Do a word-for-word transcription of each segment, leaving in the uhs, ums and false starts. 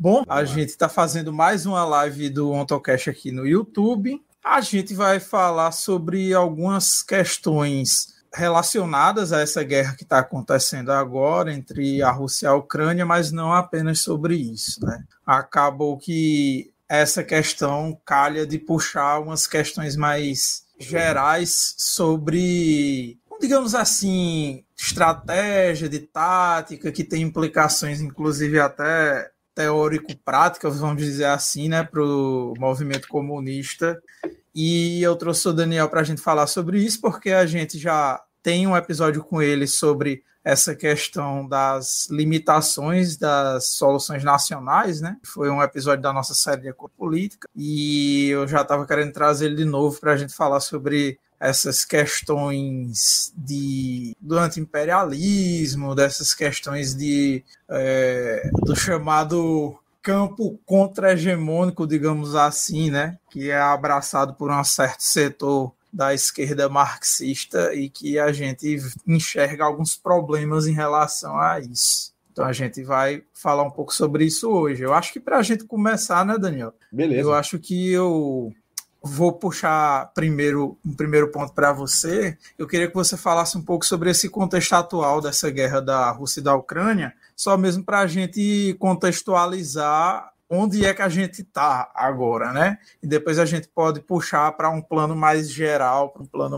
Bom, a gente está fazendo mais uma live do OntoCast aqui no YouTube. A gente vai falar sobre algumas questões relacionadas a essa guerra que está acontecendo agora entre a Rússia e a Ucrânia, mas não apenas sobre isso, né? Acabou que essa questão calha de puxar umas questões mais gerais sobre, digamos assim, estratégia, de tática, que tem implicações, inclusive até teórico-práticas, vamos dizer assim, né, para o movimento comunista. E eu trouxe o Daniel para a gente falar sobre isso, porque a gente já tem um episódio com ele sobre essa questão das limitações das soluções nacionais, né? Foi um episódio da nossa série de Ecopolítica, e eu já estava querendo trazer ele de novo para a gente falar sobre essas questões de, do anti-imperialismo, dessas questões de, é, do chamado campo contra-hegemônico, digamos assim, né? Que é abraçado por um certo setor da esquerda marxista e que a gente enxerga alguns problemas em relação a isso. Então a gente vai falar um pouco sobre isso hoje. Eu acho que para a gente começar, né, Daniel? Beleza. Eu acho que eu vou puxar primeiro um primeiro ponto para você. Eu queria que você falasse um pouco sobre esse contexto atual dessa guerra da Rússia e da Ucrânia, só mesmo para a gente contextualizar onde é que a gente está agora, né? E depois a gente pode puxar para um plano mais geral, para um plano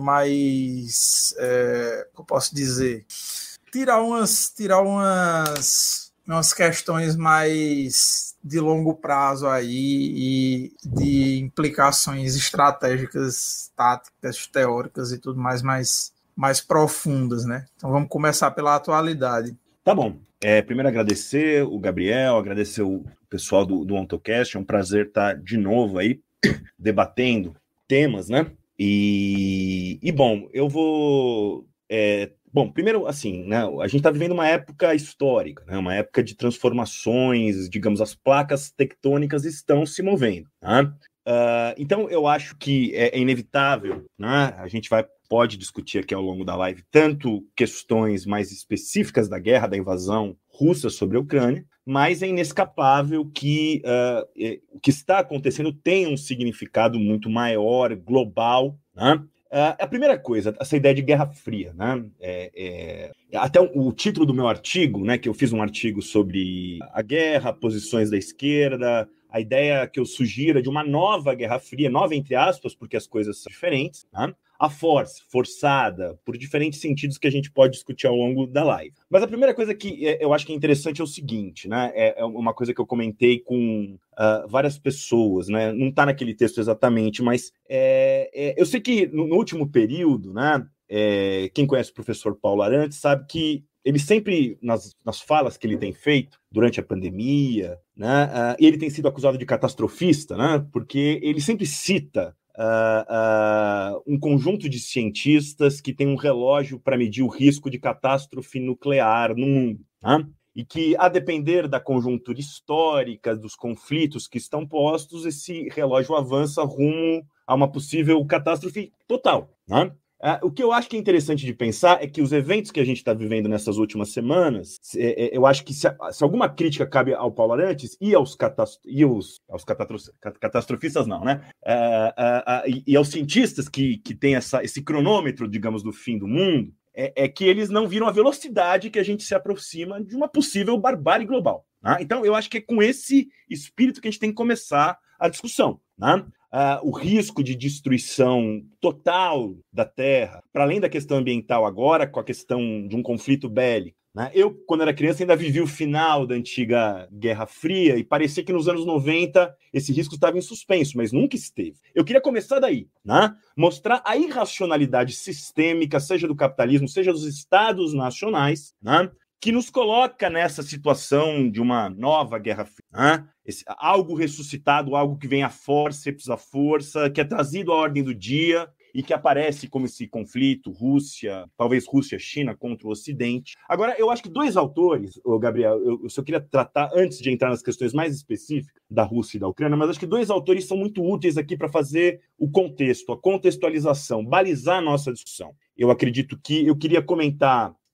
mais, é, eu posso dizer, tirar umas, tirar umas, umas questões mais de longo prazo aí e de implicações estratégicas, táticas, teóricas e tudo mais, mais, mais profundas, né? Então vamos começar pela atualidade. Tá bom. É, primeiro agradecer o Gabriel, agradecer o pessoal do, do OntoCast. É um prazer estar de novo aí debatendo temas, né? E, e bom, eu vou... É, bom, primeiro, assim, né, a gente está vivendo uma época histórica, né, uma época de transformações, digamos, as placas tectônicas estão se movendo, né? Uh, então, eu acho que é, é inevitável, né? A gente vai, pode discutir aqui ao longo da live tanto questões mais específicas da guerra, da invasão russa sobre a Ucrânia, mas é inescapável que uh, é, o que está acontecendo tem um significado muito maior, global, né? Uh, a primeira coisa, essa ideia de Guerra Fria, né? É, é, até o, o título do meu artigo, né, que eu fiz um artigo sobre a guerra, posições da esquerda, a ideia que eu sugiro é de uma nova Guerra Fria, nova entre aspas, porque as coisas são diferentes, né? A force, forçada, por diferentes sentidos que a gente pode discutir ao longo da live. Mas a primeira coisa que eu acho que é interessante é o seguinte, né? É uma coisa que eu comentei com uh, várias pessoas, né? Não está naquele texto exatamente, mas é, é, eu sei que no, no último período, né? É, quem conhece o professor Paulo Arantes sabe que ele sempre, nas, nas falas que ele tem feito durante a pandemia, né, uh, ele tem sido acusado de catastrofista, né, porque ele sempre cita uh, uh, um conjunto de cientistas que tem um relógio para medir o risco de catástrofe nuclear no mundo, né, e que, a depender da conjuntura histórica, dos conflitos que estão postos, esse relógio avança rumo a uma possível catástrofe total, né? Uh, o que eu acho que é interessante de pensar é que os eventos que a gente está vivendo nessas últimas semanas, é, é, eu acho que se, se alguma crítica cabe ao Paulo Arantes e aos, catast e aos, aos catastrofistas, não, né? Uh, uh, uh, e, e aos cientistas que, que têm essa, esse cronômetro, digamos, do fim do mundo, é, é que eles não viram a velocidade que a gente se aproxima de uma possível barbárie global, né? Então, eu acho que é com esse espírito que a gente tem que começar a discussão, né? Uh, o risco de destruição total da Terra, para além da questão ambiental agora, com a questão de um conflito bélico, né? Eu, quando era criança, ainda vivi o final da antiga Guerra Fria e parecia que nos anos noventa esse risco estava em suspenso, mas nunca esteve. Eu queria começar daí, né? Mostrar a irracionalidade sistêmica, seja do capitalismo, seja dos estados nacionais, né? Que nos coloca nessa situação de uma nova Guerra Fria, né? Esse, algo ressuscitado, algo que vem à forceps, à força, que é trazido à ordem do dia e que aparece como esse conflito Rússia, talvez Rússia-China contra o Ocidente. Agora, eu acho que dois autores, ô Gabriel, eu, eu só queria tratar, antes de entrar nas questões mais específicas da Rússia e da Ucrânia, mas acho que dois autores são muito úteis aqui para fazer o contexto, a contextualização, balizar a nossa discussão. Eu acredito que eu queria comentar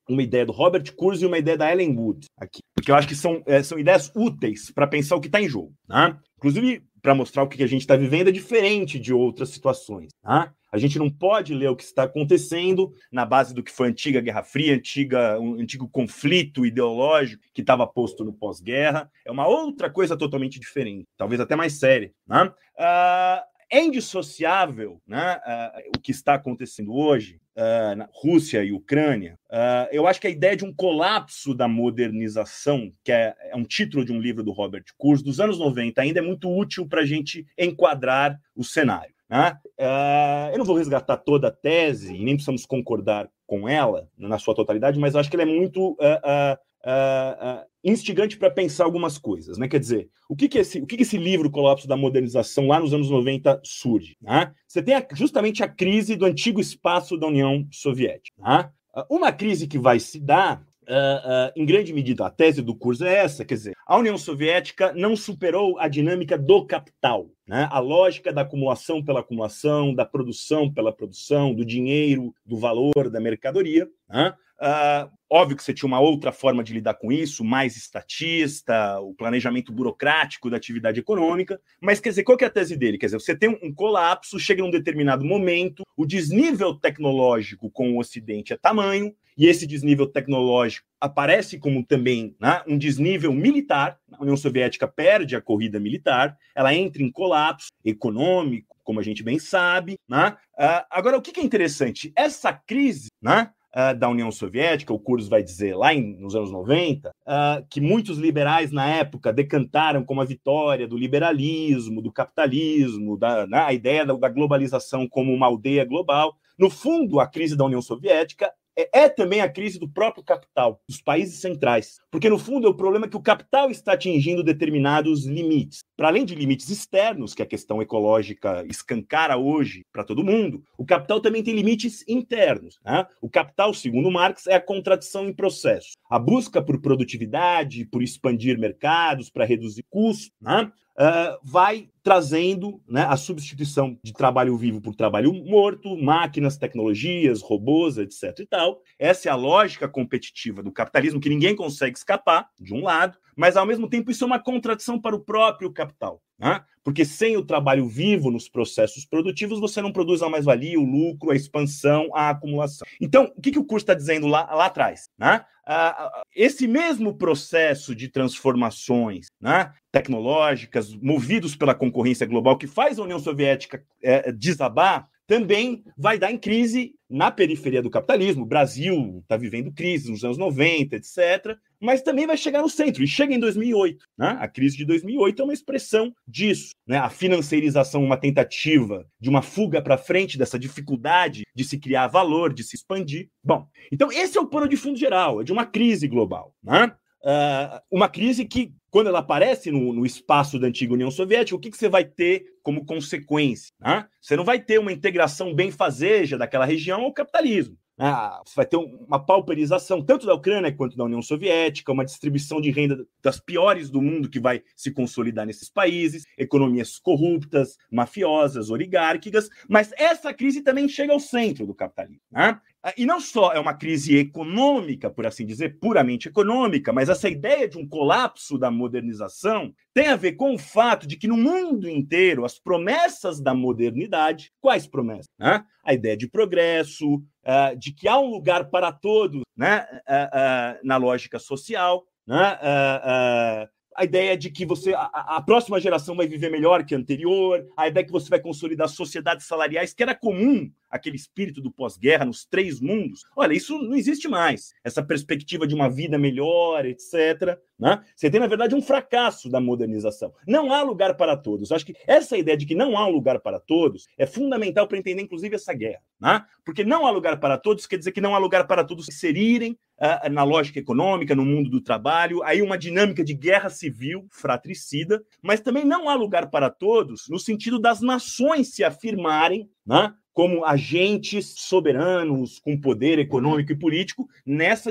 uma ideia do Robert Kurz e uma ideia da Ellen Wood aqui, porque eu acho que são, é, são ideias úteis para pensar o que está em jogo, né? Inclusive, para mostrar o que a gente está vivendo é diferente de outras situações, né? A gente não pode ler o que está acontecendo na base do que foi a antiga Guerra Fria, antiga, um antigo conflito ideológico que estava posto no pós-guerra. É uma outra coisa totalmente diferente, talvez até mais séria, né? Uh, é indissociável, né, uh, o que está acontecendo hoje uh, na Rússia e Ucrânia. Uh, eu acho que a ideia de um colapso da modernização, que é, é um título de um livro do Robert Kurz, dos anos noventa, ainda é muito útil para a gente enquadrar o cenário. Né? Uh, eu não vou resgatar toda a tese e nem precisamos concordar com ela na sua totalidade, mas eu acho que ela é muito uh, uh, uh, uh, instigante para pensar algumas coisas. Né? Quer dizer, o que, que, esse, o que, que esse livro, Colapso da Modernização, lá nos anos noventa, surge? Né? Você tem a, justamente a crise do antigo espaço da União Soviética. Né? Uh, uma crise que vai se dar, Uh, uh, em grande medida, a tese do curso é essa, quer dizer, a União Soviética não superou a dinâmica do capital, né? A lógica da acumulação pela acumulação, da produção pela produção, do dinheiro, do valor, da mercadoria, né? Uh, óbvio que você tinha uma outra forma de lidar com isso, mais estatista, o planejamento burocrático da atividade econômica, mas quer dizer, qual que é a tese dele? Quer dizer, você tem um colapso, chega num determinado momento, o desnível tecnológico com o Ocidente é tamanho, e esse desnível tecnológico aparece como também, né, um desnível militar. A União Soviética perde a corrida militar, ela entra em colapso econômico, como a gente bem sabe. Né? Uh, agora, o que é interessante? Essa crise, né, uh, da União Soviética, o Kurz vai dizer lá em, nos anos noventa, uh, que muitos liberais na época decantaram como a vitória do liberalismo, do capitalismo, da, né, a ideia da, da globalização como uma aldeia global. No fundo, a crise da União Soviética é também a crise do próprio capital, dos países centrais. Porque, no fundo, é o problema que o capital está atingindo determinados limites. Para além de limites externos, que a questão ecológica escancara hoje para todo mundo, o capital também tem limites internos. Né? O capital, segundo Marx, é a contradição em processo. A busca por produtividade, por expandir mercados, para reduzir custos, né? Uh, vai trazendo, né, a substituição de trabalho vivo por trabalho morto, máquinas, tecnologias, robôs, etc e tal. Essa é a lógica competitiva do capitalismo que ninguém consegue escapar, de um lado, mas, ao mesmo tempo, isso é uma contradição para o próprio capital. Né? Porque sem o trabalho vivo nos processos produtivos, você não produz a mais-valia, o lucro, a expansão, a acumulação. Então, o que, que o curso está dizendo lá, lá atrás? Né? Uh, esse mesmo processo de transformações, né, tecnológicas, movidos pela concorrência global, que faz a União Soviética é, desabar, também vai dar em crise na periferia do capitalismo. O Brasil está vivendo crise nos anos noventa, etcétera, mas também vai chegar no centro, e chega em dois mil e oito. Né? A crise de dois mil e oito é uma expressão disso. Né? A financeirização, uma tentativa de uma fuga para frente dessa dificuldade de se criar valor, de se expandir. Bom, então esse é o pano de fundo geral, é de uma crise global. Né? Uh, uma crise que, quando ela aparece no, no espaço da antiga União Soviética, o que, que você vai ter como consequência? Né? Você não vai ter uma integração benfazeja daquela região ao capitalismo. Ah, você vai ter uma pauperização tanto da Ucrânia quanto da União Soviética, uma distribuição de renda das piores do mundo que vai se consolidar nesses países, economias corruptas, mafiosas, oligárquicas, mas essa crise também chega ao centro do capitalismo. Né? E não só é uma crise econômica, por assim dizer, puramente econômica, mas essa ideia de um colapso da modernização tem a ver com o fato de que no mundo inteiro as promessas da modernidade, quais promessas? Né? A ideia de progresso, uh, de que há um lugar para todos, né? uh, uh, na lógica social, né? uh, uh, a ideia de que você, a, a próxima geração vai viver melhor que a anterior, a ideia que você vai consolidar sociedades salariais, que era comum, aquele espírito do pós-guerra nos três mundos. Olha, isso não existe mais. Essa perspectiva de uma vida melhor, etcétera. Né? Você tem, na verdade, um fracasso da modernização. Não há lugar para todos. Eu acho que essa ideia de que não há um lugar para todos é fundamental para entender, inclusive, essa guerra. Né? Porque não há lugar para todos quer dizer que não há lugar para todos se inserirem uh, na lógica econômica, no mundo do trabalho, aí uma dinâmica de guerra civil fratricida, mas também não há lugar para todos no sentido das nações se afirmarem, né, como agentes soberanos com poder econômico e político nessa dinâmica.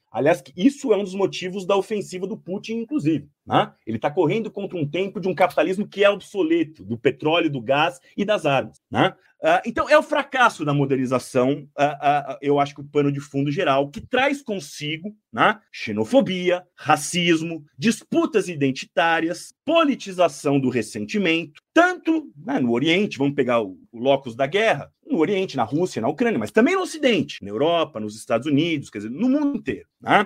Aliás, isso é um dos motivos da ofensiva do Putin, inclusive. Né? Ele está correndo contra um tempo de um capitalismo que é obsoleto, do petróleo, do gás e das armas. Né? Uh, então, é o fracasso da modernização, uh, uh, eu acho que o pano de fundo geral, que traz consigo, né, xenofobia, racismo, disputas identitárias, politização do ressentimento, tanto, né, no Oriente, vamos pegar o, o locus da guerra, no Oriente, na Rússia, na Ucrânia, mas também no Ocidente, na Europa, nos Estados Unidos, quer dizer, no mundo inteiro. Né?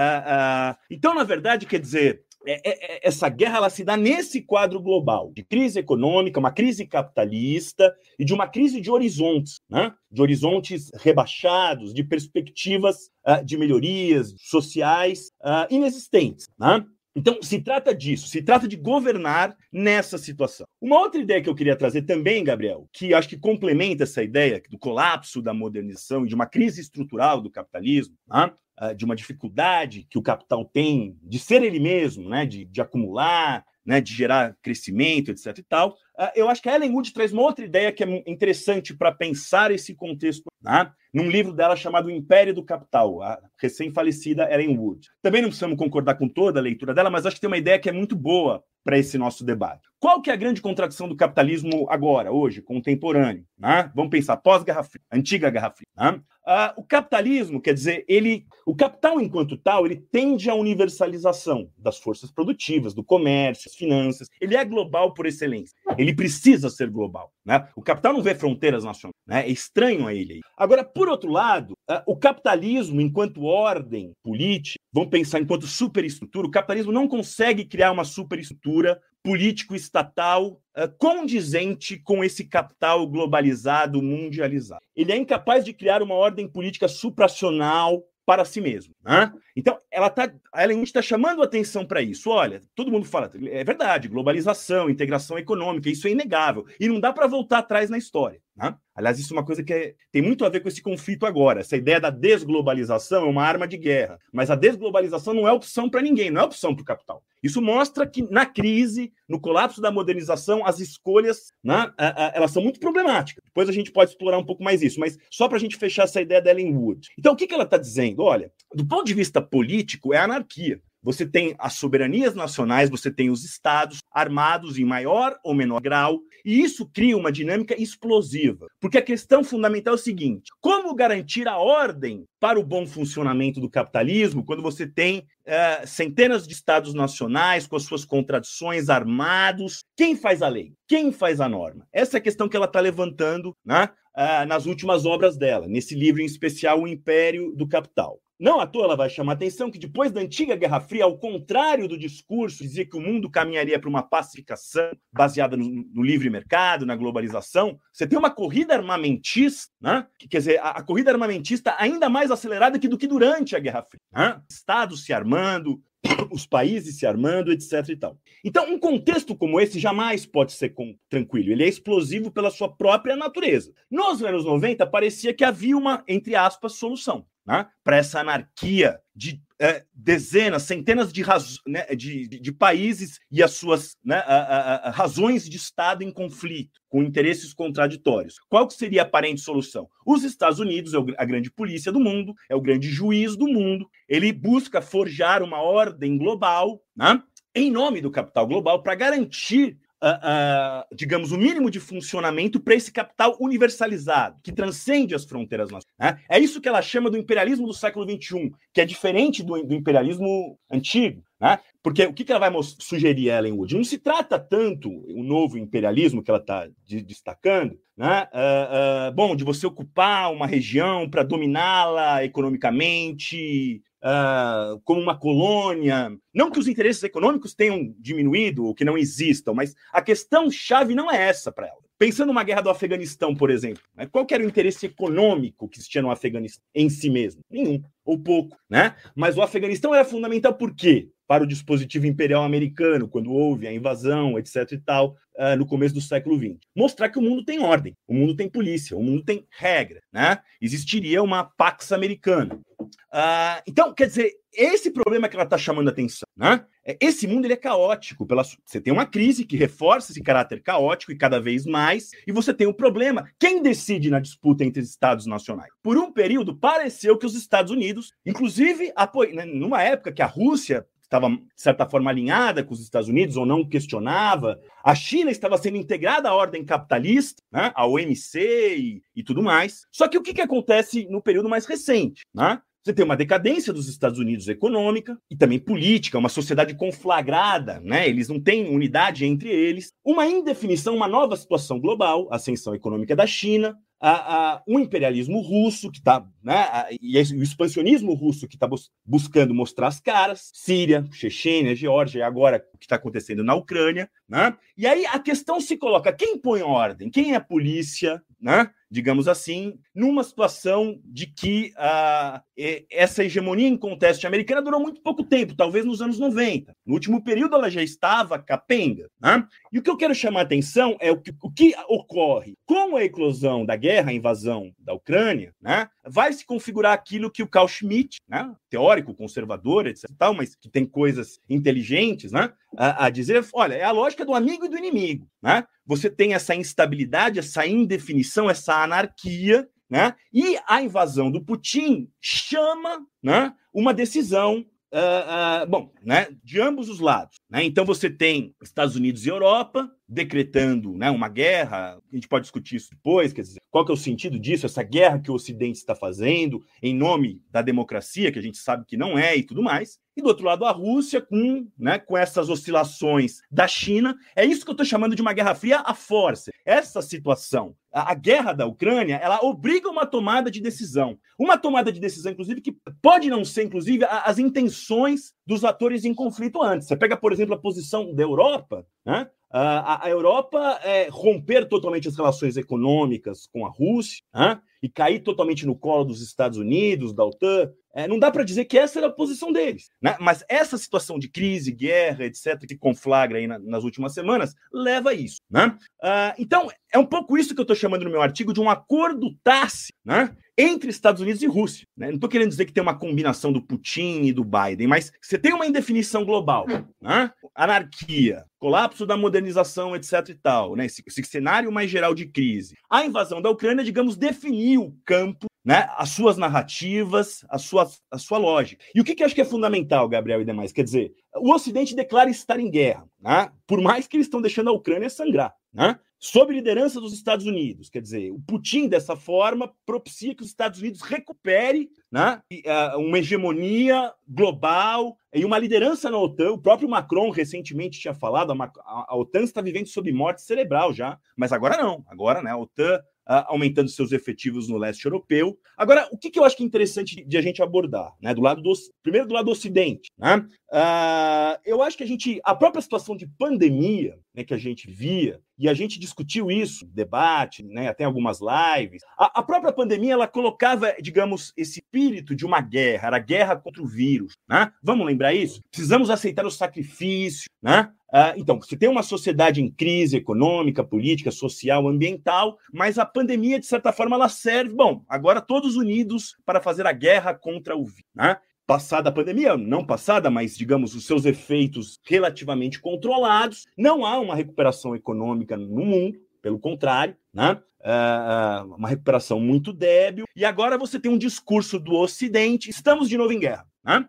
Uh, uh, então, na verdade, quer dizer, essa guerra ela se dá nesse quadro global de crise econômica, uma crise capitalista e de uma crise de horizontes, né? De horizontes rebaixados, de perspectivas uh, de melhorias sociais uh, inexistentes. Né? Então, se trata disso, se trata de governar nessa situação. Uma outra ideia que eu queria trazer também, Gabriel, que acho que complementa essa ideia do colapso da modernização e de uma crise estrutural do capitalismo, né? De uma dificuldade que o capital tem de ser ele mesmo, né? de, de acumular, né? De gerar crescimento, etc e tal. Eu acho que a Ellen Wood traz uma outra ideia que é interessante para pensar esse contexto, né? Num livro dela chamado O Império do Capital, a recém-falecida Ellen Wood. Também não precisamos concordar com toda a leitura dela, mas acho que tem uma ideia que é muito boa para esse nosso debate. Qual que é a grande contradição do capitalismo agora, hoje, contemporâneo? Né? Vamos pensar pós-Guerra Fria, antiga Guerra Fria. Né? Uh, o capitalismo, quer dizer, ele, o capital enquanto tal, ele tende à universalização das forças produtivas, do comércio, das finanças. Ele é global por excelência. Ele precisa ser global. Né? O capital não vê fronteiras nacionais. Né? É estranho a ele. Agora, por outro lado, uh, o capitalismo, enquanto ordem política, vamos pensar enquanto superestrutura, o capitalismo não consegue criar uma superestrutura político-estatal uh, condizente com esse capital globalizado, mundializado. Ele é incapaz de criar uma ordem política supranacional para si mesmo. Né? Então, ela tá, a Ellen Wood está chamando atenção para isso. Olha, todo mundo fala, é verdade, globalização, integração econômica, isso é inegável. E não dá para voltar atrás na história. Né? Aliás, isso é uma coisa que é, tem muito a ver com esse conflito agora. Essa ideia da desglobalização é uma arma de guerra. Mas a desglobalização não é opção para ninguém, não é opção para o capital. Isso mostra que na crise, no colapso da modernização, as escolhas, né, elas são muito problemáticas. Depois a gente pode explorar um pouco mais isso, mas só para a gente fechar essa ideia da Ellen Wood. Então, o que, que ela está dizendo? Olha, do ponto de vista político, é anarquia. Você tem as soberanias nacionais, você tem os estados armados em maior ou menor grau, e isso cria uma dinâmica explosiva. Porque a questão fundamental é o seguinte: como garantir a ordem para o bom funcionamento do capitalismo quando você tem uh, centenas de estados nacionais com as suas contradições armados? Quem faz a lei? Quem faz a norma? Essa é a questão que ela está levantando, né, uh, nas últimas obras dela, nesse livro em especial, O Império do Capital. Não à toa ela vai chamar a atenção que depois da antiga Guerra Fria, ao contrário do discurso, dizia que o mundo caminharia para uma pacificação baseada no, no livre mercado, na globalização, você tem uma corrida armamentista, né? Quer dizer, a, a corrida armamentista ainda mais acelerada que do que durante a Guerra Fria. Né? Estados se armando, os países se armando, etc e tal. Então, um contexto como esse jamais pode ser com, tranquilo. Ele é explosivo pela sua própria natureza. Nos anos noventa, parecia que havia uma, entre aspas, solução. Né, para essa anarquia de é, dezenas, centenas de, raz... né, de, de, de países e as suas, né, a, a, a, razões de Estado em conflito, com interesses contraditórios. Qual que seria a aparente solução? Os Estados Unidos é a grande polícia do mundo, é o grande juiz do mundo, ele busca forjar uma ordem global, né, em nome do capital global para garantir Uh, uh, digamos, o mínimo de funcionamento para esse capital universalizado, que transcende as fronteiras nacionais. Né? É isso que ela chama do imperialismo do século vinte e um, que é diferente do, do imperialismo antigo. Né? Porque o que, que ela vai sugerir, Ellen Wood? Não se trata tanto o novo imperialismo que ela está de, destacando, né? uh, uh, bom, de você ocupar uma região para dominá-la economicamente, Uh, como uma colônia. Não que os interesses econômicos tenham diminuído ou que não existam, mas a questão-chave não é essa para ela. Pensando numa guerra do Afeganistão, por exemplo, né? Qual que era o interesse econômico que existia no Afeganistão em si mesmo? Nenhum, ou pouco, né? Mas o Afeganistão era fundamental por quê? para o dispositivo imperial americano, quando houve a invasão, etc e tal, uh, no começo do século vinte. Mostrar que o mundo tem ordem, o mundo tem polícia, o mundo tem regra, né? Existiria uma Pax Americana. Uh, então, quer dizer, esse problema que ela está chamando a atenção, né? Esse mundo ele é caótico. Pela... Você tem uma crise que reforça esse caráter caótico e cada vez mais, e você tem um problema. Quem decide na disputa entre os Estados nacionais? Por um período, pareceu que os Estados Unidos, inclusive, apoio... numa época que a Rússia estava, de certa forma, alinhada com os Estados Unidos ou não questionava, a China estava sendo integrada à ordem capitalista, né? A O M C e, e tudo mais. Só que o que, que acontece no período mais recente, né? Você tem uma decadência dos Estados Unidos econômica e também política, uma sociedade conflagrada, né? Eles não têm unidade entre eles, uma indefinição, uma nova situação global, a ascensão econômica da China, a, a, o imperialismo russo, que está, né? A, e o expansionismo russo que está bus- buscando mostrar as caras, Síria, Chechênia, Geórgia, e agora o que está acontecendo na Ucrânia, né? E aí a questão se coloca: quem põe ordem? Quem é a polícia, né? Digamos assim, numa situação de que uh, essa hegemonia em contexto americana durou muito pouco tempo, talvez nos anos noventa. No último período ela já estava capenga, né? E o que eu quero chamar a atenção é o que, o que ocorre com a eclosão da guerra, a invasão da Ucrânia, né? Vai se configurar aquilo que o Carl Schmitt, né? Teórico, conservador, etc, tal, mas que tem coisas inteligentes, né? A, a dizer, olha, é a lógica do amigo e do inimigo, né? Você tem essa instabilidade, essa indefinição, essa anarquia, né? E a invasão do Putin chama, né, uma decisão, uh, uh, bom, né, de ambos os lados, né? Então você tem Estados Unidos e Europa decretando, né, uma guerra. A gente pode discutir isso depois, quer dizer, qual que é o sentido disso, essa guerra que o Ocidente está fazendo em nome da democracia, que a gente sabe que não é e tudo mais. E do outro lado a Rússia com, né, com essas oscilações da China. É isso que eu estou chamando de uma guerra fria à força. Essa situação, a, a guerra da Ucrânia, ela obriga uma tomada de decisão. Uma tomada de decisão, inclusive, que pode não ser, inclusive, a, as intenções dos atores em conflito antes. Você pega, por exemplo, a posição da Europa, né? A, a Europa é, romper totalmente as relações econômicas com a Rússia, né? E cair totalmente no colo dos Estados Unidos, da OTAN. É, não dá para dizer que essa era a posição deles, né? Mas essa situação de crise, guerra, etcétera, que conflagra aí na, nas últimas semanas, leva a isso, né? Uh, então, é um pouco isso que eu estou chamando no meu artigo de um acordo tácito, né, entre Estados Unidos e Rússia, né? Não estou querendo dizer que tem uma combinação do Putin e do Biden, mas você tem uma indefinição global, né? Anarquia, colapso da modernização, etc e tal, né? Esse, esse cenário mais geral de crise. A invasão da Ucrânia, digamos, definiu o campo, né, as suas narrativas, a sua, a sua lógica. E o que, que eu acho que é fundamental, Gabriel e demais? Quer dizer, o Ocidente declara estar em guerra, né, por mais que eles estão deixando a Ucrânia sangrar, né, sob liderança dos Estados Unidos. Quer dizer, o Putin, dessa forma, propicia que os Estados Unidos recupere, né, uma hegemonia global e uma liderança na OTAN. O próprio Macron recentemente tinha falado, a, a, a OTAN está vivendo sob morte cerebral já, mas agora não. Agora, né, a OTAN Uh, aumentando seus efetivos no leste europeu. Agora, o que, que eu acho que é interessante de a gente abordar, né? Do lado do, primeiro do lado do Ocidente, né? Uh, eu acho que a gente, a própria situação de pandemia, né, que a gente via, e a gente discutiu isso, debate, né, até algumas lives, a, a própria pandemia, ela colocava, digamos, esse espírito de uma guerra, era a guerra contra o vírus, né? Vamos lembrar isso? Precisamos aceitar o sacrifício, né? Uh, então, você tem uma sociedade em crise econômica, política, social, ambiental, mas a pandemia, de certa forma, ela serve, bom, agora todos unidos para fazer a guerra contra o vírus, né? Passada a pandemia, não passada, mas, digamos, os seus efeitos relativamente controlados, não há uma recuperação econômica no mundo, pelo contrário, né? Uh, uma recuperação muito débil, e agora você tem um discurso do Ocidente, estamos de novo em guerra, né?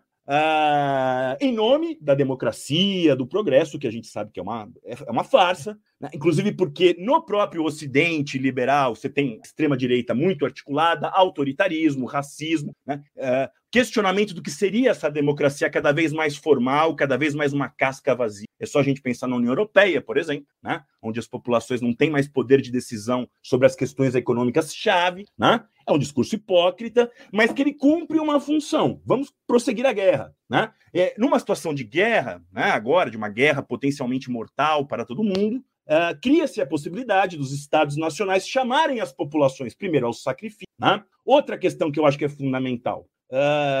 Uh, em nome da democracia, do progresso, que a gente sabe que é uma, é uma farsa, né? Inclusive porque no próprio Ocidente liberal você tem extrema-direita muito articulada, autoritarismo, racismo, né? Uh, questionamento do que seria essa democracia cada vez mais formal, cada vez mais uma casca vazia. É só a gente pensar na União Europeia, por exemplo, né? Onde as populações não têm mais poder de decisão sobre as questões econômicas-chave, né? É um discurso hipócrita, mas que ele cumpre uma função. Vamos prosseguir a guerra, né? É, numa situação de guerra, né, agora, de uma guerra potencialmente mortal para todo mundo, uh, cria-se a possibilidade dos Estados nacionais chamarem as populações, primeiro, ao sacrifício, né? Outra questão que eu acho que é fundamental, uh,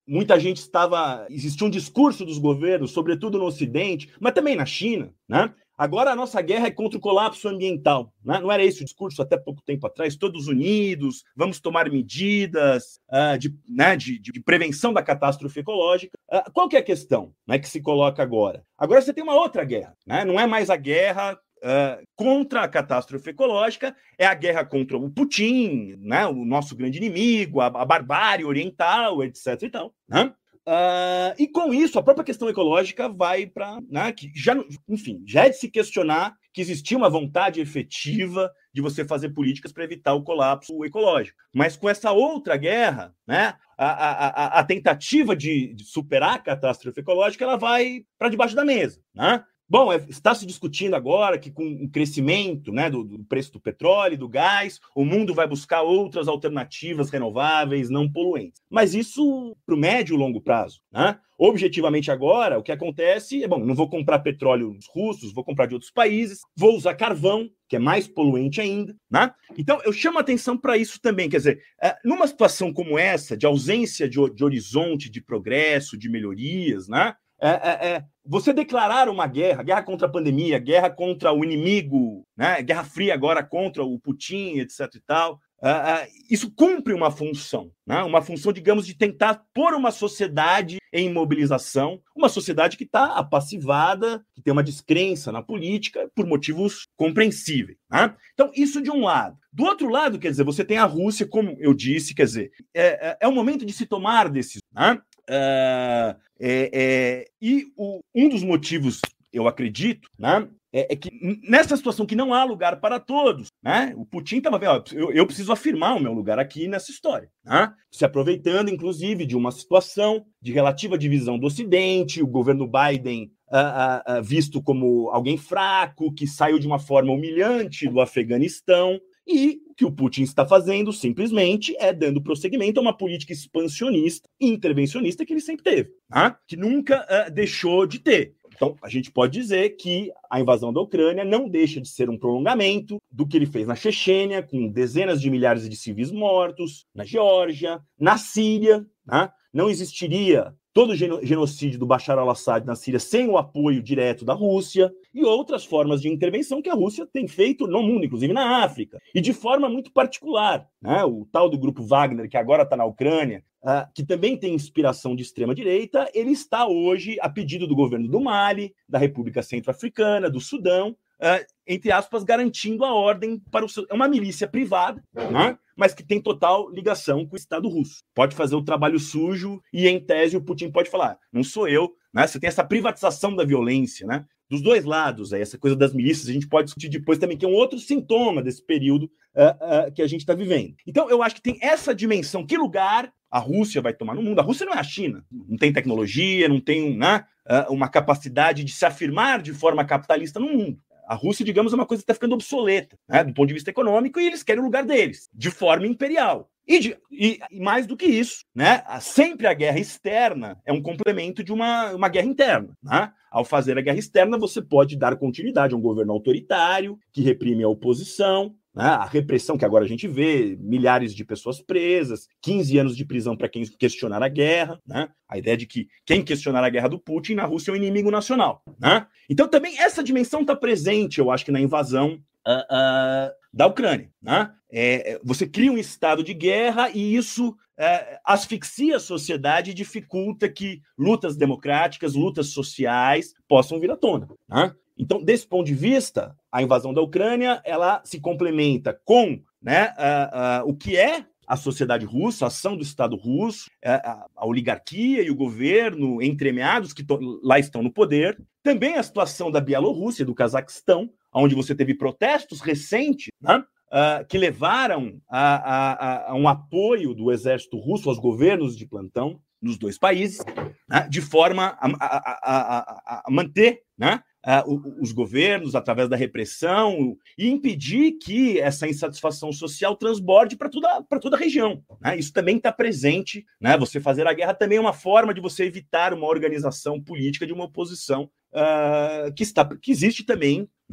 muita gente estava... Existia um discurso dos governos, sobretudo no Ocidente, mas também na China, né? Agora a nossa guerra é contra o colapso ambiental, né? Não era esse o discurso até pouco tempo atrás? Todos unidos, vamos tomar medidas uh, de, né, de, de prevenção da catástrofe ecológica. Uh, qual que é a questão, né, que se coloca agora? Agora você tem uma outra guerra, né? Não é mais a guerra uh, contra a catástrofe ecológica, é a guerra contra o Putin, né, o nosso grande inimigo, a, a barbárie oriental, etc e tal, né? Uh, e com isso, a própria questão ecológica vai para... Né, que já, enfim, já é de se questionar que existia uma vontade efetiva de você fazer políticas para evitar o colapso ecológico. Mas com essa outra guerra, né, a, a, a, a tentativa de, de superar a catástrofe ecológica ela vai para debaixo da mesa, né? Bom, é, está se discutindo agora que com o crescimento, né, do, do preço do petróleo e do gás, o mundo vai buscar outras alternativas renováveis, não poluentes. Mas isso para o médio e longo prazo, né? Objetivamente agora, o que acontece é, bom, não vou comprar petróleo dos russos, vou comprar de outros países, vou usar carvão, que é mais poluente ainda, né? Então, eu chamo a atenção para isso também, quer dizer, numa situação como essa, de ausência de, de horizonte, de progresso, de melhorias, né? É, é, é, você declarar uma guerra, guerra contra a pandemia, guerra contra o inimigo, né? Guerra fria agora contra o Putin, etc e tal, é, é, isso cumpre uma função, né? Uma função, digamos, de tentar pôr uma sociedade em mobilização, uma sociedade que está apassivada, que tem uma descrença na política por motivos compreensíveis, né? Então, isso de um lado. Do outro lado, quer dizer, você tem a Rússia, como eu disse, quer dizer, é, é, é o momento de se tomar decisões, né? Uh, é, é, e o, um dos motivos, eu acredito, né, é, é que nessa situação que não há lugar para todos, né, o Putin estava vendo, ó, eu, eu preciso afirmar o meu lugar aqui nessa história, né, se aproveitando, inclusive, de uma situação de relativa divisão do Ocidente, o governo Biden uh, uh, uh, visto como alguém fraco, que saiu de uma forma humilhante do Afeganistão. E o que o Putin está fazendo, simplesmente, é dando prosseguimento a uma política expansionista e intervencionista que ele sempre teve, né? Que nunca uh, deixou de ter. Então, a gente pode dizer que a invasão da Ucrânia não deixa de ser um prolongamento do que ele fez na Chechênia, com dezenas de milhares de civis mortos, na Geórgia, na Síria, né? Não existiria todo o genocídio do Bashar al-Assad na Síria sem o apoio direto da Rússia e outras formas de intervenção que a Rússia tem feito no mundo, inclusive na África, e de forma muito particular, né? O tal do grupo Wagner, que agora está na Ucrânia, uh, que também tem inspiração de extrema-direita, ele está hoje a pedido do governo do Mali, da República Centro-Africana, do Sudão, uh, entre aspas, garantindo a ordem para o seu... É uma milícia privada, né? Mas que tem total ligação com o Estado russo. Pode fazer o trabalho sujo e, em tese, o Putin pode falar, não sou eu, né? Você tem essa privatização da violência, né? Dos dois lados, aí, essa coisa das milícias, a gente pode discutir depois também, que é um outro sintoma desse período uh, uh, que a gente está vivendo. Então, eu acho que tem essa dimensão. Que lugar a Rússia vai tomar no mundo? A Rússia não é a China. Não tem tecnologia, não tem, né, uh, uma capacidade de se afirmar de forma capitalista no mundo. A Rússia, digamos, é uma coisa que está ficando obsoleta, né, do ponto de vista econômico, e eles querem o lugar deles, de forma imperial. E, de, e, e mais do que isso, né, sempre a guerra externa é um complemento de uma, uma guerra interna, né? Ao fazer a guerra externa, você pode dar continuidade a um governo autoritário que reprime a oposição, né? A repressão que agora a gente vê, milhares de pessoas presas, quinze anos de prisão para quem questionar a guerra, né? A ideia de que quem questionar a guerra do Putin na Rússia é um inimigo nacional, né? Então também essa dimensão está presente, eu acho que na invasão uh, uh, da Ucrânia, né? É, você cria um estado de guerra e isso é, asfixia a sociedade e dificulta que lutas democráticas, lutas sociais possam vir à tona, né? Então, desse ponto de vista, a invasão da Ucrânia ela se complementa com, né, uh, uh, o que é a sociedade russa, a ação do Estado russo, a, a oligarquia e o governo entremeados que to, lá estão no poder. Também a situação da Bielorrússia, do Cazaquistão, onde você teve protestos recentes, né, uh, que levaram a, a, a um apoio do exército russo aos governos de plantão nos dois países, né, de forma a, a, a, a, a manter, né, Uh, os governos, através da repressão, e impedir que essa insatisfação social transborde para toda, para toda a região, né? Isso também está presente, né? Você fazer a guerra também é uma forma de você evitar uma organização política de uma oposição uh, que, está, que existe também, né,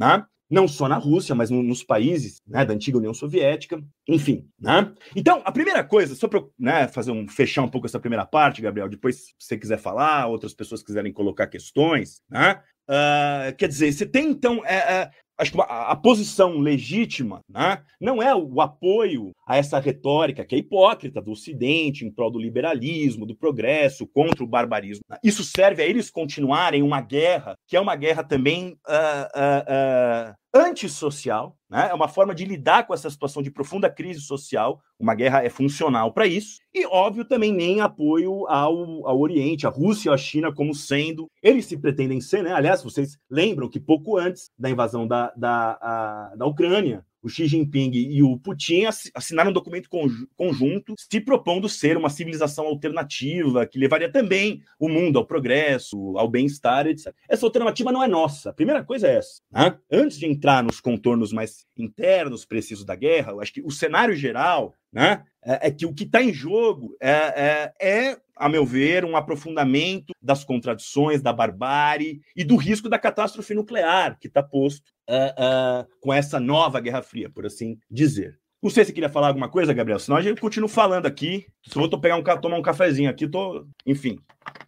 não só na Rússia, mas no, nos países, né, da antiga União Soviética, enfim, né? Então, a primeira coisa, só para, né, fazer um, fechar um pouco essa primeira parte, Gabriel, depois, se você quiser falar, outras pessoas quiserem colocar questões, né? Uh, quer dizer, você tem, então, é, é, acho que a, a posição legítima, né, não é o apoio a essa retórica que é hipócrita do Ocidente em prol do liberalismo, do progresso, contra o barbarismo. Isso serve a eles continuarem uma guerra, que é uma guerra também uh, uh, uh, antissocial, né? É uma forma de lidar com essa situação de profunda crise social. Uma guerra é funcional para isso. E, óbvio, também nem apoio ao, ao Oriente, à Rússia e à China como sendo... Eles se pretendem ser, né? Aliás, vocês lembram que pouco antes da invasão da, da, a, da Ucrânia, o Xi Jinping e o Putin assinaram um documento conjunto se propondo ser uma civilização alternativa que levaria também o mundo ao progresso, ao bem-estar, etcétera. Essa alternativa não é nossa. A primeira coisa é essa. Né? Antes de entrar nos contornos mais internos precisos da guerra, eu acho que o cenário geral, né, é, é que o que está em jogo é, é, é, a meu ver, um aprofundamento das contradições, da barbárie e do risco da catástrofe nuclear que está posto Uh, uh, com essa nova Guerra Fria, por assim dizer. Não sei se você queria falar alguma coisa, Gabriel, senão a gente continua falando aqui. Se eu vou pegar um, tomar um cafezinho aqui, tô... enfim.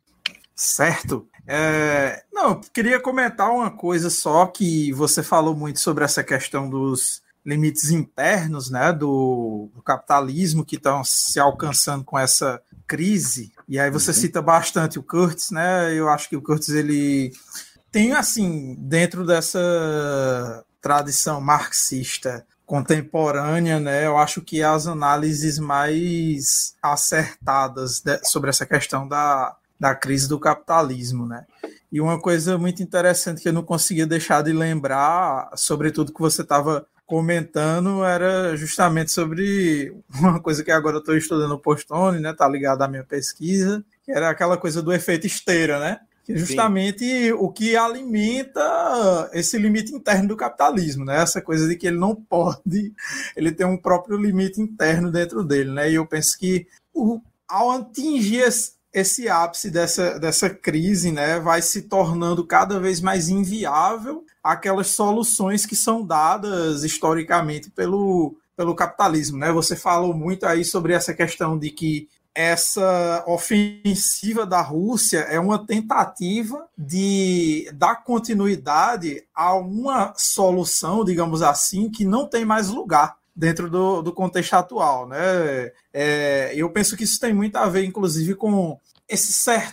Certo. É... Não, queria comentar uma coisa só, que você falou muito sobre essa questão dos limites internos, né, do, do capitalismo que estão se alcançando com essa crise. E aí você uhum. cita bastante o Curtis, né? Eu acho que o Curtis, ele... tem, assim, dentro dessa tradição marxista contemporânea, né, eu acho que as análises mais acertadas de, sobre essa questão da, da crise do capitalismo, né? E uma coisa muito interessante que eu não conseguia deixar de lembrar, sobretudo que você estava comentando, era justamente sobre uma coisa que agora eu estou estudando no Postone, né, tá ligado à minha pesquisa, que era aquela coisa do efeito esteira, né? Justamente Sim. o que alimenta esse limite interno do capitalismo, né? Essa coisa de que ele não pode, ele tem um próprio limite interno dentro dele, né? E eu penso que o, ao atingir esse, esse ápice dessa, dessa crise, né, vai se tornando cada vez mais inviável aquelas soluções que são dadas historicamente pelo, pelo capitalismo, né? Você falou muito aí sobre essa questão de que essa ofensiva da Rússia é uma tentativa de dar continuidade a uma solução, digamos assim, que não tem mais lugar dentro do, do contexto atual, né? É, eu penso que isso tem muito a ver, inclusive, com esse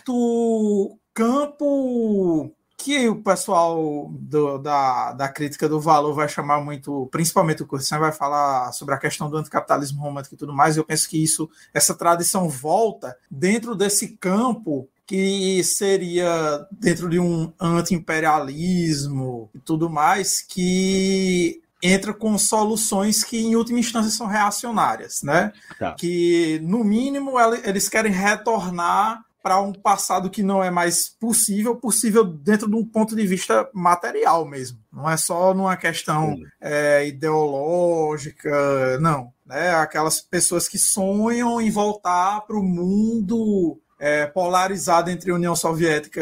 certo campo que o pessoal do, da, da crítica do valor vai chamar muito, principalmente o Curtis vai falar sobre a questão do anticapitalismo romântico e tudo mais. Eu penso que isso, essa tradição volta dentro desse campo que seria dentro de um anti-imperialismo e tudo mais, que entra com soluções que, em última instância, são reacionárias, né? Tá. Que, no mínimo, eles querem retornar para um passado que não é mais possível, possível dentro de um ponto de vista material mesmo. Não é só numa questão é, ideológica, não. Né? Aquelas pessoas que sonham em voltar para o mundo é, polarizado entre a União Soviética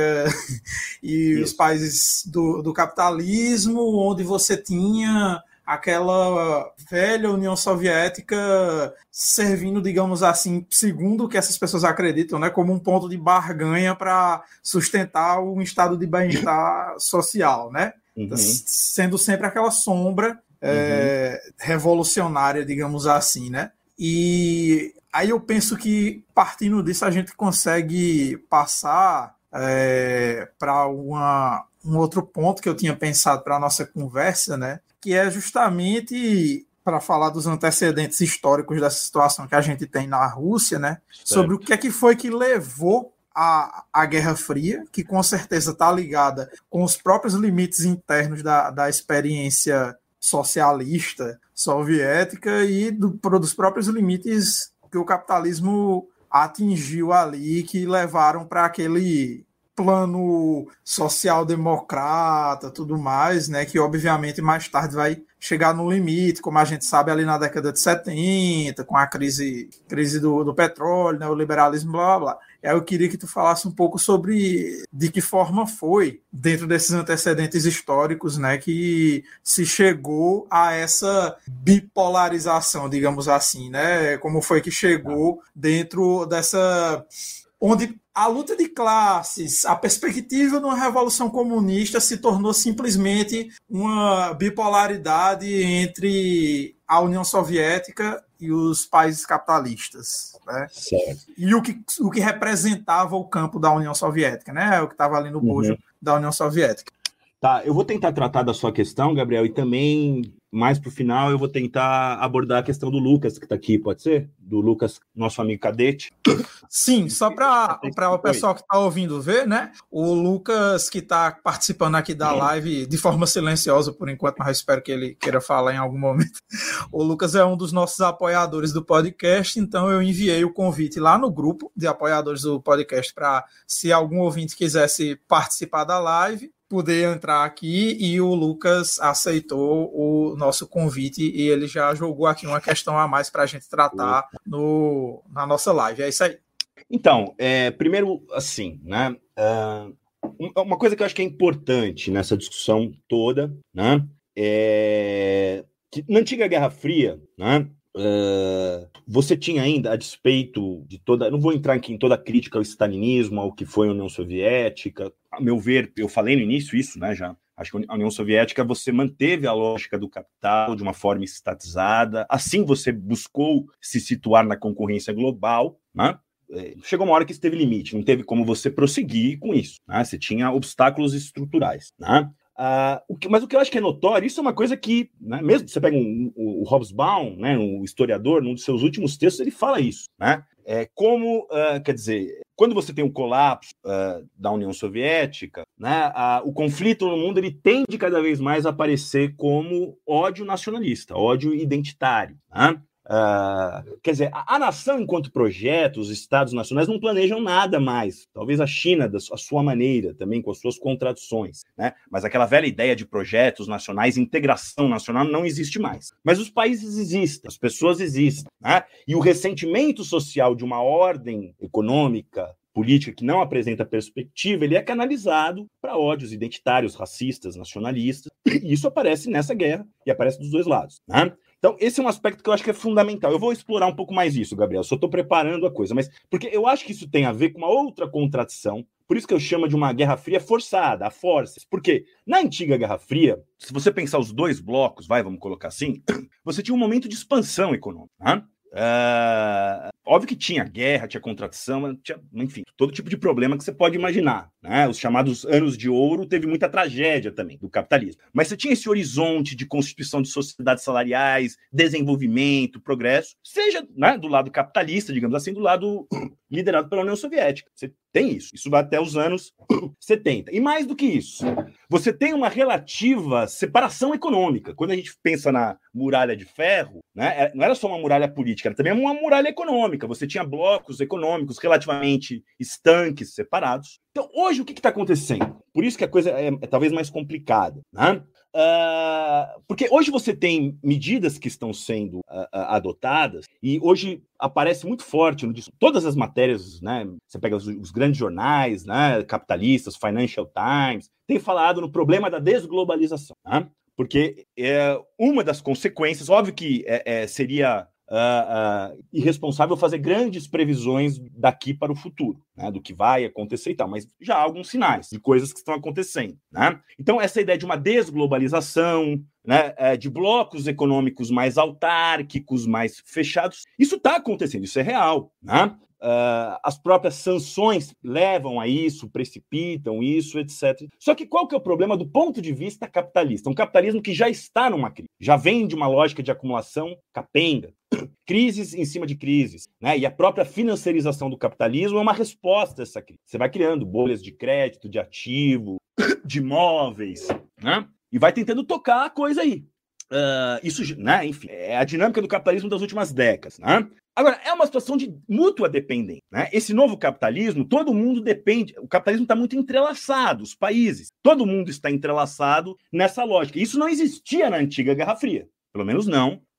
e Isso. os países do, do capitalismo, onde você tinha aquela velha União Soviética servindo, digamos assim, segundo o que essas pessoas acreditam, né, como um ponto de barganha para sustentar um estado de bem-estar social, né? Uhum. Sendo sempre aquela sombra uhum. é, revolucionária, digamos assim, né? E aí eu penso que, partindo disso, a gente consegue passar é, para um outro ponto que eu tinha pensado para a nossa conversa, né? Que é justamente para falar dos antecedentes históricos dessa situação que a gente tem na Rússia, né? Certo. Sobre o que é que foi que levou a, a Guerra Fria, que com certeza está ligada com os próprios limites internos da, da experiência socialista soviética e do, dos próprios limites que o capitalismo atingiu ali, que levaram para aquele plano social-democrata, tudo mais, né, que obviamente mais tarde vai chegar no limite, como a gente sabe ali na década de setenta, com a crise, crise do, do petróleo, né, o liberalismo, blá, blá, blá. Eu queria que tu falasse um pouco sobre de que forma foi, dentro desses antecedentes históricos, né, que se chegou a essa bipolarização, digamos assim, né? Como foi que chegou dentro dessa... onde a luta de classes, a perspectiva de uma revolução comunista se tornou simplesmente uma bipolaridade entre a União Soviética e os países capitalistas, né? Certo. E o que, o que representava o campo da União Soviética, né? O que estava ali no bojo uhum. da União Soviética. Tá, eu vou tentar tratar da sua questão, Gabriel, e também, mais para o final, eu vou tentar abordar a questão do Lucas, que está aqui, pode ser? Do Lucas, nosso amigo cadete. Sim, só para o pessoal que está ouvindo ver, né? O Lucas, que está participando aqui da live de forma silenciosa por enquanto, mas eu espero que ele queira falar em algum momento. O Lucas é um dos nossos apoiadores do podcast, então eu enviei o convite lá no grupo de apoiadores do podcast para, se algum ouvinte quisesse participar da live, poder entrar aqui, e o Lucas aceitou o nosso convite e ele já jogou aqui uma questão a mais para a gente tratar no, na nossa live. É isso aí. Então, é, primeiro, assim, né? Uh, uma coisa que eu acho que é importante nessa discussão toda, né? É que na antiga Guerra Fria, né? Uh, você tinha ainda, a despeito de toda... Não vou entrar aqui em toda a crítica ao stalinismo, ao que foi a União Soviética. A meu ver, eu falei no início isso, né, já. Acho que a União Soviética, você manteve a lógica do capital de uma forma estatizada. Assim, você buscou se situar na concorrência global, né? Chegou uma hora que isso teve limite, não teve como você prosseguir com isso, né? Você tinha obstáculos estruturais, né? Uh, o que, mas o que eu acho que é notório, isso é uma coisa que, né, mesmo você pega um, um, o Hobsbawm, né, um historiador, num dos seus últimos textos, ele fala isso, né? É como, uh, quer dizer, quando você tem um colapso uh, da União Soviética, né, uh, o conflito no mundo ele tende cada vez mais a aparecer como ódio nacionalista, ódio identitário, né? Uh, quer dizer, a, a nação enquanto projeto, os estados nacionais não planejam nada mais. Talvez a China, da a sua maneira, também com as suas contradições, né? Mas aquela velha ideia de projetos nacionais, integração nacional, não existe mais. Mas os países existem, as pessoas existem, né? E o ressentimento social de uma ordem econômica, política que não apresenta perspectiva, ele é canalizado para ódios identitários, racistas, nacionalistas, e isso aparece nessa guerra, e aparece dos dois lados, né? Então, esse é um aspecto que eu acho que é fundamental. Eu vou explorar um pouco mais isso, Gabriel, só estou preparando a coisa, mas porque eu acho que isso tem a ver com uma outra contradição, por isso que eu chamo de uma Guerra Fria forçada, a forças, porque na antiga Guerra Fria, se você pensar os dois blocos, vai, vamos colocar assim, você tinha um momento de expansão econômica, né? Uh, óbvio que tinha guerra, tinha contradição, tinha, enfim, todo tipo de problema que você pode imaginar, né? Os chamados anos de ouro, teve muita tragédia também do capitalismo, mas você tinha esse horizonte de constituição de sociedades salariais, desenvolvimento, progresso, seja, né, do lado capitalista, digamos assim, do lado liderado pela União Soviética. Você tem isso, isso vai até os anos setenta. E mais do que isso, você tem uma relativa separação econômica. Quando a gente pensa na muralha de ferro, né, não era só uma muralha política, era também uma muralha econômica. Você tinha blocos econômicos relativamente estanques, separados. Então, hoje, o que está acontecendo? Por isso que a coisa é, é talvez mais complicada, né? Uh, porque hoje você tem medidas que estão sendo uh, uh, adotadas e hoje aparece muito forte no todas as matérias, né? Você pega os, os grandes jornais, né, capitalistas, Financial Times, tem falado no problema da desglobalização, né? Porque é uma das consequências, óbvio que é, é, seria Uh, uh, irresponsável fazer grandes previsões daqui para o futuro, né, do que vai acontecer e tal, mas já há alguns sinais de coisas que estão acontecendo, né? Então, essa ideia de uma desglobalização, né, uh, de blocos econômicos mais autárquicos, mais fechados, isso está acontecendo, isso é real, né? Uh, as próprias sanções levam a isso, precipitam isso, etcétera. Só que qual que é o problema do ponto de vista capitalista? Um capitalismo que já está numa crise, já vem de uma lógica de acumulação capenga, crises em cima de crises, né? E a própria financiarização do capitalismo é uma resposta a essa crise. Você vai criando bolhas de crédito, de ativo, de imóveis, né? E vai tentando tocar a coisa aí. Uh, isso, né? Enfim, é a dinâmica do capitalismo das últimas décadas, né? Agora, é uma situação de mútua dependência, né? Esse novo capitalismo, todo mundo depende, o capitalismo está muito entrelaçado, os países, todo mundo está entrelaçado nessa lógica. Isso não existia na antiga Guerra Fria, pelo menos não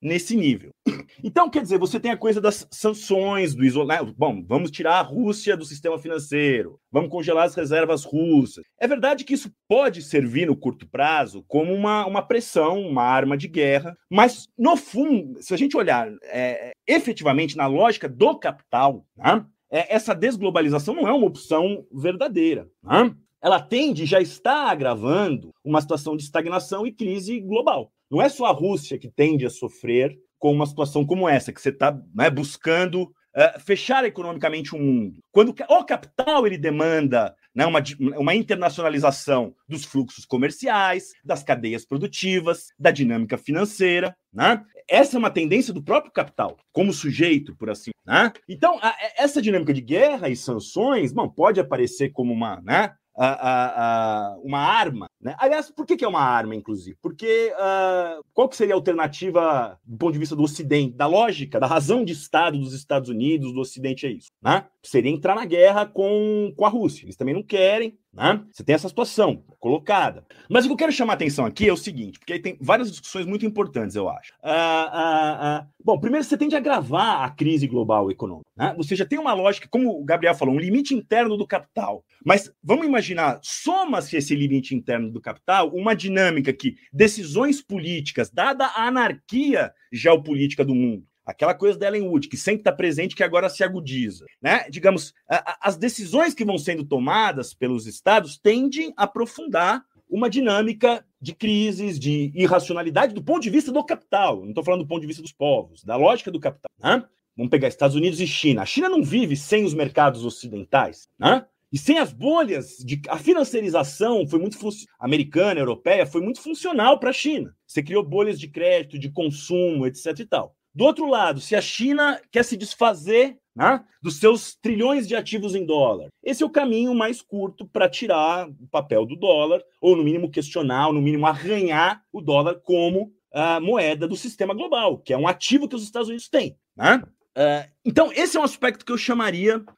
nesse nível. Então, quer dizer, você tem a coisa das sanções, do isolamento. Bom, vamos tirar a Rússia do sistema financeiro, vamos congelar as reservas russas. É verdade que isso pode servir no curto prazo como uma, uma pressão, uma arma de guerra, mas, no fundo, se a gente olhar é, efetivamente na lógica do capital, né, é, essa desglobalização não é uma opção verdadeira, né? Ela tende, já está agravando uma situação de estagnação e crise global. Não é só a Rússia que tende a sofrer com uma situação como essa, que você está, né, buscando uh, fechar economicamente o mundo. Quando o capital ele demanda, né, uma, uma internacionalização dos fluxos comerciais, das cadeias produtivas, da dinâmica financeira, né? Essa é uma tendência do próprio capital, como sujeito, por assim dizer, né? Então, a, essa dinâmica de guerra e sanções, bom, pode aparecer como uma, né, A, a, a, uma arma, né? Aliás, por que, que é uma arma, inclusive? Porque uh, qual que seria a alternativa do ponto de vista do Ocidente, da lógica, da razão de Estado dos Estados Unidos, do Ocidente é isso, né? Seria entrar na guerra com, com a Rússia. Eles também não querem, né? Você tem essa situação colocada. Mas o que eu quero chamar a atenção aqui é o seguinte, porque aí tem várias discussões muito importantes, eu acho. Uh, uh, uh, bom, primeiro você tende a agravar a crise global econômica, né? Você já tem uma lógica, como o Gabriel falou, um limite interno do capital. Mas vamos imaginar, soma-se esse limite interno do capital, uma dinâmica que decisões políticas, dada a anarquia geopolítica do mundo, aquela coisa da Ellen Wood, que sempre está presente, que agora se agudiza, né? Digamos, a, a, as decisões que vão sendo tomadas pelos estados tendem a aprofundar uma dinâmica de crises, de irracionalidade do ponto de vista do capital. Não estou falando do ponto de vista dos povos, da lógica do capital, né? Vamos pegar Estados Unidos e China. A China não vive sem os mercados ocidentais, né? E sem as bolhas, de, a financiarização foi muito americana, europeia, foi muito funcional para a China. Você criou bolhas de crédito, de consumo, etc e tal. Do outro lado, se a China quer se desfazer, né, dos seus trilhões de ativos em dólar, esse é o caminho mais curto para tirar o papel do dólar, ou no mínimo questionar, ou no mínimo arranhar o dólar como a moeda do sistema global, que é um ativo que os Estados Unidos têm, né? Uh, então, esse é um aspecto que eu chamaria uh, uh,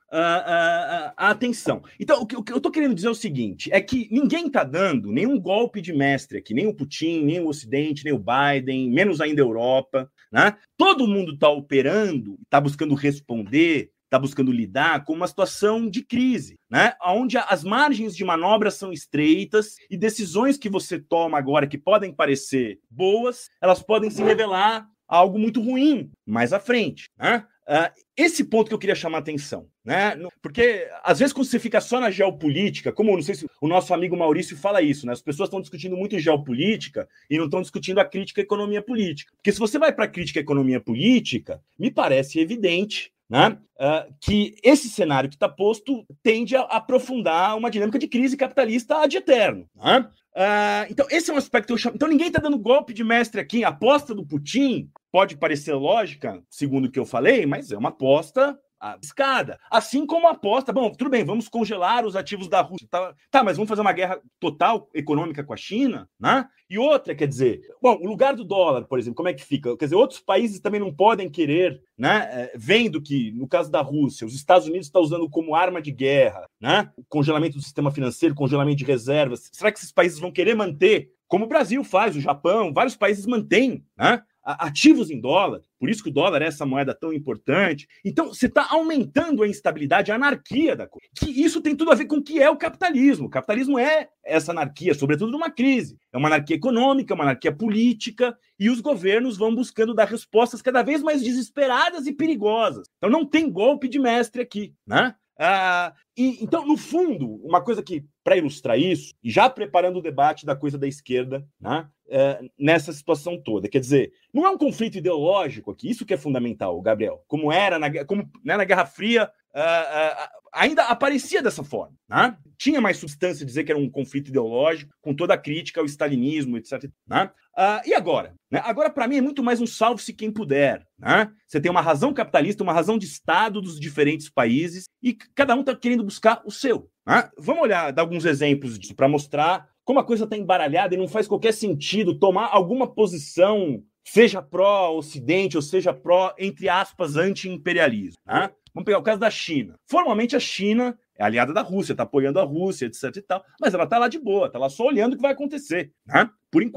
uh, a atenção. Então, o que, o que eu estou querendo dizer é o seguinte, é que ninguém está dando nenhum golpe de mestre aqui, nem o Putin, nem o Ocidente, nem o Biden, menos ainda a Europa, né? Todo mundo está operando, está buscando responder, está buscando lidar com uma situação de crise, né? Onde as margens de manobra são estreitas e decisões que você toma agora que podem parecer boas, elas podem se revelar algo muito ruim mais à frente, né? Uh, esse ponto que eu queria chamar a atenção, né? Porque às vezes quando você fica só na geopolítica, como não sei se o nosso amigo Maurício fala isso, né? As pessoas estão discutindo muito geopolítica e não estão discutindo a crítica à economia política. Porque se você vai para a crítica à economia política, me parece evidente, né, uh, que esse cenário que está posto tende a aprofundar uma dinâmica de crise capitalista ad eterno, né? Uh, então, esse é um aspecto que eu chamo. Então, ninguém está dando golpe de mestre aqui. A aposta do Putin pode parecer lógica, segundo o que eu falei, mas é uma aposta arriscada. Assim como a aposta, bom, tudo bem, vamos congelar os ativos da Rússia. Tá, tá, mas vamos fazer uma guerra total econômica com a China, né? E outra, quer dizer, bom, o lugar do dólar, por exemplo, como é que fica? Quer dizer, outros países também não podem querer, né? Vendo que, no caso da Rússia, os Estados Unidos estão usando como arma de guerra, né? O congelamento do sistema financeiro, congelamento de reservas. Será que esses países vão querer manter, como o Brasil faz, o Japão, vários países mantêm, né, ativos em dólar, por isso que o dólar é essa moeda tão importante. Então, você está aumentando a instabilidade, a anarquia da coisa. Que isso tem tudo a ver com o que é o capitalismo. O capitalismo é essa anarquia, sobretudo numa crise. É uma anarquia econômica, uma anarquia política, e os governos vão buscando dar respostas cada vez mais desesperadas e perigosas. Então, não tem golpe de mestre aqui, né? Ah, e, então, no fundo, uma coisa que, para ilustrar isso, e já preparando o debate da coisa da esquerda, né, é, nessa situação toda, quer dizer, não é um conflito ideológico aqui, isso que é fundamental, Gabriel, como era na, como, né, na Guerra Fria, uh, uh, ainda aparecia dessa forma, né? Tinha mais substância dizer que era um conflito ideológico, com toda a crítica ao stalinismo, etcétera. Né? Uh, e agora? Né? Agora, para mim, é muito mais um salve-se quem puder. Né? Você tem uma razão capitalista, uma razão de Estado dos diferentes países, e cada um está querendo buscar o seu. Né? Vamos olhar, dar alguns exemplos disso, para mostrar como a coisa está embaralhada e não faz qualquer sentido tomar alguma posição, seja pró-Ocidente ou seja pró, entre aspas, anti-imperialismo. Né? Vamos pegar o caso da China. Formalmente, a China é aliada da Rússia, está apoiando a Rússia, etc e tal, mas ela está lá de boa, está lá só olhando o que vai acontecer, né? Por enquanto.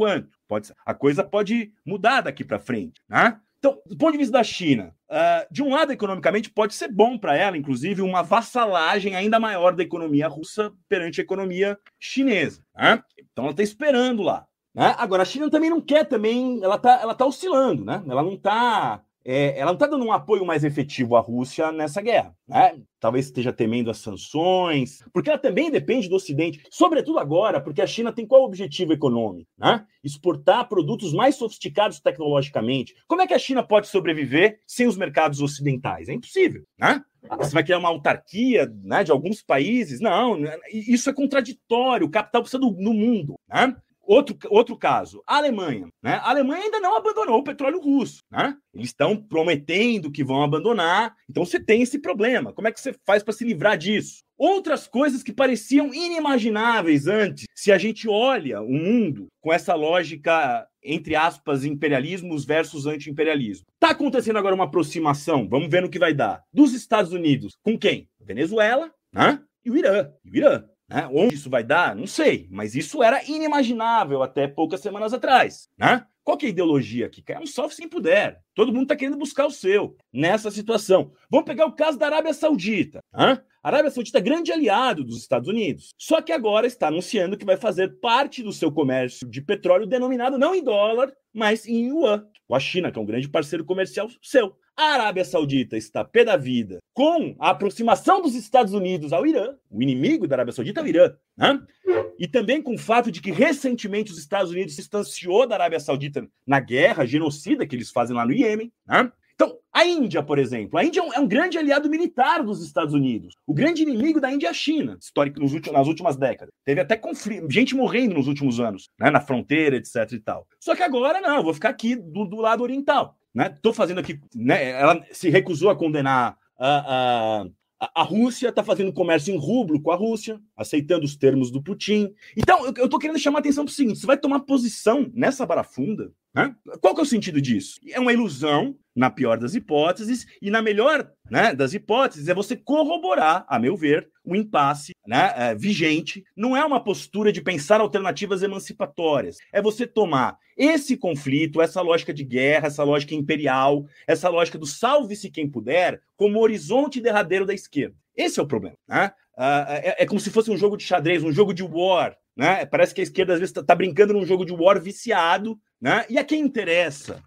Pode, a coisa pode mudar daqui para frente, né? Então, do ponto de vista da China, uh, de um lado, economicamente, pode ser bom para ela, inclusive, uma vassalagem ainda maior da economia russa perante a economia chinesa, né? Então, ela está esperando lá, né? Agora, a China também não quer, também, ela está ela tá oscilando, né? Ela não está... É, ela não está dando um apoio mais efetivo à Rússia nessa guerra, né? Talvez esteja temendo as sanções, porque ela também depende do Ocidente, sobretudo agora, porque a China tem qual objetivo econômico, né? Exportar produtos mais sofisticados tecnologicamente. Como é que a China pode sobreviver sem os mercados ocidentais? É impossível, né? Você vai criar uma autarquia, né, de alguns países? Não, isso é contraditório, o capital precisa do, no mundo, né? Outro, outro caso, a Alemanha. Né? A Alemanha ainda não abandonou o petróleo russo. Né? Eles estão prometendo que vão abandonar. Então você tem esse problema. Como é que você faz para se livrar disso? Outras coisas que pareciam inimagináveis antes, se a gente olha o mundo com essa lógica, entre aspas, imperialismos versus anti-imperialismo. Está acontecendo agora uma aproximação, vamos ver no que vai dar, dos Estados Unidos com quem? Venezuela, né? E o Irã. E o Irã. Né? Onde isso vai dar? Não sei, mas isso era inimaginável até poucas semanas atrás. Né? Qual que é a ideologia aqui? É um salve sem puder. Todo mundo está querendo buscar o seu nessa situação. Vamos pegar o caso da Arábia Saudita. Né? A Arábia Saudita é grande aliado dos Estados Unidos, só que agora está anunciando que vai fazer parte do seu comércio de petróleo denominado não em dólar, mas em yuan. Com a China, que é um grande parceiro comercial seu. A Arábia Saudita está pé da vida com a aproximação dos Estados Unidos ao Irã. O inimigo da Arábia Saudita é o Irã. Né? E também com o fato de que recentemente os Estados Unidos se distanciou da Arábia Saudita na guerra genocida que eles fazem lá no Iêmen. Né? Então, a Índia, por exemplo. A Índia é um, é um grande aliado militar dos Estados Unidos. O grande inimigo da Índia é a China, histórico, nos últimos, nas últimas décadas. Teve até conflito, gente morrendo nos últimos anos, né, na fronteira, etc e tal. Só que agora, não, eu vou ficar aqui do, do lado oriental. Estou né? fazendo aqui... Né, ela se recusou a condenar a... a A Rússia está fazendo comércio em rublo com a Rússia, aceitando os termos do Putin. Então, eu estou querendo chamar a atenção para o seguinte: você vai tomar posição nessa barafunda, né? Qual que é o sentido disso? É uma ilusão, na pior das hipóteses, e na melhor, né, das hipóteses, é você corroborar, a meu ver, o impasse, né, é, vigente. Não é uma postura de pensar alternativas emancipatórias. É você tomar esse conflito, essa lógica de guerra, essa lógica imperial, essa lógica do salve-se quem puder, como horizonte derradeiro da esquerda. Esse é o problema. Né? Uh, é, é como se fosse um jogo de xadrez, um jogo de war. Né? Parece que a esquerda, às vezes, está tá brincando num jogo de war viciado. Né? E a quem interessa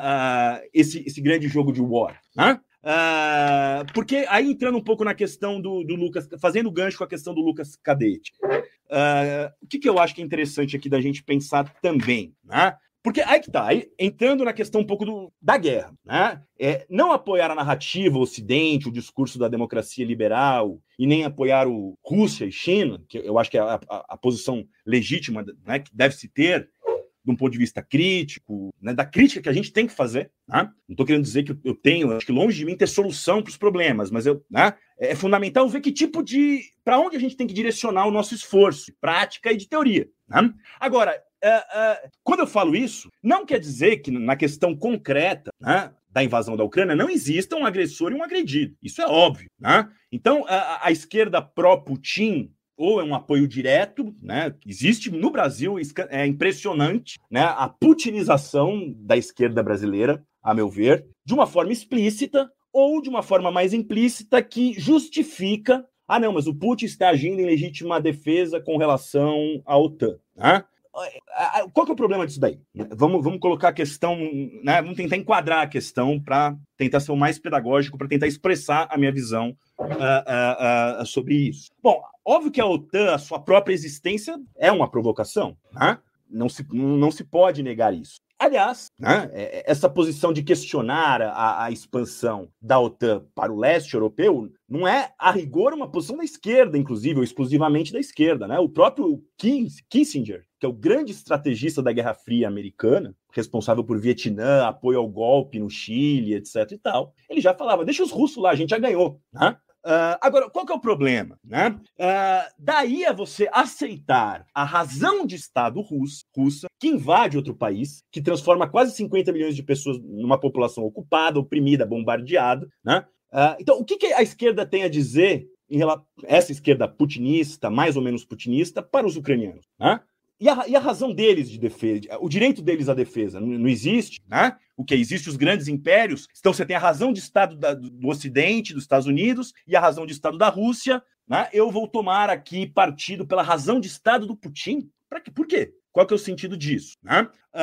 uh, uh, esse, esse grande jogo de war? Né? Uh, porque aí entrando um pouco na questão do, do Lucas, fazendo gancho com a questão do Lucas Cadete, uh, o que, que eu acho que é interessante aqui da gente pensar também, né? Porque aí que tá, aí, entrando na questão um pouco do, da guerra, né? É, não apoiar a narrativa o Ocidente, o discurso da democracia liberal, e nem apoiar o Rússia e China, que eu acho que é a, a, a posição legítima, né, que deve se ter, de um ponto de vista crítico, né, da crítica que a gente tem que fazer. Né? Não estou querendo dizer que eu tenho, acho que longe de mim ter solução para os problemas, mas eu, né, é fundamental ver que tipo de... para onde a gente tem que direcionar o nosso esforço, de prática e de teoria. Né? Agora, uh, uh, quando eu falo isso, não quer dizer que na questão concreta, né, da invasão da Ucrânia não exista um agressor e um agredido. Isso é óbvio. Né? Então, a, a esquerda pró-Putin ou é um apoio direto, né? Existe no Brasil, é impressionante, né? A putinização da esquerda brasileira, a meu ver, de uma forma explícita ou de uma forma mais implícita que justifica, ah não, mas o Putin está agindo em legítima defesa com relação à OTAN, né? Qual que é o problema disso daí? Vamos, vamos colocar a questão, né? Vamos tentar enquadrar a questão para tentar ser o mais pedagógico, para tentar expressar a minha visão uh, uh, uh, sobre isso. Bom, óbvio que a OTAN, a sua própria existência, é uma provocação, né? Não se, não se pode negar isso. Aliás, né, essa posição de questionar a, a expansão da OTAN para o leste europeu não é, a rigor, uma posição da esquerda, inclusive, ou exclusivamente da esquerda. Né? O próprio Kissinger, que é o grande estrategista da Guerra Fria americana, responsável por Vietnã, apoio ao golpe no Chile, etc e tal, ele já falava, deixa os russos lá, a gente já ganhou. Né? Uh, agora, qual que é o problema? Né? Uh, daí é você aceitar a razão de Estado russo, russa que invade outro país, que transforma quase cinquenta milhões de pessoas numa população ocupada, oprimida, bombardeada. Né? Uh, então, o que, que a esquerda tem a dizer, em relação, essa esquerda putinista, mais ou menos putinista, para os ucranianos? Né? e, a, e a razão deles de defesa, o direito deles à defesa, não, não existe, né? O que existe, os grandes impérios, então você tem a razão de Estado da, do Ocidente, dos Estados Unidos, e a razão de Estado da Rússia, né? Eu vou tomar aqui partido pela razão de Estado do Putin. Pra quê? Por quê? Qual que é o sentido disso? Né?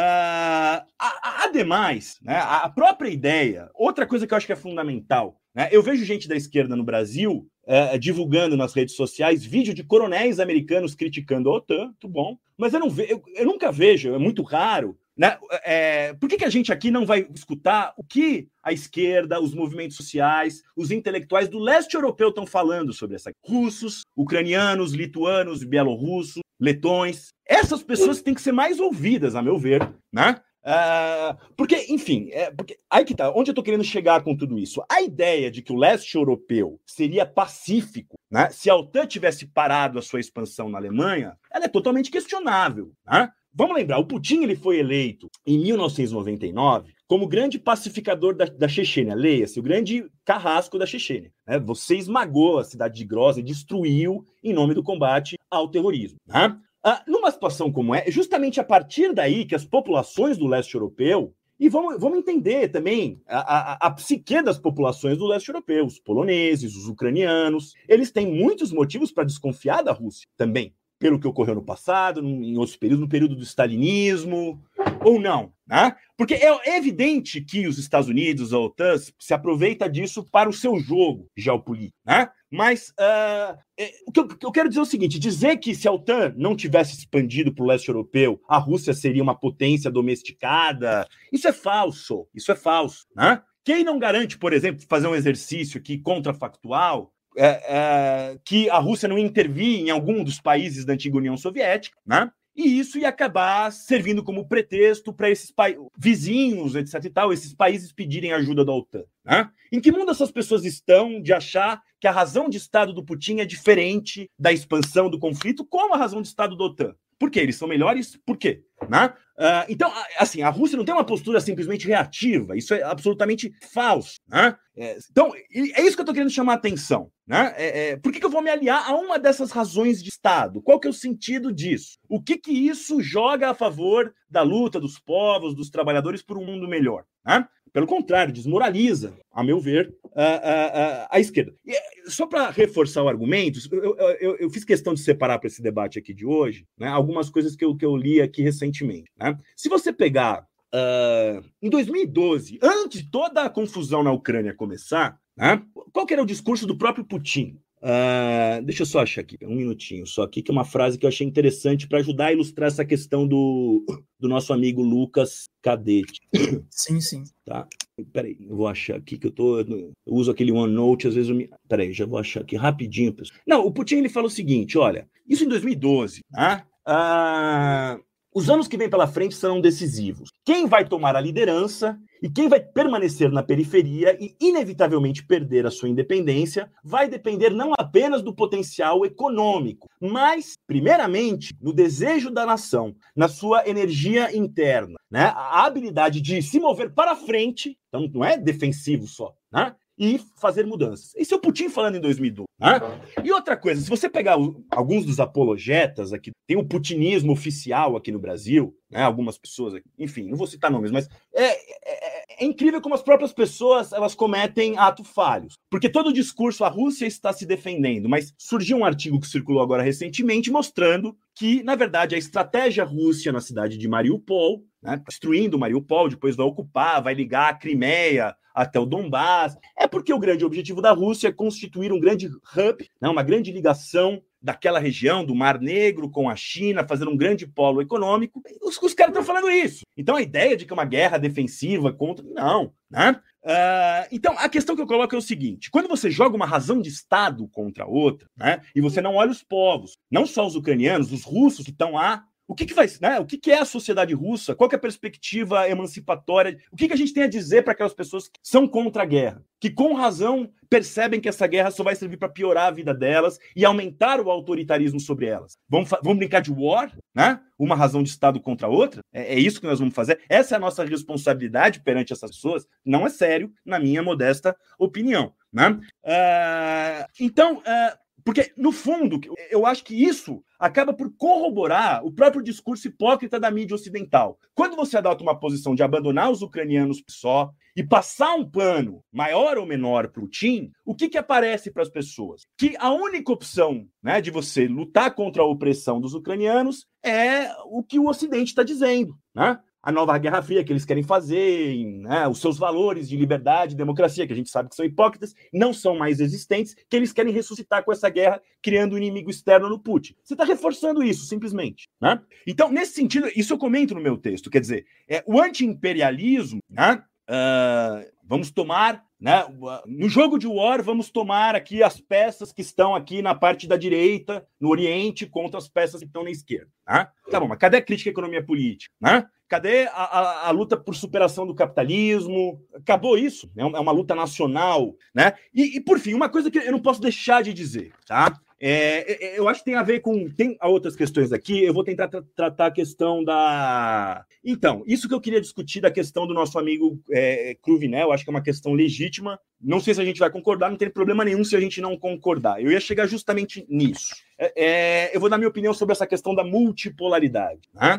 Uh, ademais, né, a própria ideia, outra coisa que eu acho que é fundamental, né, eu vejo gente da esquerda no Brasil uh, divulgando nas redes sociais vídeo de coronéis americanos criticando a OTAN, muito bom, mas eu, não ve, eu, eu nunca vejo, é muito raro, né, é, por que, que a gente aqui não vai escutar o que a esquerda, os movimentos sociais, os intelectuais do leste europeu estão falando sobre essa? Russos, ucranianos, lituanos, bielorrussos, letões. Essas pessoas têm que ser mais ouvidas, a meu ver, né? Uh, porque, enfim, é, porque, aí que tá, onde eu tô querendo chegar com tudo isso? A ideia de que o leste europeu seria pacífico, né? Se a OTAN tivesse parado a sua expansão na Alemanha, ela é totalmente questionável, né? Vamos lembrar, o Putin ele foi eleito em mil novecentos e noventa e nove como grande pacificador da, da Chechênia, leia-se, o grande carrasco da Chechênia. Né? Você esmagou a cidade de Grozny, destruiu em nome do combate ao terrorismo. Né? Ah, numa situação como é, é justamente a partir daí que as populações do leste europeu, e vamos, vamos entender também a, a, a psique das populações do leste europeu, os poloneses, os ucranianos, eles têm muitos motivos para desconfiar da Rússia também, pelo que ocorreu no passado, em outros períodos, no período do stalinismo, ou não, né? Porque é evidente que os Estados Unidos, a OTAN, se aproveita disso para o seu jogo geopolítico, né? Mas uh, é, o que eu, eu quero dizer é o seguinte, dizer que se a OTAN não tivesse expandido para o leste europeu, a Rússia seria uma potência domesticada, isso é falso, isso é falso, né? Quem não garante, por exemplo, fazer um exercício aqui contrafactual, É, é, que a Rússia não intervia em algum dos países da antiga União Soviética, né? E isso ia acabar servindo como pretexto para esses vizinhos, etc e tal, esses países pedirem ajuda da OTAN, né? Em que mundo essas pessoas estão de achar que a razão de Estado do Putin é diferente da expansão do conflito, como a razão de Estado da OTAN? Por quê? Eles são melhores? Por quê? Né? Uh, então, assim, a Rússia não tem uma postura simplesmente reativa, isso é absolutamente falso, né? É, então, é isso que eu estou querendo chamar a atenção, né? É, é, por que, que eu vou me aliar a uma dessas razões de Estado? Qual que é o sentido disso? O que que isso joga a favor da luta dos povos, dos trabalhadores por um mundo melhor, né? Pelo contrário, desmoraliza, a meu ver, a, a, a, a esquerda. E, só para reforçar o argumento, eu, eu, eu fiz questão de separar para esse debate aqui de hoje, né, algumas coisas que eu, que eu li aqui recentemente. Né? Se você pegar uh, em dois mil e doze, antes de toda a confusão na Ucrânia começar, né, qual que era o discurso do próprio Putin? Uh, deixa eu só achar aqui, um minutinho só aqui, que é uma frase que eu achei interessante para ajudar a ilustrar essa questão do, do nosso amigo Lucas Cadete. Sim, sim. Tá? Peraí, eu vou achar aqui que eu tô. Eu uso aquele OneNote, às vezes eu me. Peraí, já vou achar aqui rapidinho, pessoal. Não, o Putin ele fala o seguinte: olha, isso em dois mil e doze, né? Uh, os anos que vêm pela frente serão decisivos. Quem vai tomar a liderança e quem vai permanecer na periferia e inevitavelmente perder a sua independência vai depender não apenas do potencial econômico, mas, primeiramente, no desejo da nação, na sua energia interna, né? A habilidade de se mover para frente, então não é defensivo só, né? E fazer mudanças. Esse é o Putin falando em dois mil e doze. Né? E outra coisa, se você pegar o, alguns dos apologetas aqui, tem o putinismo oficial aqui no Brasil, né? Algumas pessoas aqui, enfim, não vou citar nomes, mas é, é, é incrível como as próprias pessoas elas cometem atos falhos. Porque todo o discurso, a Rússia está se defendendo, mas surgiu um artigo que circulou agora recentemente mostrando que, na verdade, a estratégia russa na cidade de Mariupol, né, destruindo Mariupol, depois vai ocupar, vai ligar a Crimeia até o Donbás, é porque o grande objetivo da Rússia é constituir um grande hub, né, uma grande ligação daquela região, do Mar Negro com a China, fazer um grande polo econômico. Os, os caras estão falando isso. Então a ideia de que é uma guerra defensiva contra... Não, né? Uh, então a questão que eu coloco é o seguinte, quando você joga uma razão de Estado contra outra, né, e você não olha os povos, não só os ucranianos, os russos que estão lá, o que, que vai, né? O que, que é a sociedade russa? Qual que é a perspectiva emancipatória? O que, que a gente tem a dizer para aquelas pessoas que são contra a guerra? Que com razão percebem que essa guerra só vai servir para piorar a vida delas e aumentar o autoritarismo sobre elas. Vamos, vamos brincar de war, né? Uma razão de Estado contra a outra? É, é isso que nós vamos fazer? Essa é a nossa responsabilidade perante essas pessoas? Não é sério, na minha modesta opinião. Né? Uh, então... Uh, Porque, no fundo, eu acho que isso acaba por corroborar o próprio discurso hipócrita da mídia ocidental. Quando você adota uma posição de abandonar os ucranianos só e passar um pano maior ou menor para o Putin, o que, que aparece para as pessoas? Que a única opção, né, de você lutar contra a opressão dos ucranianos é o que o Ocidente está dizendo, né? A nova Guerra Fria que eles querem fazer, né, os seus valores de liberdade e democracia, que a gente sabe que são hipócritas, não são mais existentes, que eles querem ressuscitar com essa guerra, criando um inimigo externo no Putin. Você está reforçando isso, simplesmente. Né? Então, nesse sentido, isso eu comento no meu texto, quer dizer, é, o anti-imperialismo, né, uh, vamos tomar... Né? No jogo de war, vamos tomar aqui as peças que estão aqui na parte da direita, no Oriente, contra as peças que estão na esquerda. Né? Tá bom, mas cadê a crítica à economia política? Né? Cadê a, a, a luta por superação do capitalismo? Acabou isso, é uma, é uma luta nacional. Né? E, e, por fim, uma coisa que eu não posso deixar de dizer, tá? É, eu acho que tem a ver com... Tem outras questões aqui, eu vou tentar tra- tratar a questão da... Então, isso que eu queria discutir da questão do nosso amigo é, Cruvinel, acho que é uma questão legítima. Não sei se a gente vai concordar, não tem problema nenhum se a gente não concordar. Eu ia chegar justamente nisso. É, é, eu vou dar minha opinião sobre essa questão da multipolaridade. Né?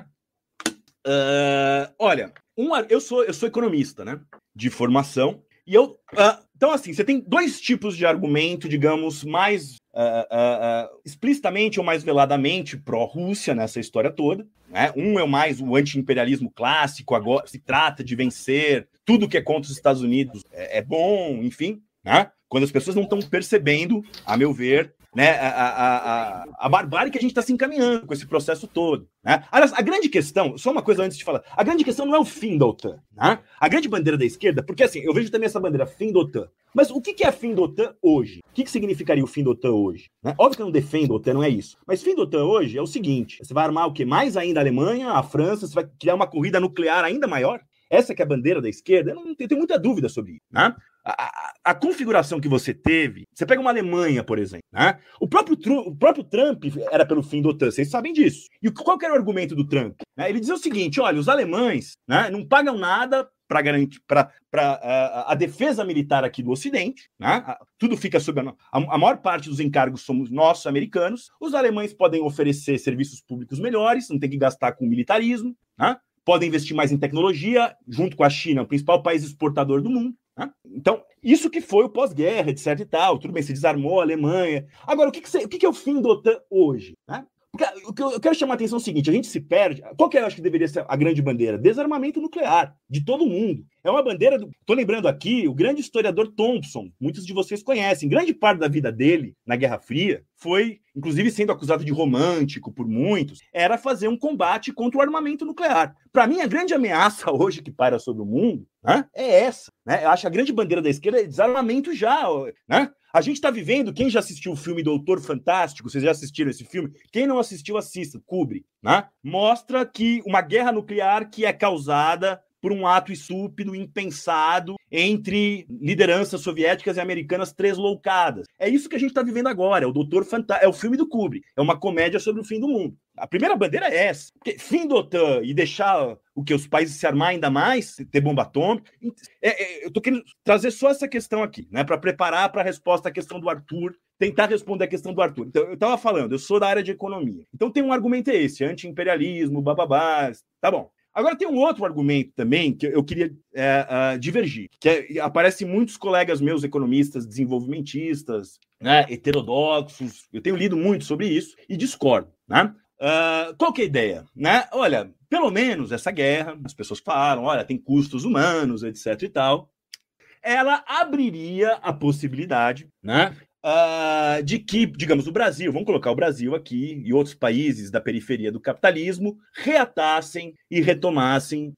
Uh, olha, um, eu, sou, eu sou economista, né, de formação, e eu... Uh, então, assim, você tem dois tipos de argumento, digamos, mais uh, uh, uh, explicitamente ou mais veladamente pró-Rússia nessa história toda. Né? Um é o mais o anti-imperialismo clássico, agora se trata de vencer, tudo que é contra os Estados Unidos é, é bom, enfim. Né? Quando as pessoas não estão percebendo, a meu ver, né, a, a, a, a barbárie que a gente está se encaminhando com esse processo todo. Né? Aliás, a grande questão, só uma coisa antes de falar, a grande questão não é o fim da OTAN. Né? A grande bandeira da esquerda, porque assim, eu vejo também essa bandeira, fim da OTAN. Mas o que é fim da OTAN hoje? O que significaria o fim da OTAN hoje? Né? Óbvio que eu não defendo a OTAN, não é isso. Mas fim da OTAN hoje é o seguinte, você vai armar o quê? Mais ainda a Alemanha, a França, você vai criar uma corrida nuclear ainda maior? Essa que é a bandeira da esquerda? Eu não tenho, tenho muita dúvida sobre isso. Né? A, a, a configuração que você teve, você pega uma Alemanha, por exemplo, né? o, próprio, o próprio Trump era pelo fim da OTAN, vocês sabem disso. E qual que era o argumento do Trump? Né? Ele dizia o seguinte, olha, os alemães, né, não pagam nada para garantir para a, a defesa militar aqui do Ocidente, né? Tudo fica sob a, a, a maior parte dos encargos somos nós, americanos. Os alemães podem oferecer serviços públicos melhores, não tem que gastar com militarismo, né? Podem investir mais em tecnologia, junto com a China, o principal país exportador do mundo. Né? Então, isso que foi o pós-guerra, etc e tal. Tudo bem, se desarmou a Alemanha. Agora, o que, que, você, o que, que é o fim da OTAN hoje? Né? Porque o que eu quero chamar a atenção é o seguinte, a gente se perde... Qual que eu acho que deveria ser a grande bandeira? Desarmamento nuclear, de todo mundo. É uma bandeira... Estou lembrando aqui, o grande historiador Thompson, muitos de vocês conhecem, grande parte da vida dele, na Guerra Fria, foi, inclusive sendo acusado de romântico por muitos, era fazer um combate contra o armamento nuclear. Para mim, a grande ameaça hoje que paira sobre o mundo, né, é essa. Né? Eu acho que a grande bandeira da esquerda é desarmamento já. Né? A gente está vivendo, quem já assistiu o filme Doutor Fantástico, vocês já assistiram esse filme? Quem não assistiu, assista, Kubrick. Né? Mostra que uma guerra nuclear que é causada por um ato estúpido, impensado, entre lideranças soviéticas e americanas tresloucadas. É isso que a gente está vivendo agora, é o Doutor Fantástico, é o filme do Kubrick, é uma comédia sobre o fim do mundo. A primeira bandeira é essa, porque fim da OTAN e deixar o que os países se armar ainda mais, ter bomba atômica, é, é, eu estou querendo trazer só essa questão aqui, né, para preparar para a resposta à questão do Arthur, tentar responder a questão do Arthur. Então, eu estava falando, eu sou da área de economia, então tem um argumento é esse, anti-imperialismo, bababá, tá bom. Agora tem um outro argumento também que eu queria é, uh, divergir, que é, aparece muitos colegas meus economistas, desenvolvimentistas, né, heterodoxos, eu tenho lido muito sobre isso e discordo. Né? Uh, qual que é a ideia? Né? Olha, pelo menos essa guerra, as pessoas falam, olha, tem custos humanos, etc e tal, ela abriria a possibilidade, né, Uh, de que, digamos, o Brasil, vamos colocar o Brasil aqui e outros países da periferia do capitalismo, reatassem e retomassem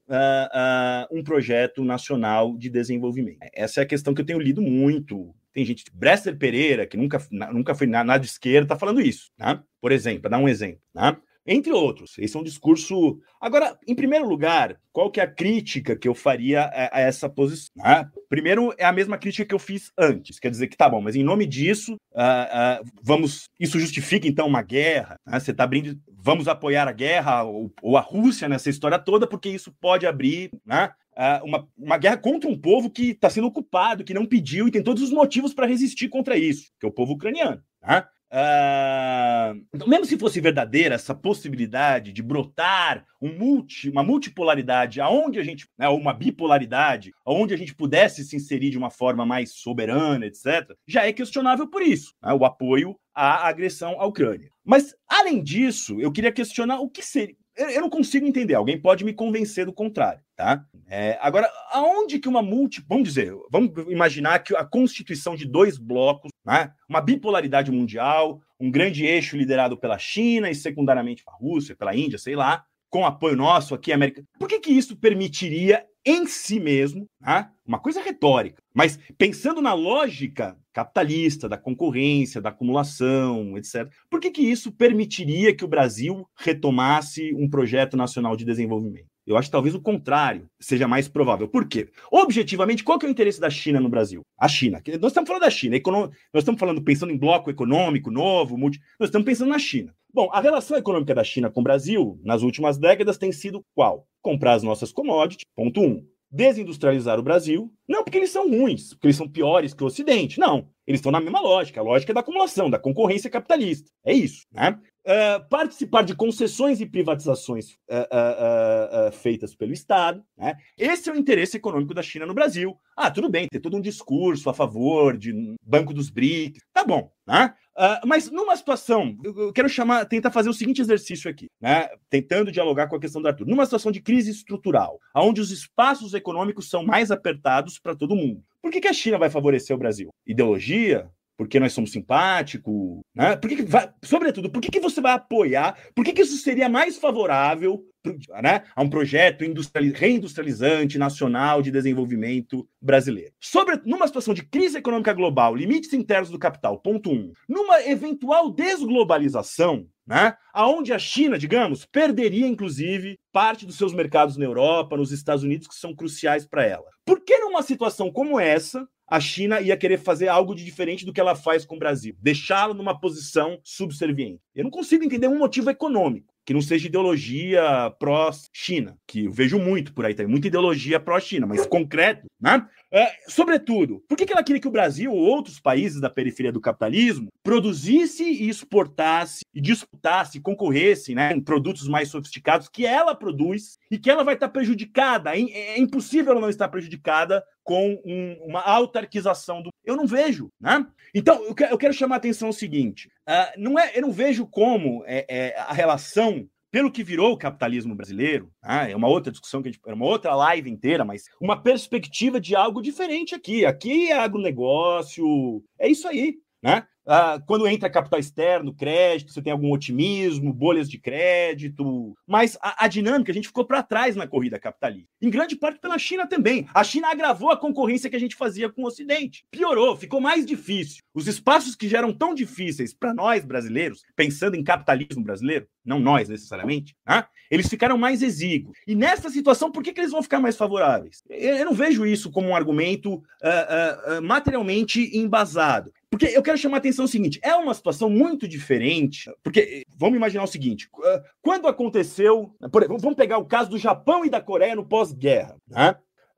uh, uh, um projeto nacional de desenvolvimento. Essa é a questão que eu tenho lido muito. Tem gente, Bresser Pereira, que nunca, nunca foi nada de esquerda, está falando isso, né? Por exemplo, para dar um exemplo, né? Entre outros, esse é um discurso... Agora, em primeiro lugar, qual que é a crítica que eu faria a, a essa posição? Né? Primeiro, é a mesma crítica que eu fiz antes, quer dizer que tá bom, mas em nome disso, uh, uh, vamos... Isso justifica, então, uma guerra? Né? Você está abrindo... Vamos apoiar a guerra ou, ou a Rússia nessa história toda, porque isso pode abrir... Né? Uh, uma, uma guerra contra um povo que está sendo ocupado, que não pediu e tem todos os motivos para resistir contra isso, que é o povo ucraniano. Né? Uh, então, mesmo se fosse verdadeira essa possibilidade de brotar um multi, uma multipolaridade, aonde a gente, né, uma bipolaridade, aonde a gente pudesse se inserir de uma forma mais soberana, etcétera, já é questionável por isso, né, o apoio à agressão à Ucrânia. Mas, além disso, eu queria questionar o que seria. Eu não consigo entender, alguém pode me convencer do contrário, tá? É, agora, aonde que uma multi... Vamos dizer, vamos imaginar que a constituição de dois blocos, né, uma bipolaridade mundial, um grande eixo liderado pela China e secundariamente pela Rússia, pela Índia, sei lá, com apoio nosso aqui, América... Por que que isso permitiria em si mesmo, né, uma coisa retórica, mas pensando na lógica capitalista, da concorrência, da acumulação, etcétera, por que que isso permitiria que o Brasil retomasse um projeto nacional de desenvolvimento? Eu acho que talvez o contrário seja mais provável. Por quê? Objetivamente, qual que é o interesse da China no Brasil? A China. Nós estamos falando da China. Econom... Nós estamos falando, pensando em bloco econômico novo, multi... nós estamos pensando na China. Bom, a relação econômica da China com o Brasil, nas últimas décadas, tem sido qual? Comprar as nossas commodities, ponto um. Desindustrializar o Brasil, não porque eles são ruins, porque eles são piores que o Ocidente, não. Eles estão na mesma lógica, a lógica da acumulação, da concorrência capitalista. É isso, né? Uh, participar de concessões e privatizações uh, uh, uh, uh, feitas pelo Estado, né? Esse é o interesse econômico da China no Brasil. Ah, tudo bem, tem todo um discurso a favor de Banco dos B R I C S, tá bom, né? Uh, mas numa situação, eu quero chamar, tentar fazer o seguinte exercício aqui, né? Tentando dialogar com a questão do Arthur. Numa situação de crise estrutural, onde os espaços econômicos são mais apertados para todo mundo, por que que a China vai favorecer o Brasil? Ideologia? Porque nós somos simpáticos, né? Por que que vai, sobretudo, por que que você vai apoiar? Por que que isso seria mais favorável, né, a um projeto reindustrializante nacional de desenvolvimento brasileiro? Sobre, numa situação de crise econômica global, limites internos do capital, ponto um, numa eventual desglobalização, né, aonde a China, digamos, perderia, inclusive, parte dos seus mercados na Europa, nos Estados Unidos, que são cruciais para ela. Por que numa situação como essa, a China ia querer fazer algo de diferente do que ela faz com o Brasil, deixá-lo numa posição subserviente? Eu não consigo entender um motivo econômico, que não seja ideologia pró-China, que eu vejo muito por aí, tem muita ideologia pró-China, mas concreto, né? É, sobretudo, por que que ela queria que o Brasil ou outros países da periferia do capitalismo produzisse e exportasse e disputasse, concorresse, né, em produtos mais sofisticados que ela produz e que ela vai estar prejudicada? É, é impossível ela não estar prejudicada com um, uma autarquização do... Eu não vejo, né? Então, eu quero, eu quero chamar a atenção o seguinte, uh, não é, eu não vejo como é, é, a relação, pelo que virou o capitalismo brasileiro, né? É uma outra discussão, que a gente, é uma outra live inteira, mas uma perspectiva de algo diferente aqui. Aqui é agronegócio, é isso aí, né? Ah, quando entra capital externo, crédito, você tem algum otimismo, bolhas de crédito, mas a, a dinâmica, a gente ficou para trás na corrida capitalista. Em grande parte pela China também. A China agravou a concorrência que a gente fazia com o Ocidente. Piorou, ficou mais difícil. Os espaços que já eram tão difíceis para nós brasileiros, pensando em capitalismo brasileiro, não nós necessariamente, né? Eles ficaram mais exíguos. E nessa situação, por que que eles vão ficar mais favoráveis? Eu, eu não vejo isso como um argumento uh, uh, uh, materialmente embasado. Porque eu quero chamar a atenção o seguinte, é uma situação muito diferente, porque vamos imaginar o seguinte, quando aconteceu, por exemplo, vamos pegar o caso do Japão e da Coreia no pós-guerra, né?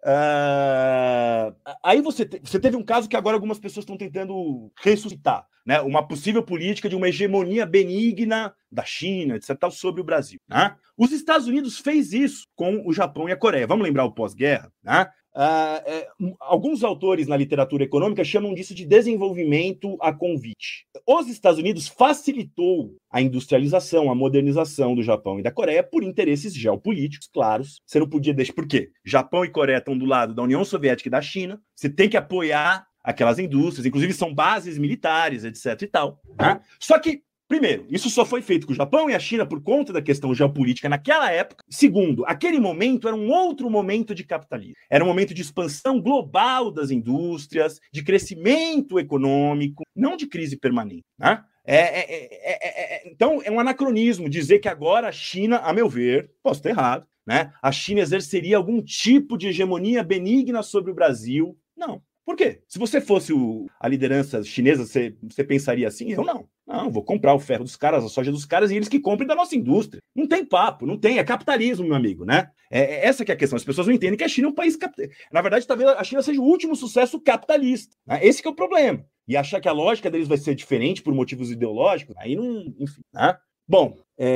Uh, aí você, te, você teve um caso que agora algumas pessoas estão tentando ressuscitar, né? Uma possível política de uma hegemonia benigna da China, etcétera, sobre o Brasil, né? Os Estados Unidos fez isso com o Japão e a Coreia. Vamos lembrar o pós-guerra, né? Uh, é, alguns autores na literatura econômica chamam disso de desenvolvimento a convite. Os Estados Unidos facilitou a industrialização, a modernização do Japão e da Coreia por interesses geopolíticos, claros. Você não podia deixar... Por quê? Japão e Coreia estão do lado da União Soviética e da China. Você tem que apoiar aquelas indústrias, inclusive são bases militares, etc e tal, né? Só que primeiro, isso só foi feito com o Japão e a China por conta da questão geopolítica naquela época. Segundo, aquele momento era um outro momento de capitalismo. Era um momento de expansão global das indústrias, de crescimento econômico, não de crise permanente, né? É, é, é, é, é, então, é um anacronismo dizer que agora a China, a meu ver, posso estar errado, né? A China exerceria algum tipo de hegemonia benigna sobre o Brasil. Não. Por quê? Se você fosse o, a liderança chinesa, você, você pensaria assim? Eu não. Não, vou comprar o ferro dos caras, a soja dos caras e eles que comprem da nossa indústria. Não tem papo, não tem. É capitalismo, meu amigo, né? É, é essa que é a questão. As pessoas não entendem que a China é um país capitalista. Na verdade, talvez a China seja o último sucesso capitalista. Né? Esse que é o problema. E achar que a lógica deles vai ser diferente por motivos ideológicos, aí não... Enfim, né? Bom,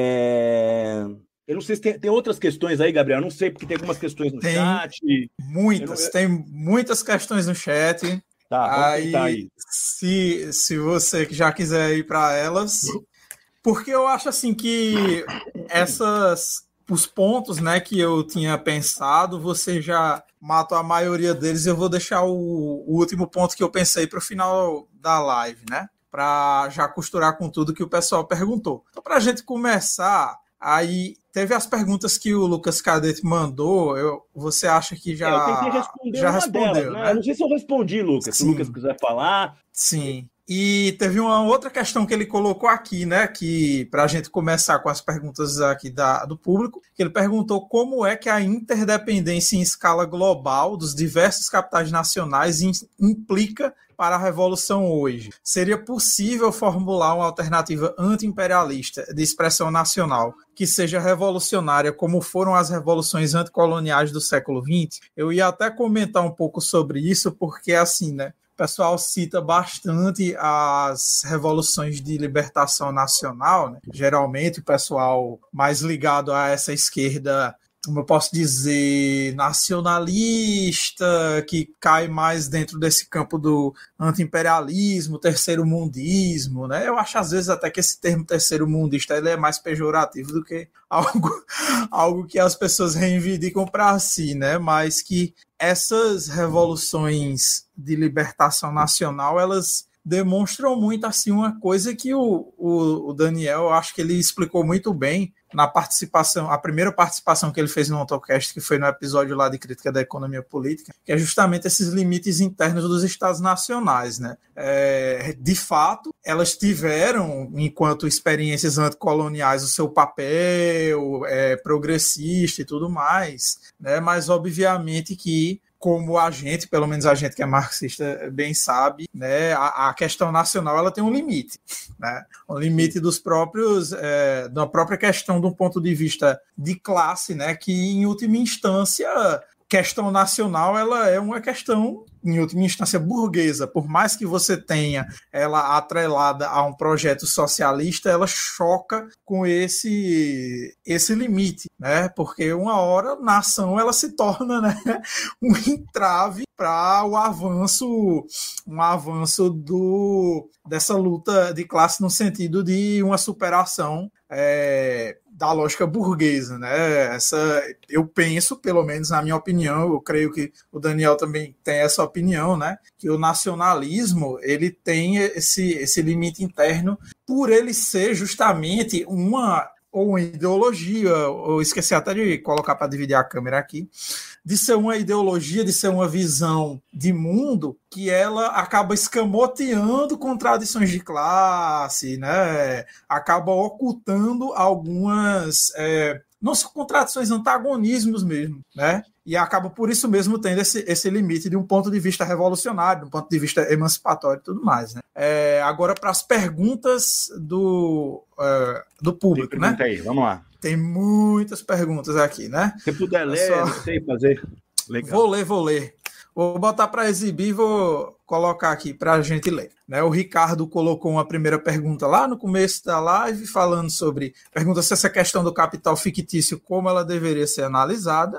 é... eu não sei se tem, tem outras questões aí, Gabriel. Eu não sei, porque tem algumas questões no tem chat. Muitas, não... tem muitas questões no chat. Tá, vamos aí, tentar aí. Se, se você já quiser ir para elas, porque eu acho assim que essas, os pontos, né, que eu tinha pensado, você já matou a maioria deles. Eu vou deixar o, o último ponto que eu pensei para o final da live, né, para já costurar com tudo que o pessoal perguntou. Então, para a gente começar, aí teve as perguntas que o Lucas Cadete mandou. Eu, você acha que já, é, eu tentei responder já uma respondeu, delas, né? né? Eu não sei se eu respondi, Lucas. Sim. Se o Lucas quiser falar. Sim. E teve uma outra questão que ele colocou aqui, né? Que para a gente começar com as perguntas aqui da, do público, que ele perguntou como é que a interdependência em escala global dos diversos capitais nacionais in, implica para a revolução hoje. Seria possível formular uma alternativa anti-imperialista de expressão nacional que seja revolucionária, como foram as revoluções anticoloniais do século vinte? Eu ia até comentar um pouco sobre isso, porque assim, né? O pessoal cita bastante as revoluções de libertação nacional, né? Geralmente o pessoal mais ligado a essa esquerda, como eu posso dizer, nacionalista, que cai mais dentro desse campo do anti-imperialismo, terceiro mundismo, né? Eu acho às vezes até que esse termo terceiro mundista ele é mais pejorativo do que algo, algo que as pessoas reivindicam para si, né? Mas que essas revoluções de libertação nacional, elas demonstram muito assim uma coisa que o, o, o Daniel, eu acho que ele explicou muito bem na participação, a primeira participação que ele fez no AutoCast, que foi no episódio lá de crítica da economia política, que é justamente esses limites internos dos estados nacionais, né? É, de fato, elas tiveram, enquanto experiências anticoloniais, o seu papel é, progressista e tudo mais, né? Mas obviamente que, como a gente, pelo menos a gente que é marxista bem sabe, né, a, a questão nacional ela tem um limite, né, um limite dos próprios, é, da própria questão de um ponto de vista de classe, né, que em última instância, questão nacional ela é uma questão em última instância burguesa, por mais que você tenha ela atrelada a um projeto socialista, ela choca com esse, esse limite, né? Porque uma hora a nação ela se torna, né, um entrave para o avanço, um avanço do, dessa luta de classe no sentido de uma superação é, da lógica burguesa, né? Essa, eu penso, pelo menos na minha opinião, eu creio que o Daniel também tem essa opinião, né? Que o nacionalismo ele tem esse, esse limite interno por ele ser justamente uma ou uma ideologia, eu esqueci até de colocar para dividir a câmera aqui, de ser uma ideologia, de ser uma visão de mundo que ela acaba escamoteando contradições de classe, né? Acaba ocultando algumas, é, não são contradições, antagonismos mesmo, né? E acaba por isso mesmo tendo esse, esse limite de um ponto de vista revolucionário, de um ponto de vista emancipatório e tudo mais, né? É, agora para as perguntas do, uh, do público, né? Aí, vamos lá. Tem muitas perguntas aqui, né? Se puder ler, só... não sei fazer. Legal. Vou ler, vou ler. Vou botar para exibir e vou colocar aqui para a gente ler. Né? O Ricardo colocou uma primeira pergunta lá no começo da live, falando sobre... Pergunta se essa questão do capital fictício, como ela deveria ser analisada.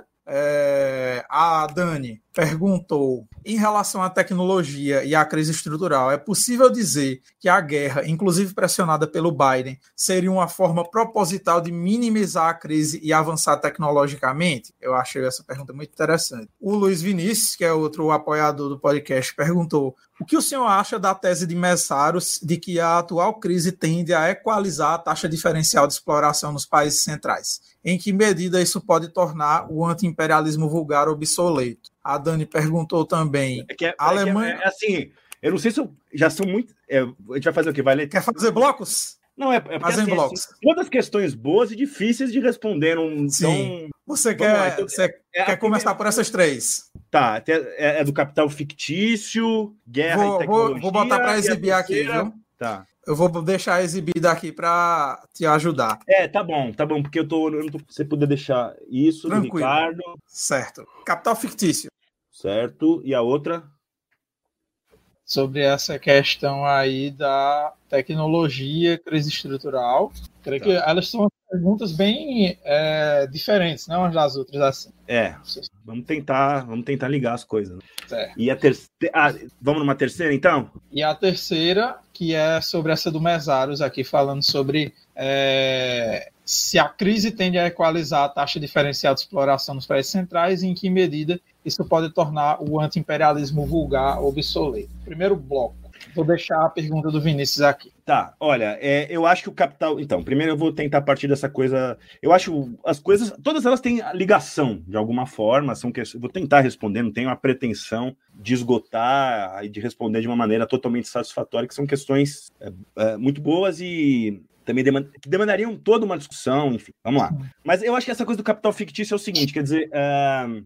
É, a Dani perguntou, em relação à tecnologia e à crise estrutural, é possível dizer que a guerra, inclusive pressionada pelo Biden, seria uma forma proposital de minimizar a crise e avançar tecnologicamente? Eu achei essa pergunta muito interessante. O Luiz Vinícius, que é outro apoiador do podcast, perguntou, o que o senhor acha da tese de Meszaros de que a atual crise tende a equalizar a taxa diferencial de exploração nos países centrais? Em que medida isso pode tornar o anti-imperialismo vulgar obsoleto? A Dani perguntou também. É que é, a Alemanha... é, que é, é assim, eu não sei se eu, já são muito... É, a gente vai fazer o quê? Vai ler... Quer fazer blocos? Não, é, é porque Fazer assim, blocos. Assim, todas questões boas e difíceis de responder. Não, Sim. Então, você quer, lá, então, você é, quer começar por essas três? Tá, é, é do capital fictício, guerra vou, e tecnologia. Vou, vou botar para exibir terceira... aqui, viu? Tá. Eu vou deixar exibido aqui para te ajudar. É, tá bom, tá bom, porque eu tô. Eu não tô você poder deixar isso Tranquilo. do Ricardo. Certo. Capital fictício. Certo. E a outra? Sobre essa questão aí da tecnologia, crise estrutural. Creio tá. que elas são perguntas bem é, diferentes, né, umas das outras assim. É. Vamos tentar, vamos tentar ligar as coisas. Certo. E a terceira, ah, vamos numa terceira então? E a terceira, que é sobre essa do Mesaros aqui, falando sobre é, se a crise tende a equalizar a taxa diferencial de exploração nos países centrais e em que medida isso pode tornar o anti-imperialismo vulgar obsoleto. Primeiro bloco. Vou deixar a pergunta do Vinícius aqui. Tá, olha, é, eu acho que o capital... Então, primeiro eu vou tentar partir dessa coisa... Eu acho as coisas... Todas elas têm ligação, de alguma forma. São que... Vou tentar responder, não tenho a pretensão de esgotar e de responder de uma maneira totalmente satisfatória, que são questões é, é, muito boas e... também demand... que demandariam toda uma discussão, enfim, vamos lá. Mas eu acho que essa coisa do capital fictício é o seguinte, quer dizer, uh,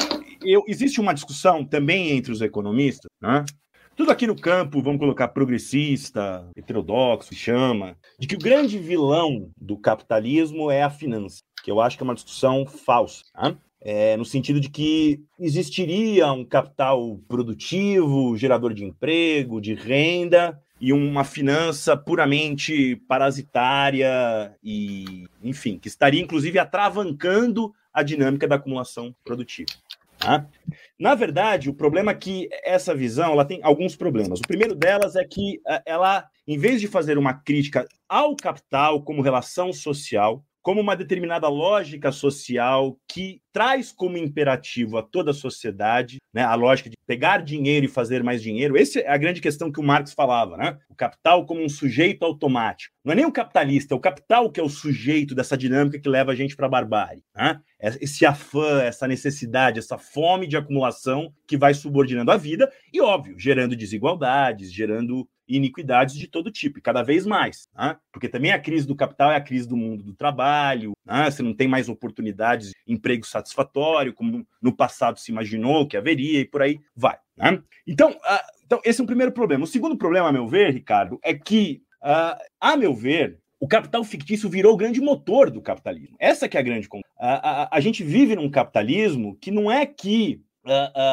eu, existe uma discussão também entre os economistas, né? Tudo aqui no campo, vamos colocar progressista, heterodoxo, chama, de que o grande vilão do capitalismo é a finança, que eu acho que é uma discussão falsa, né? É, no sentido de que existiria um capital produtivo, gerador de emprego, de renda, e uma finança puramente parasitária e, enfim, que estaria, inclusive, atravancando a dinâmica da acumulação produtiva. Tá? Na verdade, o problema é que essa visão ela tem alguns problemas. O primeiro delas é que ela, em vez de fazer uma crítica ao capital como relação social, como uma determinada lógica social que traz como imperativo a toda a sociedade, né, a lógica de pegar dinheiro e fazer mais dinheiro. Essa é a grande questão que o Marx falava, né? O capital como um sujeito automático. Não é nem o capitalista, é o capital que é o sujeito dessa dinâmica que leva a gente para a barbárie, né? Esse afã, essa necessidade, essa fome de acumulação que vai subordinando a vida e, óbvio, gerando desigualdades, gerando iniquidades de todo tipo, e cada vez mais, né? Porque também a crise do capital é a crise do mundo do trabalho, né? Você não tem mais oportunidades de emprego satisfatório, como no passado se imaginou que haveria, e por aí vai, né? Então, uh, então, esse é o primeiro problema. O segundo problema, a meu ver, Ricardo, é que, uh, a meu ver, o capital fictício virou o grande motor do capitalismo. Essa que é a grande... Uh, a, a, a gente vive num capitalismo que não é que... Uh,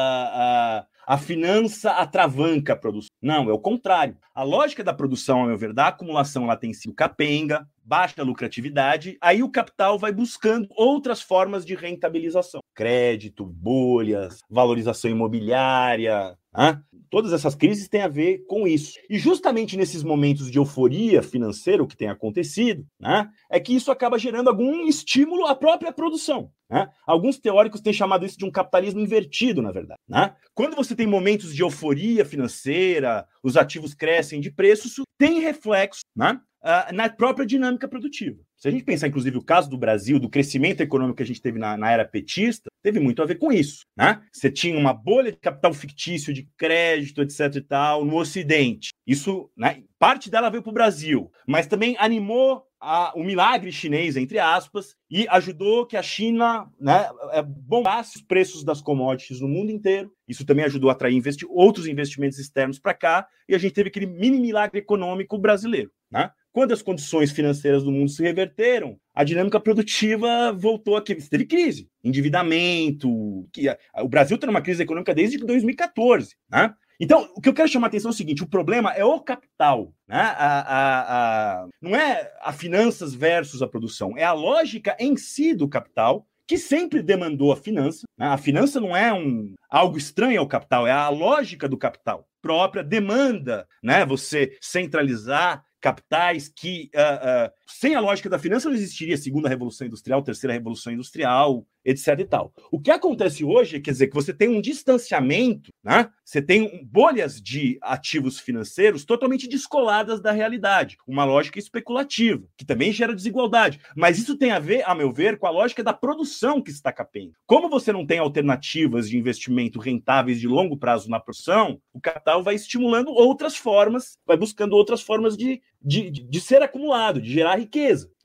uh, uh, a finança atravanca a produção. Não, é o contrário. A lógica da produção, a meu ver, da acumulação, ela tem sido capenga, baixa lucratividade, aí o capital vai buscando outras formas de rentabilização. Crédito, bolhas, valorização imobiliária, né? Todas essas crises têm a ver com isso. E justamente nesses momentos de euforia financeira, o que tem acontecido, né, é que isso acaba gerando algum estímulo à própria produção. Né? Alguns teóricos têm chamado isso de um capitalismo invertido, na verdade. Né? Quando você tem momentos de euforia financeira, os ativos crescem de preço, isso tem reflexo, né, uh, na própria dinâmica produtiva. Se a gente pensar, inclusive, o caso do Brasil, do crescimento econômico que a gente teve na, na era petista, teve muito a ver com isso, né? Você tinha uma bolha de capital fictício, de crédito, etc e tal, no Ocidente. Isso, né, parte dela veio para o Brasil, mas também animou a, o milagre chinês, entre aspas, e ajudou que a China, né, bombasse os preços das commodities no mundo inteiro. Isso também ajudou a atrair investi- outros investimentos externos para cá, e a gente teve aquele mini milagre econômico brasileiro, né? Quando as condições financeiras do mundo se reverteram, a dinâmica produtiva voltou a... Teve crise, endividamento... Que a, o Brasil está numa crise econômica desde dois mil e catorze, né? Então, o que eu quero chamar a atenção é o seguinte, o problema é o capital, né? A, a, a, não é a finanças versus a produção, é a lógica em si do capital, que sempre demandou a finança, né? A finança não é um, algo estranho ao capital, é a lógica do capital própria, demanda, né, você centralizar capitais que, uh, uh, sem a lógica da finança, não existiria segunda revolução industrial, terceira revolução industrial, etc e tal. O que acontece hoje, quer dizer, que você tem um distanciamento, né? Você tem bolhas de ativos financeiros totalmente descoladas da realidade, uma lógica especulativa, que também gera desigualdade. Mas isso tem a ver, a meu ver, com a lógica da produção que está capenga. Como você não tem alternativas de investimento rentáveis de longo prazo na produção, o capital vai estimulando outras formas, vai buscando outras formas de De, de, de ser acumulado, de gerar riqueza. Né?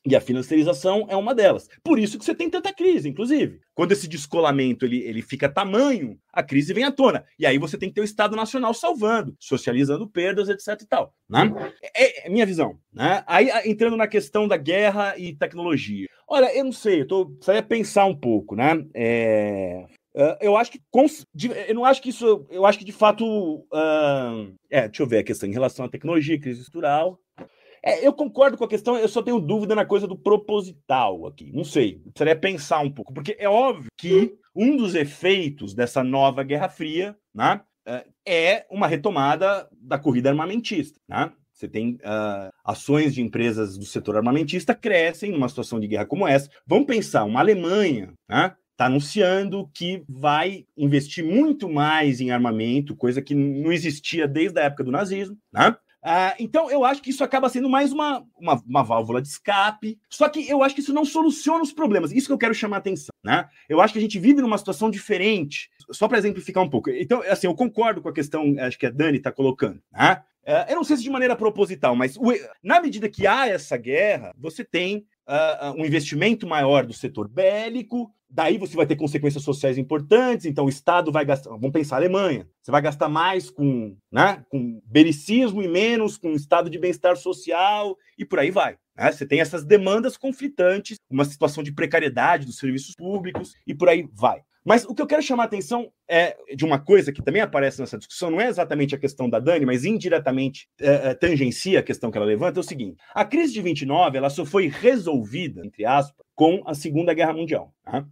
E a financiarização é uma delas. Por isso que você tem tanta crise, inclusive. Quando esse descolamento ele, ele fica tamanho, a crise vem à tona. E aí você tem que ter o Estado Nacional salvando, socializando perdas, etc e tal. Né? É, é minha visão. Né? Aí, entrando na questão da guerra e tecnologia. Olha, eu não sei, eu tô, precisaria pensar um pouco, né? É... Uh, eu acho que eu não acho que isso, eu acho que de fato uh, é, deixa eu ver a questão em relação à tecnologia, crise estrutural. É, eu concordo com a questão, eu só tenho dúvida na coisa do proposital aqui. Não sei, precisaria pensar um pouco, porque é óbvio que um dos efeitos dessa nova Guerra Fria, né, é uma retomada da corrida armamentista, né? Você tem uh, ações de empresas do setor armamentista crescem numa situação de guerra como essa. Vamos pensar, uma Alemanha, né? Está anunciando que vai investir muito mais em armamento, coisa que não existia desde a época do nazismo, né? Ah, então, eu acho que isso acaba sendo mais uma, uma, uma válvula de escape, só que eu acho que isso não soluciona os problemas, isso que eu quero chamar a atenção, né? Eu acho que a gente vive numa situação diferente, só para exemplificar um pouco. Então, assim, eu concordo com a questão, acho que a Dani está colocando, né? Eu não sei se de maneira proposital, mas na medida que há essa guerra, você tem uh, um investimento maior do setor bélico, daí você vai ter consequências sociais importantes, então o Estado vai gastar, vamos pensar a Alemanha, você vai gastar mais com, né, com belicismo e menos com estado de bem-estar social e por aí vai. Né? Você tem essas demandas conflitantes, uma situação de precariedade dos serviços públicos e por aí vai. Mas o que eu quero chamar a atenção é de uma coisa que também aparece nessa discussão, não é exatamente a questão da Dani, mas indiretamente é, tangencia a questão que ela levanta, é o seguinte: a crise de vinte e nove ela só foi resolvida, entre aspas, com a Segunda Guerra Mundial. Tá?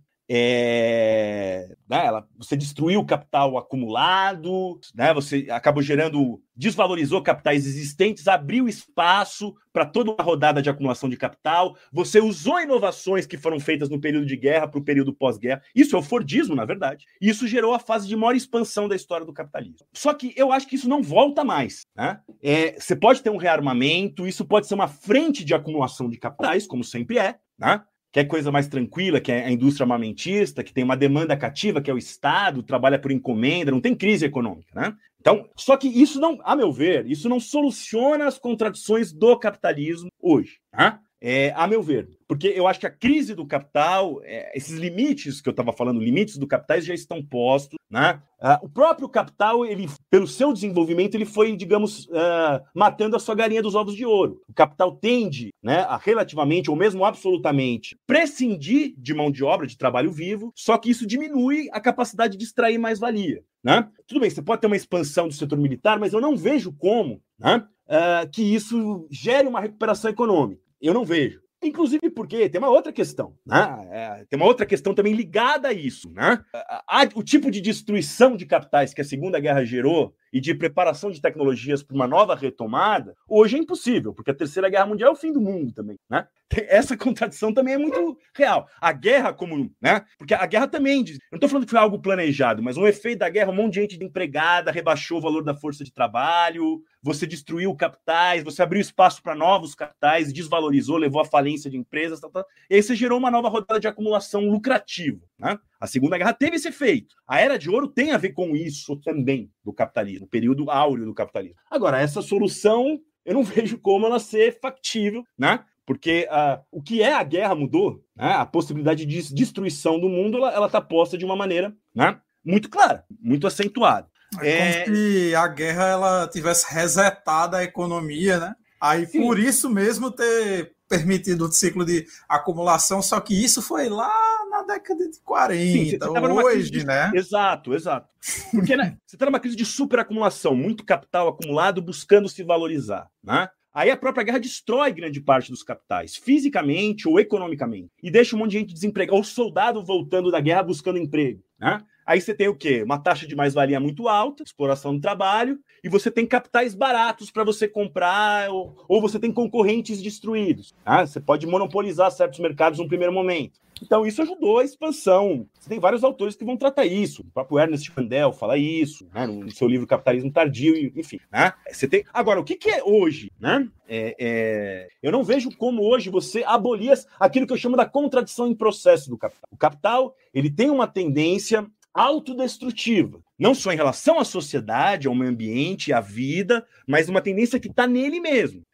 É, né, ela, você destruiu o capital acumulado, né, você acabou gerando, desvalorizou capitais existentes, abriu espaço para toda uma rodada de acumulação de capital, você usou inovações que foram feitas no período de guerra para o período pós-guerra. Isso é o Fordismo, na verdade. E isso gerou a fase de maior expansão da história do capitalismo. Só que eu acho que isso não volta mais. Né? É, você pode ter um rearmamento, isso pode ser uma frente de acumulação de capitais, como sempre é, né? Que é coisa mais tranquila, que é a indústria armamentista, que tem uma demanda cativa, que é o Estado, trabalha por encomenda, não tem crise econômica, né? Então, só que isso não, a meu ver, isso não soluciona as contradições do capitalismo hoje, né? É, a meu ver, porque eu acho que a crise do capital, é, esses limites que eu estava falando, limites do capital já estão postos, né? Uh, o próprio capital, ele, pelo seu desenvolvimento, ele foi, digamos, uh, matando a sua galinha dos ovos de ouro. O capital tende, né, a relativamente, ou mesmo absolutamente, prescindir de mão de obra, de trabalho vivo, só que isso diminui a capacidade de extrair mais-valia, né? Tudo bem, você pode ter uma expansão do setor militar, mas eu não vejo como, né, uh, que isso gere uma recuperação econômica. Eu não vejo. Inclusive porque tem uma outra questão, né? É, tem uma outra questão também ligada a isso, né? A, a, o tipo de destruição de capitais que a Segunda Guerra gerou e de preparação de tecnologias para uma nova retomada, hoje é impossível, porque a Terceira Guerra Mundial é o fim do mundo também, né? Essa contradição também é muito real. A guerra como, né? Porque a guerra também, eu não estou falando que foi algo planejado, mas um efeito da guerra, um monte de gente empregada, rebaixou o valor da força de trabalho, você destruiu capitais, você abriu espaço para novos capitais, desvalorizou, levou à falência de empresas, tal, tal. E aí você gerou uma nova rodada de acumulação lucrativa, né? A Segunda Guerra teve esse efeito. A Era de Ouro tem a ver com isso também, do capitalismo, o período áureo do capitalismo. Agora, essa solução, eu não vejo como ela ser factível, né? Porque uh, o que é a guerra mudou, né? A possibilidade de destruição do mundo, ela está posta de uma maneira, né, muito clara, muito acentuada. É como é... se a guerra ela tivesse resetado a economia, né? Aí, sim, por isso mesmo ter permitido o ciclo de acumulação, só que isso foi lá na década de quarenta, sim, hoje, de... né? Exato, exato. Porque, né, você está numa crise de superacumulação, muito capital acumulado buscando se valorizar, né? Aí a própria guerra destrói grande parte dos capitais, fisicamente ou economicamente, e deixa um monte de gente desempregada, ou soldado voltando da guerra buscando emprego, né? Aí você tem o quê? Uma taxa de mais-valia muito alta, exploração do trabalho, e você tem capitais baratos para você comprar, ou, ou você tem concorrentes destruídos. Tá? Você pode monopolizar certos mercados num primeiro momento. Então isso ajudou a expansão. Você tem vários autores que vão tratar isso. O próprio Ernest Mandel fala isso, né? No seu livro Capitalismo Tardio, enfim. Né? Você tem... Agora, o que, que é hoje? Né? É, é... Eu não vejo como hoje você abolir aquilo que eu chamo da contradição em processo do capital. O capital, ele tem uma tendência autodestrutiva, não só em relação à sociedade, ao meio ambiente, à vida, mas uma tendência que está nele mesmo, né?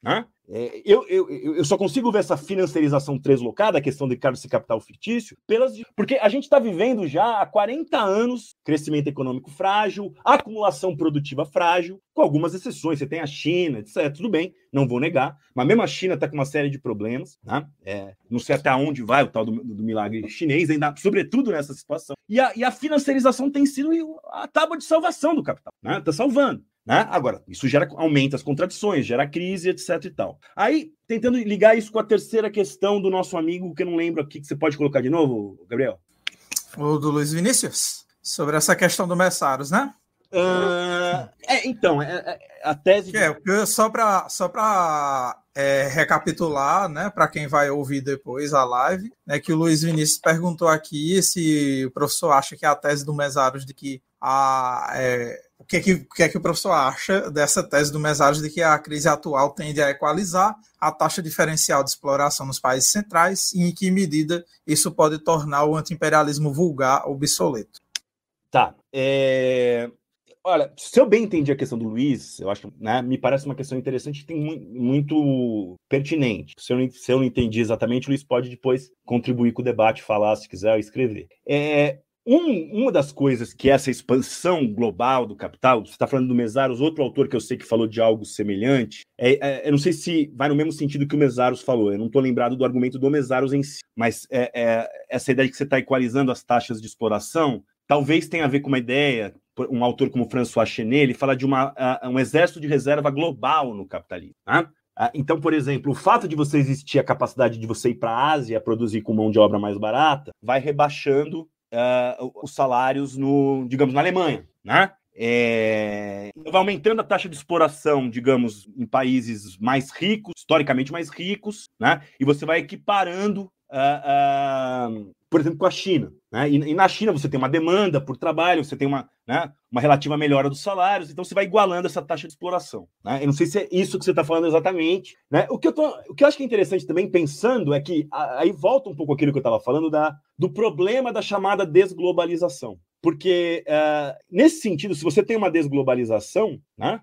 É, eu, eu, eu só consigo ver essa financiarização translocada, a questão de esse capital fictício, pelas, porque a gente está vivendo já há quarenta anos crescimento econômico frágil, acumulação produtiva frágil, com algumas exceções. Você tem a China, etcétera. Tudo bem, não vou negar, mas mesmo a China está com uma série de problemas, né? É, não sei até onde vai o tal do, do milagre chinês, ainda, sobretudo nessa situação. E a, e a financiarização tem sido a tábua de salvação do capital, né? Está salvando. Né? Agora, isso gera, aumenta as contradições, gera crise, etc e tal. Aí, tentando ligar isso com a terceira questão do nosso amigo, que eu não lembro aqui, que você pode colocar de novo, Gabriel? O do Luiz Vinícius, sobre essa questão do Messaros, né? Uh, é, então, é, é, a tese... De... É, só para só para é, recapitular, né, para quem vai ouvir depois a live, né, que o Luiz Vinícius perguntou aqui se o professor acha que a tese do Messaros de que a... É, O que, é que, o que é que o professor acha dessa tese do Messaros de que a crise atual tende a equalizar a taxa diferencial de exploração nos países centrais e em que medida isso pode tornar o antiimperialismo vulgar obsoleto? Tá. É... Olha, se eu bem entendi a questão do Luiz, eu acho, né, me parece uma questão interessante e tem muito, muito pertinente. Se eu, não, se eu não entendi exatamente, o Luiz pode depois contribuir com o debate, falar se quiser, ou escrever. É... Um, uma das coisas que essa expansão global do capital, você está falando do Messaros, outro autor que eu sei que falou de algo semelhante, é, é, eu não sei se vai no mesmo sentido que o Messaros falou, eu não estou lembrado do argumento do Messaros em si, mas é, é, essa ideia de que você está equalizando as taxas de exploração, talvez tenha a ver com uma ideia, um autor como François Chenet, ele fala de uma, uh, um exército de reserva global no capitalismo, né? Então, por exemplo, o fato de você existir a capacidade de você ir para a Ásia produzir com mão de obra mais barata, vai rebaixando Uh, os salários no, digamos, na Alemanha, né? É... vai aumentando a taxa de exploração, digamos, em países mais ricos, historicamente mais ricos, né? E você vai equiparando, uh, uh, por exemplo, com a China, né? E, e na China você tem uma demanda por trabalho, você tem uma, né, uma relativa melhora dos salários, então você vai igualando essa taxa de exploração, né? Eu não sei se é isso que você está falando exatamente, né? O que eu tô, o que eu acho que é interessante também, pensando, é que aí volta um pouco aquilo que eu estava falando da, do problema da chamada desglobalização. Porque, uh, nesse sentido, se você tem uma desglobalização, né,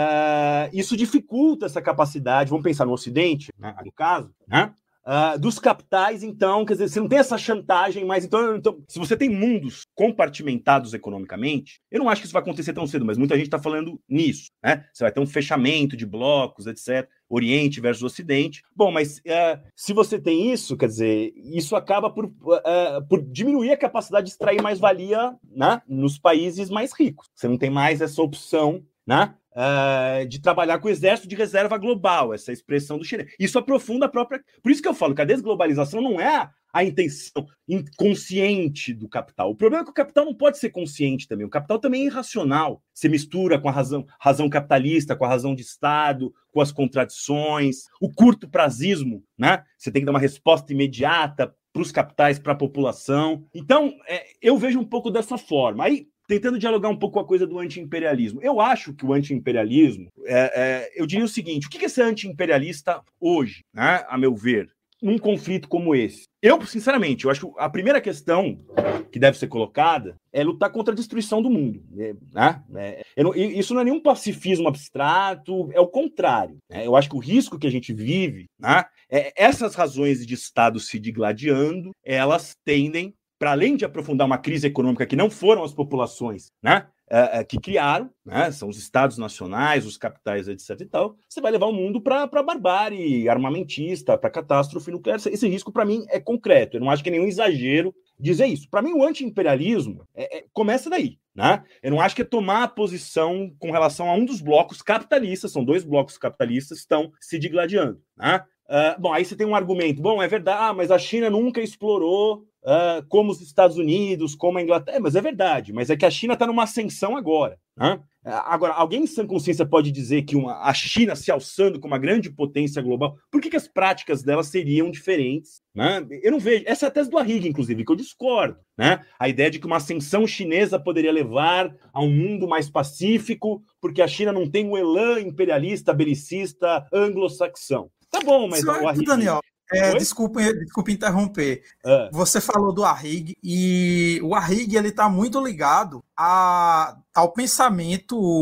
uh, isso dificulta essa capacidade, vamos pensar no Ocidente, né, no caso, né, uh, dos capitais, então, quer dizer, você não tem essa chantagem, mas então, então, se você tem mundos compartimentados economicamente, eu não acho que isso vai acontecer tão cedo, mas muita gente está falando nisso, né? Você vai ter um fechamento de blocos, etcétera, Oriente versus Ocidente. Bom, mas uh, se você tem isso, quer dizer, isso acaba por, uh, por diminuir a capacidade de extrair mais valia, né, nos países mais ricos. Você não tem mais essa opção, né, uh, de trabalhar com o exército de reserva global, essa expressão do Chile. Isso aprofunda a própria... Por isso que eu falo que a desglobalização não é a intenção inconsciente do capital. O problema é que o capital não pode ser consciente também. O capital também é irracional. Você mistura com a razão, razão capitalista, com a razão de Estado, com as contradições, o curto prazismo, né? Você tem que dar uma resposta imediata para os capitais, para a população. Então, é, eu vejo um pouco dessa forma. Aí, tentando dialogar um pouco com a coisa do anti-imperialismo. Eu acho que o anti-imperialismo, é, é, eu diria o seguinte, o que é ser anti-imperialista hoje, né, a meu ver, num conflito como esse? Eu, sinceramente, eu acho que a primeira questão que deve ser colocada é lutar contra a destruição do mundo, né? É, eu não, isso não é nenhum pacifismo abstrato, é o contrário, né? Eu acho que o risco que a gente vive, né, é, essas razões de Estado se digladiando, elas tendem, para além de aprofundar uma crise econômica que não foram as populações, né, uh, uh, que criaram, né, são os estados nacionais, os capitais, etc e tal, você vai levar o mundo para a barbárie armamentista, para catástrofe nuclear. Esse risco, para mim, é concreto. Eu não acho que é nenhum exagero dizer isso. Para mim, o anti-imperialismo é, é, começa daí, né? Eu não acho que é tomar a posição com relação a um dos blocos capitalistas, são dois blocos capitalistas que estão se digladiando, né? Uh, bom, aí você tem um argumento, bom, é verdade, ah, mas a China nunca explorou uh, como os Estados Unidos, como a Inglaterra, é, mas é verdade, mas é que a China está numa ascensão agora, né? Uh, agora, alguém em sã consciência pode dizer que uma, a China se alçando como uma grande potência global, por que, que as práticas dela seriam diferentes, né? Eu não vejo, essa é a tese do Arrighi, inclusive, que eu discordo, né? A ideia de que uma ascensão chinesa poderia levar a um mundo mais pacífico, porque a China não tem o elan imperialista, belicista, anglo-saxão. Tá bom, mas o Arrighi... Daniel, é, desculpa, desculpa interromper. É. Você falou do Arrighi e o Arrighi ele está muito ligado a, ao pensamento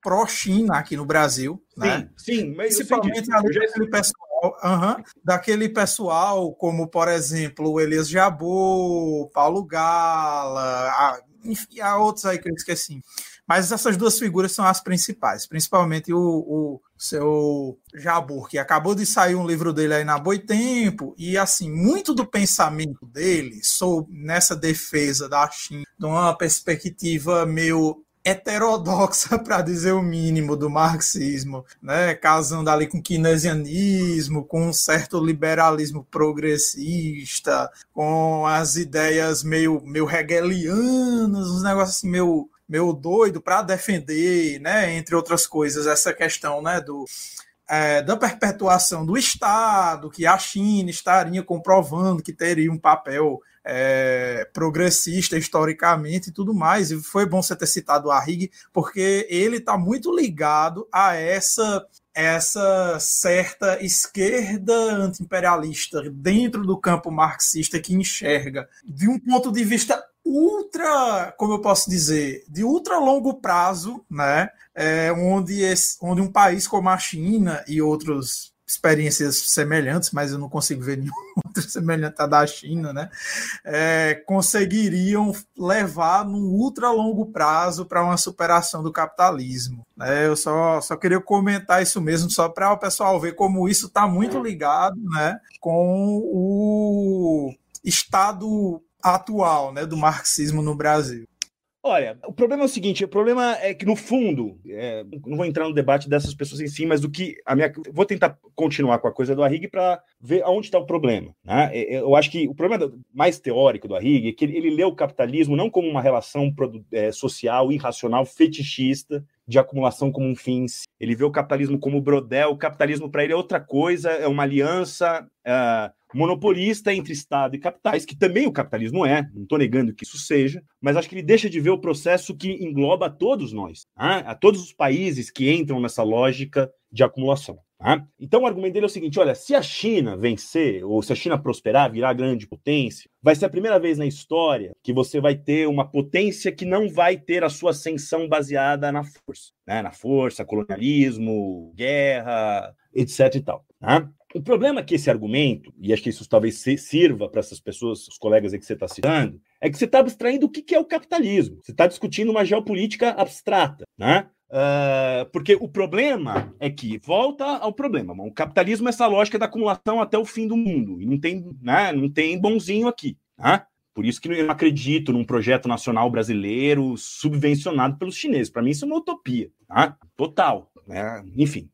pró-China aqui no Brasil, sim, né? Sim, mas principalmente ali já... daquele pessoal, uh-huh, daquele pessoal como, por exemplo, o Elias Jabbour, Paulo Gala, a, enfim, há outros aí que eu esqueci. Mas essas duas figuras são as principais, principalmente o, o seu Jabbour, que acabou de sair um livro dele aí na Boitempo, e assim, muito do pensamento dele sobre, nessa defesa da China, de uma perspectiva meio heterodoxa, para dizer o mínimo, do marxismo, né? Casando ali com keynesianismo, com um certo liberalismo progressista, com as ideias meio, meio hegelianas, uns negócios assim meio, meio doido para defender, né? Entre outras coisas, essa questão, né? do É, da perpetuação do Estado, que a China estaria comprovando que teria um papel é, progressista historicamente e tudo mais. E foi bom você ter citado o Arrighi, porque ele está muito ligado a essa, essa certa esquerda anti-imperialista dentro do campo marxista que enxerga, de um ponto de vista ultra, como eu posso dizer, de ultra longo prazo, né? É, onde, esse, onde um país como a China e outras experiências semelhantes, mas eu não consigo ver nenhuma outra semelhante à da China, né? É, conseguiriam levar num ultra longo prazo para uma superação do capitalismo. Né? Eu só, só queria comentar isso mesmo, só para o pessoal ver como isso está muito ligado, né, com o estado atual, né, do marxismo no Brasil. Olha, o problema é o seguinte, o problema é que, no fundo, é, não vou entrar no debate dessas pessoas em si, mas do que a minha... Vou tentar continuar com a coisa do Arrighi para ver aonde está o problema. Né? Eu acho que o problema mais teórico do Arrighi é que ele, ele lê o capitalismo não como uma relação é, social, irracional, fetichista, de acumulação como um fim. Ele vê o capitalismo como brodel, o capitalismo para ele é outra coisa, é uma aliança uh, monopolista entre Estado e capitais, que também o capitalismo é, não estou negando que isso seja, mas acho que ele deixa de ver o processo que engloba a todos nós, né? A todos os países que entram nessa lógica de acumulação. Tá? Então o argumento dele é o seguinte, olha, se a China vencer, ou se a China prosperar, virar grande potência, vai ser a primeira vez na história que você vai ter uma potência que não vai ter a sua ascensão baseada na força, né? Na força, colonialismo, guerra, etc e tal. Tá? O problema é que esse argumento, e acho que isso talvez sirva para essas pessoas, os colegas aí que você está citando, é que você está abstraindo o que é o capitalismo. Você está discutindo uma geopolítica abstrata, né? Uh, porque o problema é que, volta ao problema, o capitalismo é essa lógica da acumulação até o fim do mundo, e não tem, né, não tem bonzinho aqui, né? Por isso que eu não acredito num projeto nacional brasileiro subvencionado pelos chineses. Para mim isso é uma utopia, tá? Total, né? Enfim.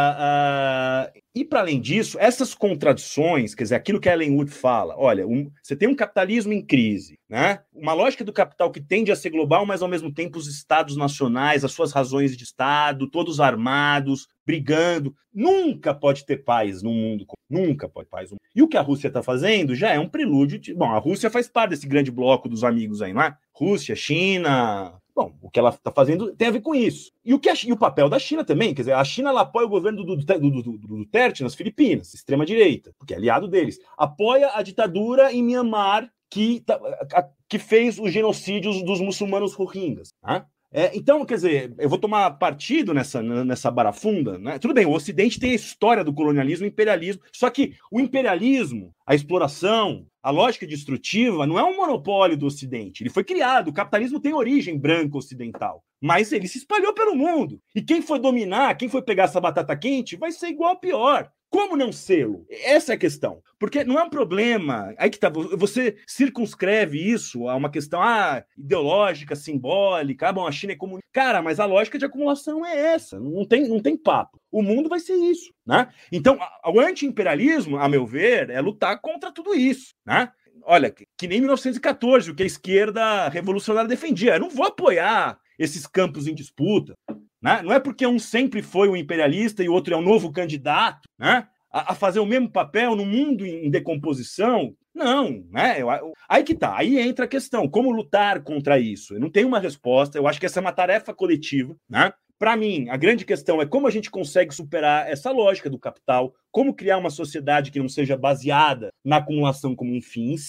Uh, uh, e para além disso, essas contradições, quer dizer, aquilo que a Ellen Wood fala, olha, um, você tem um capitalismo em crise, né? Uma lógica do capital que tende a ser global, mas ao mesmo tempo os estados nacionais, as suas razões de estado, todos armados, brigando, nunca pode ter paz no mundo, nunca pode ter paz. E o que a Rússia está fazendo já é um prelúdio de... Bom, a Rússia faz parte desse grande bloco dos amigos aí, não é? Rússia, China... Bom, o que ela está fazendo tem a ver com isso. E o, que a, e o papel da China também, quer dizer, a China ela apoia o governo do, do, do, do, do Duterte nas Filipinas, extrema-direita, porque é aliado deles. Apoia a ditadura em Myanmar, que, a, que fez os genocídios dos muçulmanos rohingyas. Tá? É, então, quer dizer, eu vou tomar partido nessa, nessa barafunda, né? Tudo bem, o Ocidente tem a história do colonialismo e imperialismo, só que o imperialismo, a exploração, a lógica destrutiva não é um monopólio do Ocidente. Ele foi criado, o capitalismo tem origem branca ocidental, mas ele se espalhou pelo mundo. E quem for dominar, quem for pegar essa batata quente, vai ser igual a pior. Como não sê-lo? Essa é a questão. Porque não é um problema... Aí que tá, você circunscreve isso a uma questão ah, ideológica, simbólica. Ah, bom, a China é comunista. Cara, mas a lógica de acumulação é essa. Não tem, não tem papo. O mundo vai ser isso, né? Então, o anti-imperialismo, a meu ver, é lutar contra tudo isso, né? Olha, que nem em mil novecentos e catorze, o que a esquerda revolucionária defendia. Eu não vou apoiar esses campos em disputa. Né? Não é porque um sempre foi um imperialista e o outro é um novo candidato, né? a, a fazer o mesmo papel no mundo em, em decomposição. Não, né? Eu, eu, aí que tá, aí entra a questão, como lutar contra isso? Eu não tenho uma resposta, eu acho que essa é uma tarefa coletiva, né? Para mim, a grande questão é como a gente consegue superar essa lógica do capital, como criar uma sociedade que não seja baseada na acumulação como um fim em si.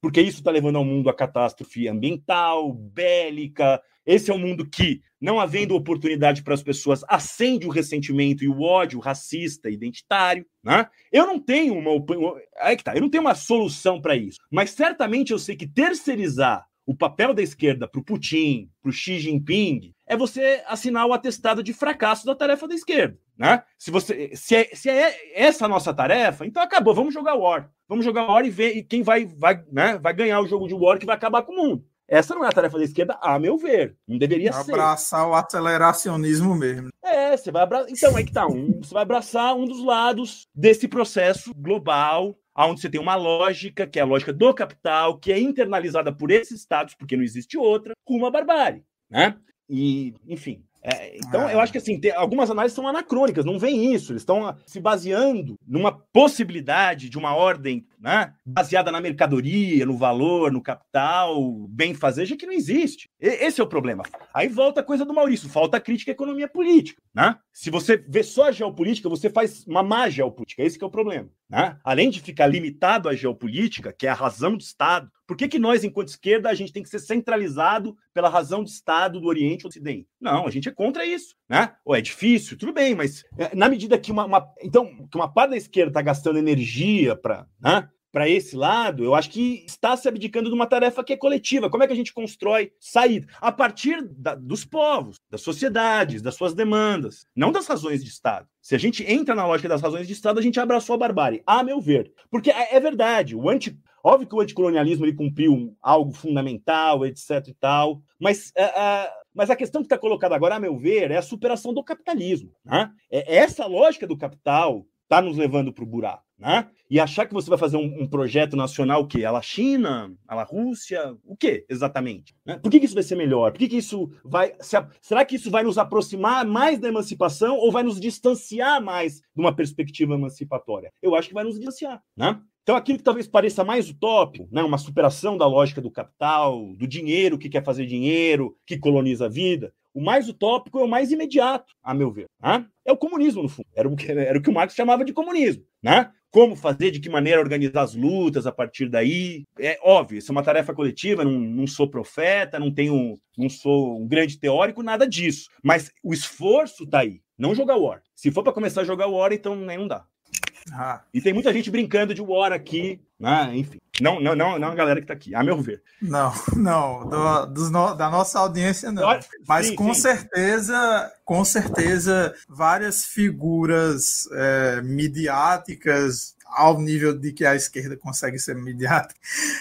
porque isso está levando ao mundo a catástrofe ambiental, bélica. Esse é um mundo que, não havendo oportunidade para as pessoas, acende o ressentimento e o ódio racista, identitário, né? Eu não tenho uma opinião, aí que tá, eu não tenho uma solução para isso, mas certamente eu sei que terceirizar o papel da esquerda para o Putin, para o Xi Jinping, é você assinar o atestado de fracasso da tarefa da esquerda, né? Se, você, se, é, se é essa a nossa tarefa, então acabou, vamos jogar War. Vamos jogar War e ver e quem vai, vai, né, vai ganhar o jogo de War que vai acabar com o mundo. Essa não é a tarefa da esquerda, a meu ver. Não deveria abraçar ser. Abraçar o aceleracionismo mesmo. É, você vai abraçar. Então, aí que tá. Um, você vai abraçar um dos lados desse processo global, onde você tem uma lógica, que é a lógica do capital, que é internalizada por esses estados, porque não existe outra, com uma barbárie, né? E, enfim. É, então, ah. eu acho que assim, tem, algumas análises são anacrônicas, não vem isso. Eles estão se baseando numa possibilidade de uma ordem, né, baseada na mercadoria, no valor, no capital, bem-fazeja, que não existe. E, esse é o problema. Aí volta a coisa do Maurício, falta a crítica à economia política. Né? Se você vê só a geopolítica, você faz uma má geopolítica. Esse que é o problema. Né? Além de ficar limitado à geopolítica, que é a razão do Estado, por que, que nós, enquanto esquerda, a gente tem que ser centralizado pela razão de Estado do Oriente e do Ocidente? Não, a gente é contra isso. Né? Ou é difícil, tudo bem, mas na medida que uma, uma, então, que uma parte da esquerda está gastando energia para, né, para esse lado, eu acho que está se abdicando de uma tarefa que é coletiva. Como é que a gente constrói saída? A partir da, dos povos, das sociedades, das suas demandas, não das razões de Estado. Se a gente entra na lógica das razões de Estado, a gente abraçou a barbárie, a meu ver. Porque é, é verdade, o anti, óbvio que o anticolonialismo ele cumpriu algo fundamental, etc e tal, mas... Uh, uh, Mas a questão que está colocada agora, a meu ver, é a superação do capitalismo. Né? É essa lógica do capital está nos levando para o buraco. Né? E achar que você vai fazer um, um projeto nacional, o quê? A la China? A la Rússia? O quê, exatamente? Né? Por que, que isso vai ser melhor? Por que, que isso vai... Se a, será que isso vai nos aproximar mais da emancipação ou vai nos distanciar mais de uma perspectiva emancipatória? Eu acho que vai nos distanciar. Né? Então, aquilo que talvez pareça mais utópico, né, uma superação da lógica do capital, do dinheiro, que quer fazer dinheiro, que coloniza a vida, o mais utópico é o mais imediato, a meu ver. Né? É o comunismo, no fundo. Era o, que, era o que o Marx chamava de comunismo. Né? Como fazer, de que maneira organizar as lutas a partir daí. É óbvio, isso é uma tarefa coletiva, não, não sou profeta, não, tenho, não sou um grande teórico, nada disso. Mas o esforço está aí, não jogar War. Se for para começar a jogar War, então nem não dá. Ah. E tem muita gente brincando de War aqui, né? Enfim. Não, não, não, não a galera que está aqui, a meu ver. Não, não, do, dos no, da nossa audiência não. Mas sim, com sim. certeza, com certeza, várias figuras é, midiáticas ao nível de que a esquerda consegue ser midiática,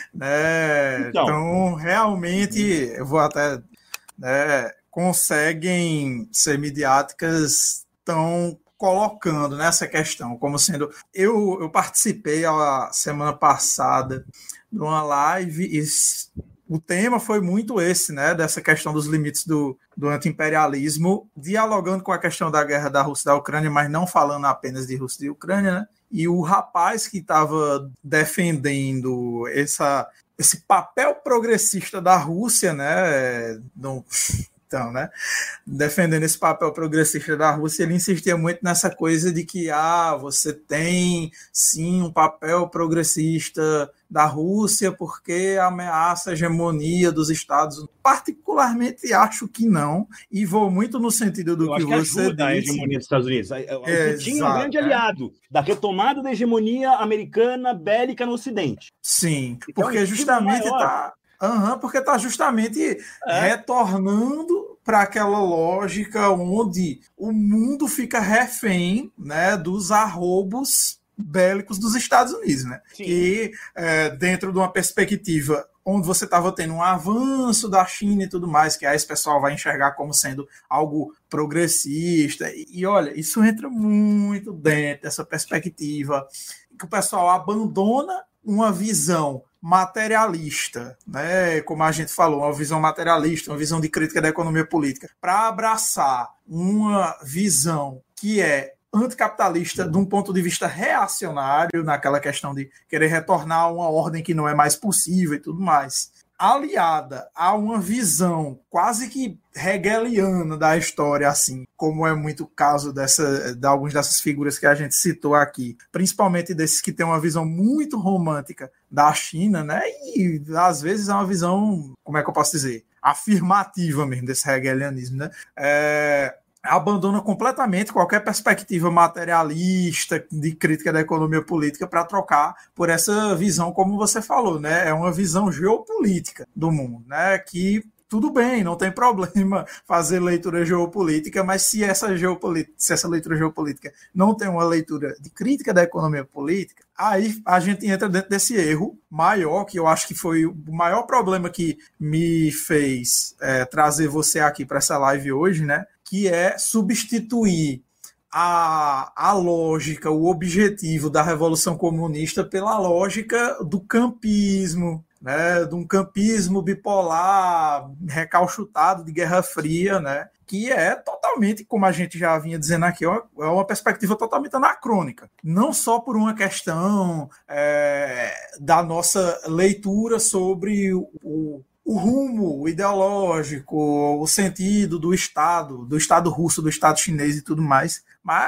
né? Então, então realmente, eu vou até, né, conseguem ser midiáticas tão colocando nessa questão, como sendo... Eu, eu participei a semana passada de uma live e o tema foi muito esse, né, dessa questão dos limites do, do anti-imperialismo, dialogando com a questão da guerra da Rússia e da Ucrânia, mas não falando apenas de Rússia e Ucrânia, né? E o rapaz que estava defendendo essa, esse papel progressista da Rússia, né, no... Então, né, defendendo esse papel progressista da Rússia, ele insistia muito nessa coisa de que ah, você tem sim um papel progressista da Rússia porque ameaça a hegemonia dos Estados Unidos. Particularmente acho que não, e vou muito no sentido do Eu que, que você ajuda disse. a hegemonia dos Estados Unidos. O é, Putin é um grande aliado da retomada da hegemonia americana bélica no Ocidente. Sim, então, porque justamente está... Uhum, porque está justamente é. retornando para aquela lógica onde o mundo fica refém, né, dos arrobos bélicos dos Estados Unidos, né? Sim. Que é, dentro de uma perspectiva onde você estava tendo um avanço da China e tudo mais, que aí esse pessoal vai enxergar como sendo algo progressista. E, e olha, isso entra muito dentro dessa perspectiva que o pessoal abandona uma visão materialista, né? Como a gente falou, uma visão materialista, uma visão de crítica da economia política, para abraçar uma visão que é anticapitalista de um ponto de vista reacionário, naquela questão de querer retornar a uma ordem que não é mais possível e tudo mais. aliada a uma visão quase que hegeliana da história, assim, como é muito o caso dessa, de algumas dessas figuras que a gente citou aqui, principalmente desses que têm uma visão muito romântica da China, né? E às vezes é uma visão, como é que eu posso dizer, afirmativa mesmo desse hegelianismo, né? É... abandona completamente qualquer perspectiva materialista de crítica da economia política para trocar por essa visão, como você falou, né? É uma visão geopolítica do mundo, né? Que tudo bem, não tem problema fazer leitura geopolítica, mas se essa, geopolítica, se essa leitura geopolítica não tem uma leitura de crítica da economia política, aí a gente entra dentro desse erro maior, que eu acho que foi o maior problema que me fez é, trazer você aqui para essa live hoje, né? Que é substituir a, a lógica, o objetivo da Revolução Comunista pela lógica do campismo, né, de um campismo bipolar, recalchutado de Guerra Fria, né, que é totalmente, como a gente já vinha dizendo aqui, é uma, é uma perspectiva totalmente anacrônica. Não só por uma questão é, da nossa leitura sobre o, o o rumo ideológico, o sentido do Estado, do Estado russo, do Estado chinês e tudo mais,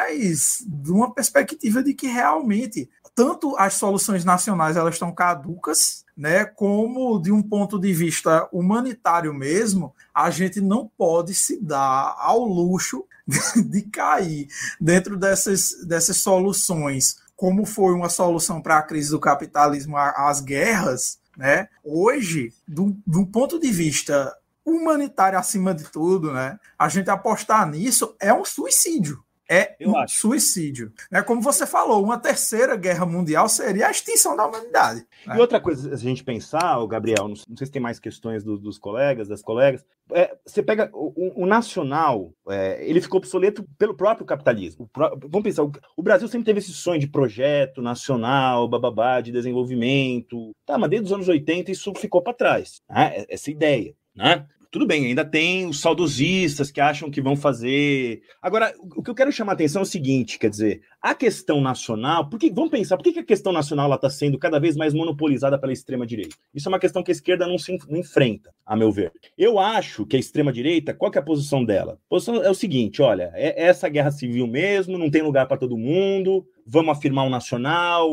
mas de uma perspectiva de que realmente tanto as soluções nacionais elas estão caducas, né, como de um ponto de vista humanitário mesmo, a gente não pode se dar ao luxo de, de cair dentro dessas, dessas soluções, como foi uma solução para a crise do capitalismo, as guerras, né? Hoje, do, do ponto de vista humanitário acima de tudo, né, a gente apostar nisso é um suicídio. É Eu um acho. suicídio. É como você falou, uma terceira guerra mundial seria a extinção da humanidade. Né? E outra coisa, se a gente pensar, o Gabriel, não sei se tem mais questões do, dos colegas, das colegas, é, você pega o, o nacional, é, ele ficou obsoleto pelo próprio capitalismo. Pro, vamos pensar, o, o Brasil sempre teve esse sonho de projeto nacional, bababá, de desenvolvimento. Tá, mas desde os anos oitenta isso ficou para trás, né? Essa ideia, né? Tudo bem, ainda tem os saudosistas que acham que vão fazer... Agora, o que eu quero chamar a atenção é o seguinte, quer dizer, a questão nacional... Porque, vamos pensar, por que a questão nacional está sendo cada vez mais monopolizada pela extrema-direita? Isso é uma questão que a esquerda não se não enfrenta, a meu ver. Eu acho que a extrema-direita, qual que é a posição dela? A posição é o seguinte, olha, é essa guerra civil mesmo, não tem lugar para todo mundo, vamos afirmar o nacional,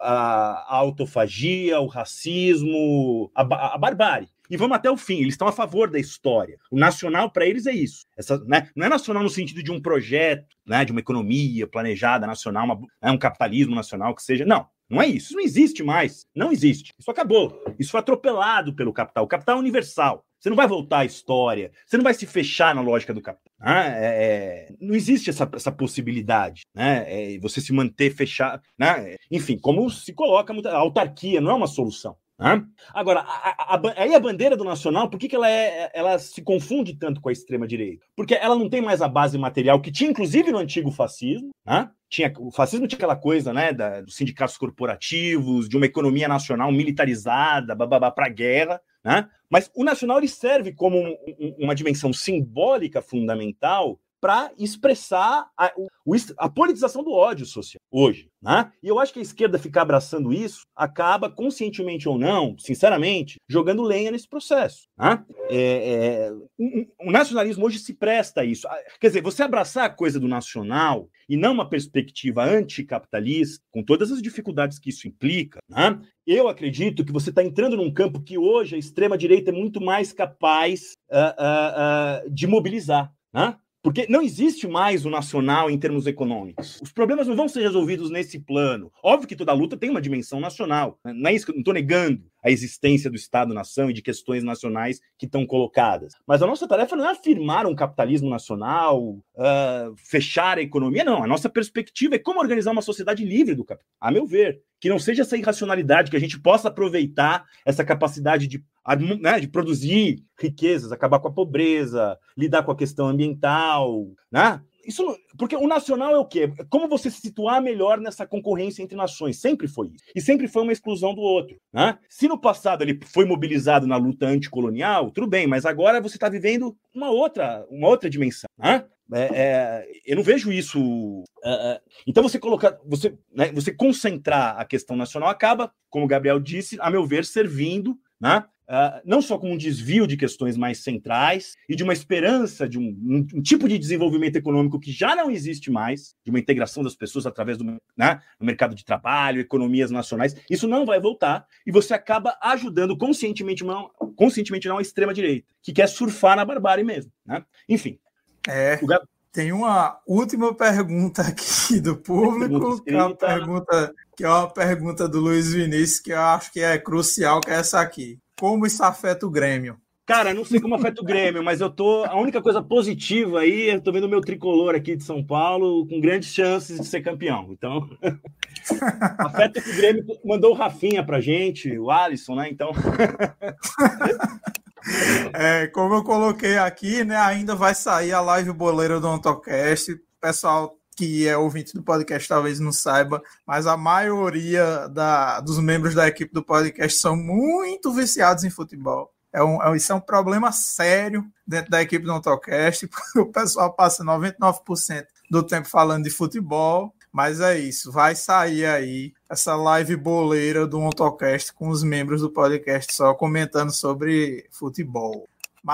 a, a autofagia, o racismo, a, a barbárie. E vamos até o fim, eles estão a favor da história. O nacional, para eles, é isso. Essa, né, não é nacional no sentido de um projeto, né, de uma economia planejada nacional, uma, né, um capitalismo nacional que seja. Não, não é isso. Isso não existe mais. Não existe. Isso acabou. Isso foi atropelado pelo capital. O capital é universal. Você não vai voltar à história. Você não vai se fechar na lógica do capital. Né? É, não existe essa, essa possibilidade. Né? É, você se manter fechado. Né? Enfim, como se coloca, a autarquia não é uma solução. Hã? Agora, a, a, a, aí a bandeira do nacional, por que, que ela, é, ela se confunde tanto com a extrema-direita? Porque ela não tem mais a base material que tinha, inclusive, no antigo fascismo. Hã? Tinha, o fascismo tinha aquela coisa, né, da, dos sindicatos corporativos, de uma economia nacional militarizada, para a guerra. Né? Mas o nacional ele serve como um, um, uma dimensão simbólica fundamental para expressar a, o, a politização do ódio social hoje. Né? E eu acho que a esquerda ficar abraçando isso acaba, conscientemente ou não, sinceramente, jogando lenha nesse processo. Né? É, é, o, o nacionalismo hoje se presta a isso. Quer dizer, você abraçar a coisa do nacional e não uma perspectiva anticapitalista, com todas as dificuldades que isso implica, né? Eu acredito que você está entrando num campo que hoje a extrema-direita é muito mais capaz uh, uh, uh, de mobilizar. Né? Porque não existe mais o nacional em termos econômicos. Os problemas não vão ser resolvidos nesse plano. Óbvio que toda luta tem uma dimensão nacional. Não é isso que eu não estou negando a existência do Estado-nação e de questões nacionais que estão colocadas. Mas a nossa tarefa não é afirmar um capitalismo nacional, uh, fechar a economia. Não, a nossa perspectiva é como organizar uma sociedade livre do capital. A meu ver, que não seja essa irracionalidade, que a gente possa aproveitar essa capacidade de, né, de produzir riquezas, acabar com a pobreza, lidar com a questão ambiental, né? Isso, porque o nacional é o quê? Como você se situar melhor nessa concorrência entre nações. Sempre foi isso. E sempre foi uma exclusão do outro. Né? Se no passado ele foi mobilizado na luta anticolonial, tudo bem, mas agora você está vivendo uma outra, uma outra dimensão. Né? É, é, eu não vejo isso... É, é, então você colocar, você, né, você concentrar a questão nacional acaba, como o Gabriel disse, a meu ver, servindo, né, uh, não só como um desvio de questões mais centrais e de uma esperança de um, um, um tipo de desenvolvimento econômico que já não existe mais, de uma integração das pessoas através do, né, do mercado de trabalho, economias nacionais. Isso não vai voltar e você acaba ajudando conscientemente não, conscientemente não a extrema-direita, que quer surfar na barbárie mesmo. Né? Enfim. É, Gab... tem uma última pergunta aqui do público, que é uma pergunta, que é uma pergunta do Luiz Vinícius, que eu acho que é crucial, que é essa aqui. Como isso afeta o Grêmio? Cara, não sei como afeta o Grêmio, mas eu tô. A única coisa positiva aí, eu tô vendo o meu tricolor aqui de São Paulo com grandes chances de ser campeão. Então, afeta que o Grêmio mandou o Rafinha pra gente, o Alisson, né? Então. É, como eu coloquei aqui, né? Ainda vai sair a live boleira do OntoCast. O pessoal que é ouvinte do podcast talvez não saiba, mas a maioria da, dos membros da equipe do podcast são muito viciados em futebol. É um, é, isso é um problema sério dentro da equipe do OntoCast, porque o pessoal passa noventa e nove por cento do tempo falando de futebol, mas é isso, vai sair aí essa live boleira do OntoCast com os membros do podcast só comentando sobre futebol.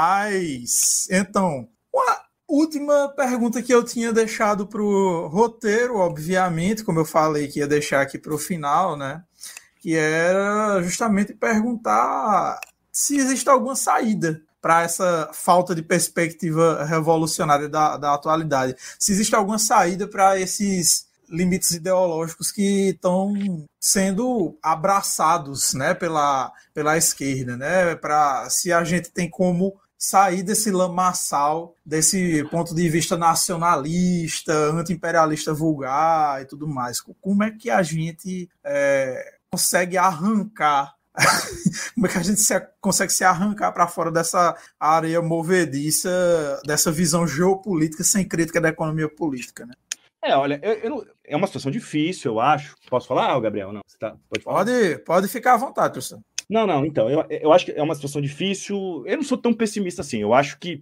Mas, então, uma última pergunta que eu tinha deixado para o roteiro, obviamente, como eu falei que ia deixar aqui para o final, né? Que era justamente perguntar se existe alguma saída para essa falta de perspectiva revolucionária da, da atualidade. Se existe alguma saída para esses limites ideológicos que estão sendo abraçados, né, pela, pela esquerda, né? Para se a gente tem como sair desse lamaçal, desse ponto de vista nacionalista, anti-imperialista vulgar e tudo mais. Como é que a gente é, consegue arrancar como é que a gente se, consegue se arrancar para fora dessa areia movediça, dessa visão geopolítica sem crítica da economia política, né? É, olha, eu, eu não, é uma situação difícil, eu acho. Posso falar, Gabriel? Não, você tá, pode falar? Pode, pode ficar à vontade, professor. Não, não, então, eu, eu acho que é uma situação difícil. Eu não sou tão pessimista assim. Eu acho que,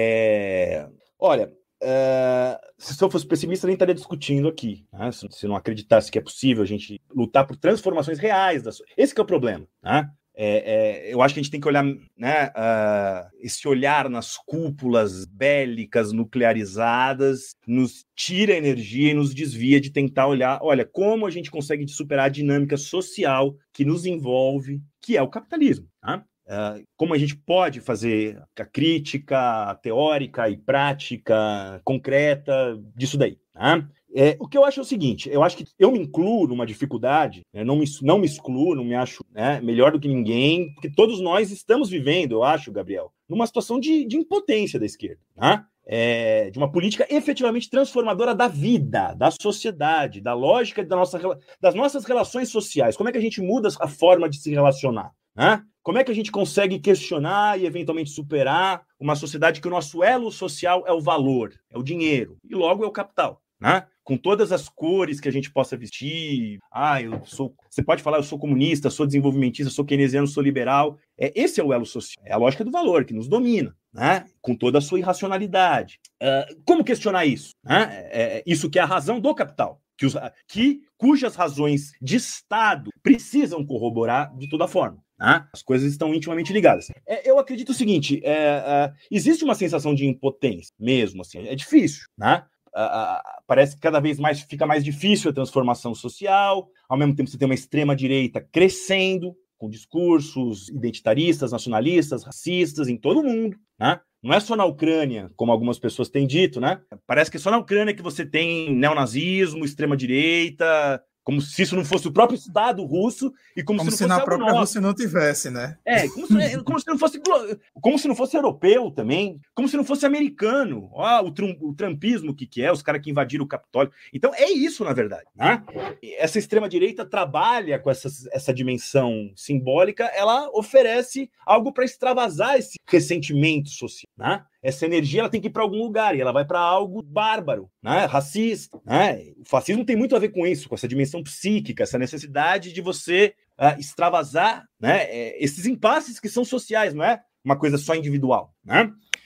é... olha, é... se eu fosse pessimista, eu nem estaria discutindo aqui. Né? Se, se não acreditasse que é possível a gente lutar por transformações reais. Da... Esse que é o problema, né? É, é, eu acho que a gente tem que olhar, né, uh, esse olhar nas cúpulas bélicas nuclearizadas nos tira energia e nos desvia de tentar olhar, olha, como a gente consegue superar a dinâmica social que nos envolve, que é o capitalismo, tá? Uh, como a gente pode fazer a crítica teórica e prática, concreta disso daí, tá? É, o que eu acho é o seguinte, eu acho que eu me incluo numa dificuldade, né, não, me, não me excluo, não me acho, né, melhor do que ninguém, porque todos nós estamos vivendo, eu acho, Gabriel, numa situação de, de impotência da esquerda, né? É, de uma política efetivamente transformadora da vida, da sociedade, da lógica da nossa, das nossas relações sociais. Como é que a gente muda a forma de se relacionar? Né? Como é que a gente consegue questionar e eventualmente superar uma sociedade que o nosso elo social é o valor, é o dinheiro, e logo é o capital? Né? Com todas as cores que a gente possa vestir, ah, eu sou, você pode falar, eu sou comunista, sou desenvolvimentista, sou keynesiano, sou liberal, é, esse é o elo social, é a lógica do valor que nos domina, né? Com toda a sua irracionalidade. Uh, como questionar isso? Né? É, é, isso que é a razão do capital, que, os, que, cujas razões de Estado precisam corroborar de toda forma. Né? As coisas estão intimamente ligadas. É, eu acredito o seguinte, é, é, existe uma sensação de impotência mesmo, assim, é difícil, né? Uh, uh, parece que cada vez mais fica mais difícil a transformação social, ao mesmo tempo você tem uma extrema-direita crescendo, com discursos identitaristas, nacionalistas, racistas em todo o mundo, né? Não é só na Ucrânia, como algumas pessoas têm dito, né? Parece que é só na Ucrânia que você tem neonazismo, extrema-direita, como se isso não fosse o próprio Estado russo e como, como se, se não fosse na própria nosso. Rússia não tivesse, né? É, como se, como se não fosse como se não fosse europeu também, como se não fosse americano. Ó, o, trum, o trumpismo, o que, que é, os caras que invadiram o Capitólio. Então, é isso, na verdade. Né? Essa extrema-direita trabalha com essa, essa dimensão simbólica, ela oferece algo para extravasar esse ressentimento social. Né? Essa energia ela tem que ir para algum lugar e ela vai para algo bárbaro, né? Racista. Né? O fascismo tem muito a ver com isso, com essa dimensão psíquica, essa necessidade de você uh, extravasar, né? Esses impasses que são sociais, não é uma coisa só individual. Né?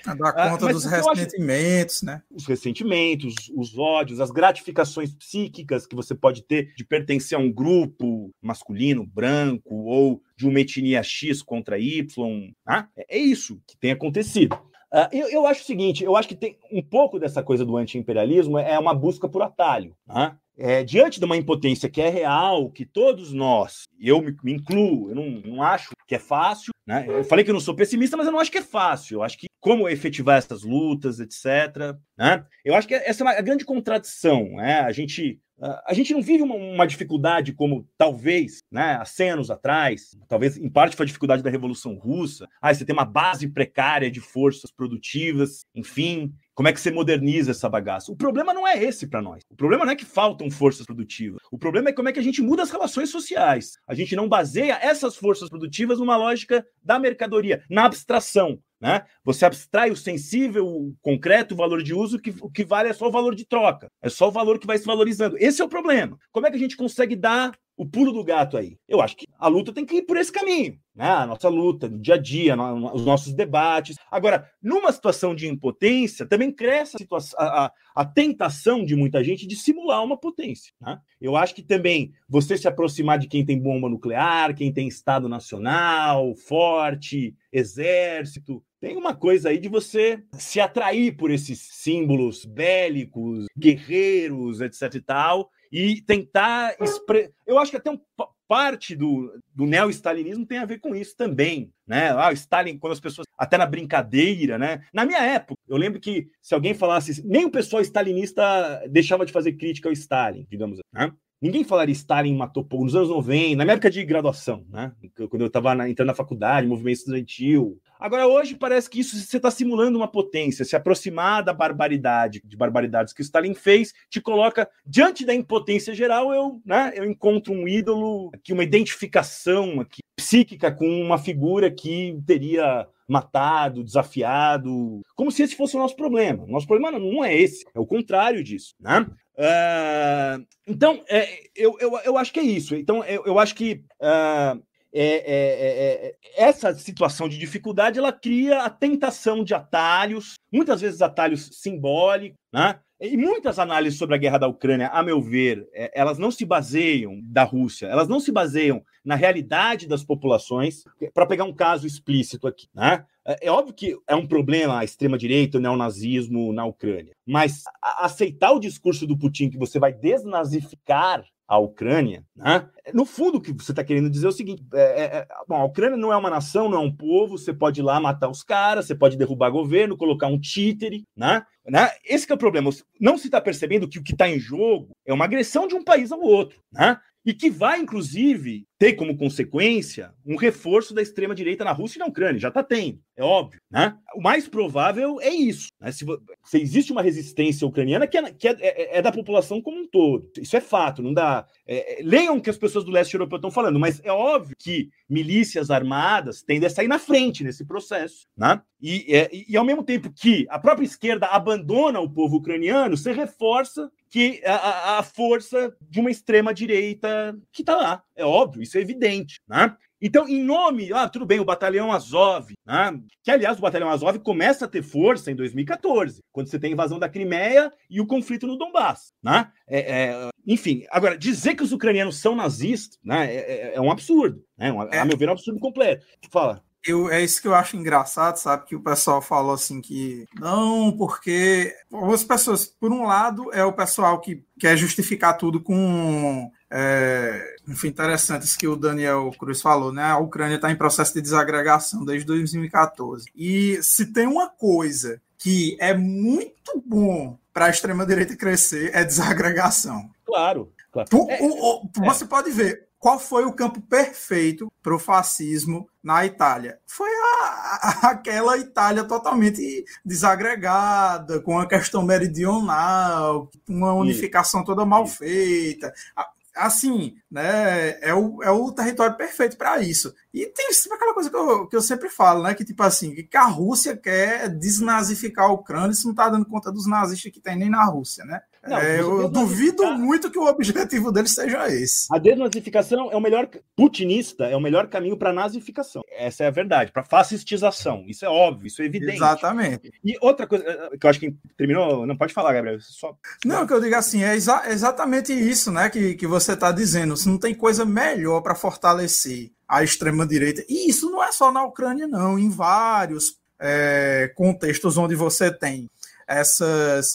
Dá conta uh, dos ressentimentos, acho, né? Os ressentimentos, os ódios, as gratificações psíquicas que você pode ter de pertencer a um grupo masculino, branco, ou de uma etnia X contra Y. Né? É isso que tem acontecido. Uh, eu, eu acho o seguinte, eu acho que tem um pouco dessa coisa do anti-imperialismo é uma busca por atalho. Né? É, diante de uma impotência que é real, que todos nós, eu me, me incluo, eu não, não acho que é fácil, né? Eu falei que eu não sou pessimista, mas eu não acho que é fácil. Eu acho que como efetivar essas lutas, etcétera. Né? Eu acho que essa é uma grande contradição. Né? A gente... A gente não vive uma, uma dificuldade como, talvez, né, há cem anos atrás, talvez, em parte, foi a dificuldade da Revolução Russa. Ah, você tem uma base precária de forças produtivas, enfim, como é que você moderniza essa bagaça? O problema não é esse para nós. O problema não é que faltam forças produtivas. O problema é como é que a gente muda as relações sociais. A gente não baseia essas forças produtivas numa lógica da mercadoria, na abstração. Né? Você abstrai o sensível, o concreto, o valor de uso, que, o que vale é só o valor de troca. É só o valor que vai se valorizando. Esse é o problema. Como é que a gente consegue dar o pulo do gato aí? Eu acho que a luta tem que ir por esse caminho. Né? A nossa luta, no dia a dia, no, os nossos debates. Agora, numa situação de impotência, também cresce a, situação, a, a, a tentação de muita gente de simular uma potência. Né? Eu acho que também você se aproximar de quem tem bomba nuclear, quem tem Estado Nacional forte, exército... Tem uma coisa aí de você se atrair por esses símbolos bélicos, guerreiros, etc e tal, e tentar... Expre... Eu acho que até um, parte do, do neo-stalinismo tem a ver com isso também, né? Ah, o Stalin, quando as pessoas... Até na brincadeira, né? Na minha época, eu lembro que se alguém falasse... Nem o pessoal stalinista deixava de fazer crítica ao Stalin, digamos assim, né? Ninguém falaria Stalin matou povo nos anos noventa, na minha época de graduação, né? Quando eu estava entrando na faculdade, movimento estudantil. Agora, hoje, parece que isso você está simulando uma potência. Se aproximar da barbaridade, de barbaridades que o Stalin fez, te coloca diante da impotência geral. Eu, né, eu encontro um ídolo, aqui, uma identificação aqui, psíquica com uma figura que teria matado, desafiado, como se esse fosse o nosso problema. O nosso problema não é esse, é o contrário disso, né? Uh, então, é, eu, eu, eu acho que é isso. Então, eu, eu acho que uh, é, é, é, essa situação de dificuldade, ela cria a tentação de atalhos, muitas vezes atalhos simbólicos, né? E muitas análises sobre a guerra da Ucrânia, a meu ver, elas não se baseiam da Rússia, elas não se baseiam na realidade das populações. Para pegar um caso explícito aqui, né? É óbvio que é um problema a extrema-direita, o neonazismo na Ucrânia, mas aceitar o discurso do Putin que você vai desnazificar a Ucrânia, né? No fundo, o que você está querendo dizer é o seguinte: é, é, bom, a Ucrânia não é uma nação, não é um povo, você pode ir lá matar os caras, você pode derrubar governo, colocar um títere, né? Né? Esse que é o problema. Não se está percebendo que o que está em jogo é uma agressão de um país ao outro, né? E que vai, inclusive, ter como consequência um reforço da extrema-direita na Rússia e na Ucrânia. Já está tendo, é óbvio, né? O mais provável é isso, né? Se, se existe uma resistência ucraniana que, é, que é, é, é da população como um todo. Isso é fato, não dá... É, é, leiam o que as pessoas do leste europeu estão falando, mas é óbvio que milícias armadas tendem a sair na frente nesse processo, né? E, é, e, ao mesmo tempo que a própria esquerda abandona o povo ucraniano, você reforça que a, a força de uma extrema-direita que está lá. É óbvio, isso é evidente, né? Então, em nome... Ah, tudo bem, o Batalhão Azov, né? Que, aliás, o Batalhão Azov começa a ter força em dois mil e catorze, quando você tem a invasão da Crimeia e o conflito no Donbass, né? É, é, enfim, agora, dizer que os ucranianos são nazistas, né, é, é um absurdo, né? É, a meu ver, é um absurdo completo. Fala. Eu, é isso que eu acho engraçado, sabe? Que o pessoal falou assim que não, porque as pessoas, por um lado, é o pessoal que quer justificar tudo com... É, enfim, interessante isso que o Daniel Cruz falou, né? A Ucrânia está em processo de desagregação desde dois mil e catorze. E se tem uma coisa que é muito bom para a extrema-direita crescer, é desagregação. Claro. claro. Tu, é, o, o, é. Você pode ver qual foi o campo perfeito para o fascismo na Itália. Foi a, a, aquela Itália totalmente desagregada, com a questão meridional, uma unificação toda mal feita. Assim, né, é o, é o território perfeito para isso. E tem aquela coisa que eu, que eu sempre falo, né, que tipo assim, que a Rússia quer desnazificar a Ucrânia, isso não está dando conta dos nazistas que tem nem na Rússia, né? Não, é, eu duvido muito que o objetivo deles seja esse. A desnazificação é o melhor... Putinista é o melhor caminho para nazificação. Essa é a verdade, para fascistização. Isso é óbvio, isso é evidente. Exatamente. E outra coisa que eu acho que terminou... Não, pode falar, Gabriel. Só... Não, que eu digo assim, é exa exatamente isso, né, que, que você está dizendo. Se não tem coisa melhor para fortalecer a extrema-direita. E isso não é só na Ucrânia, não. Em vários é, contextos onde você tem essas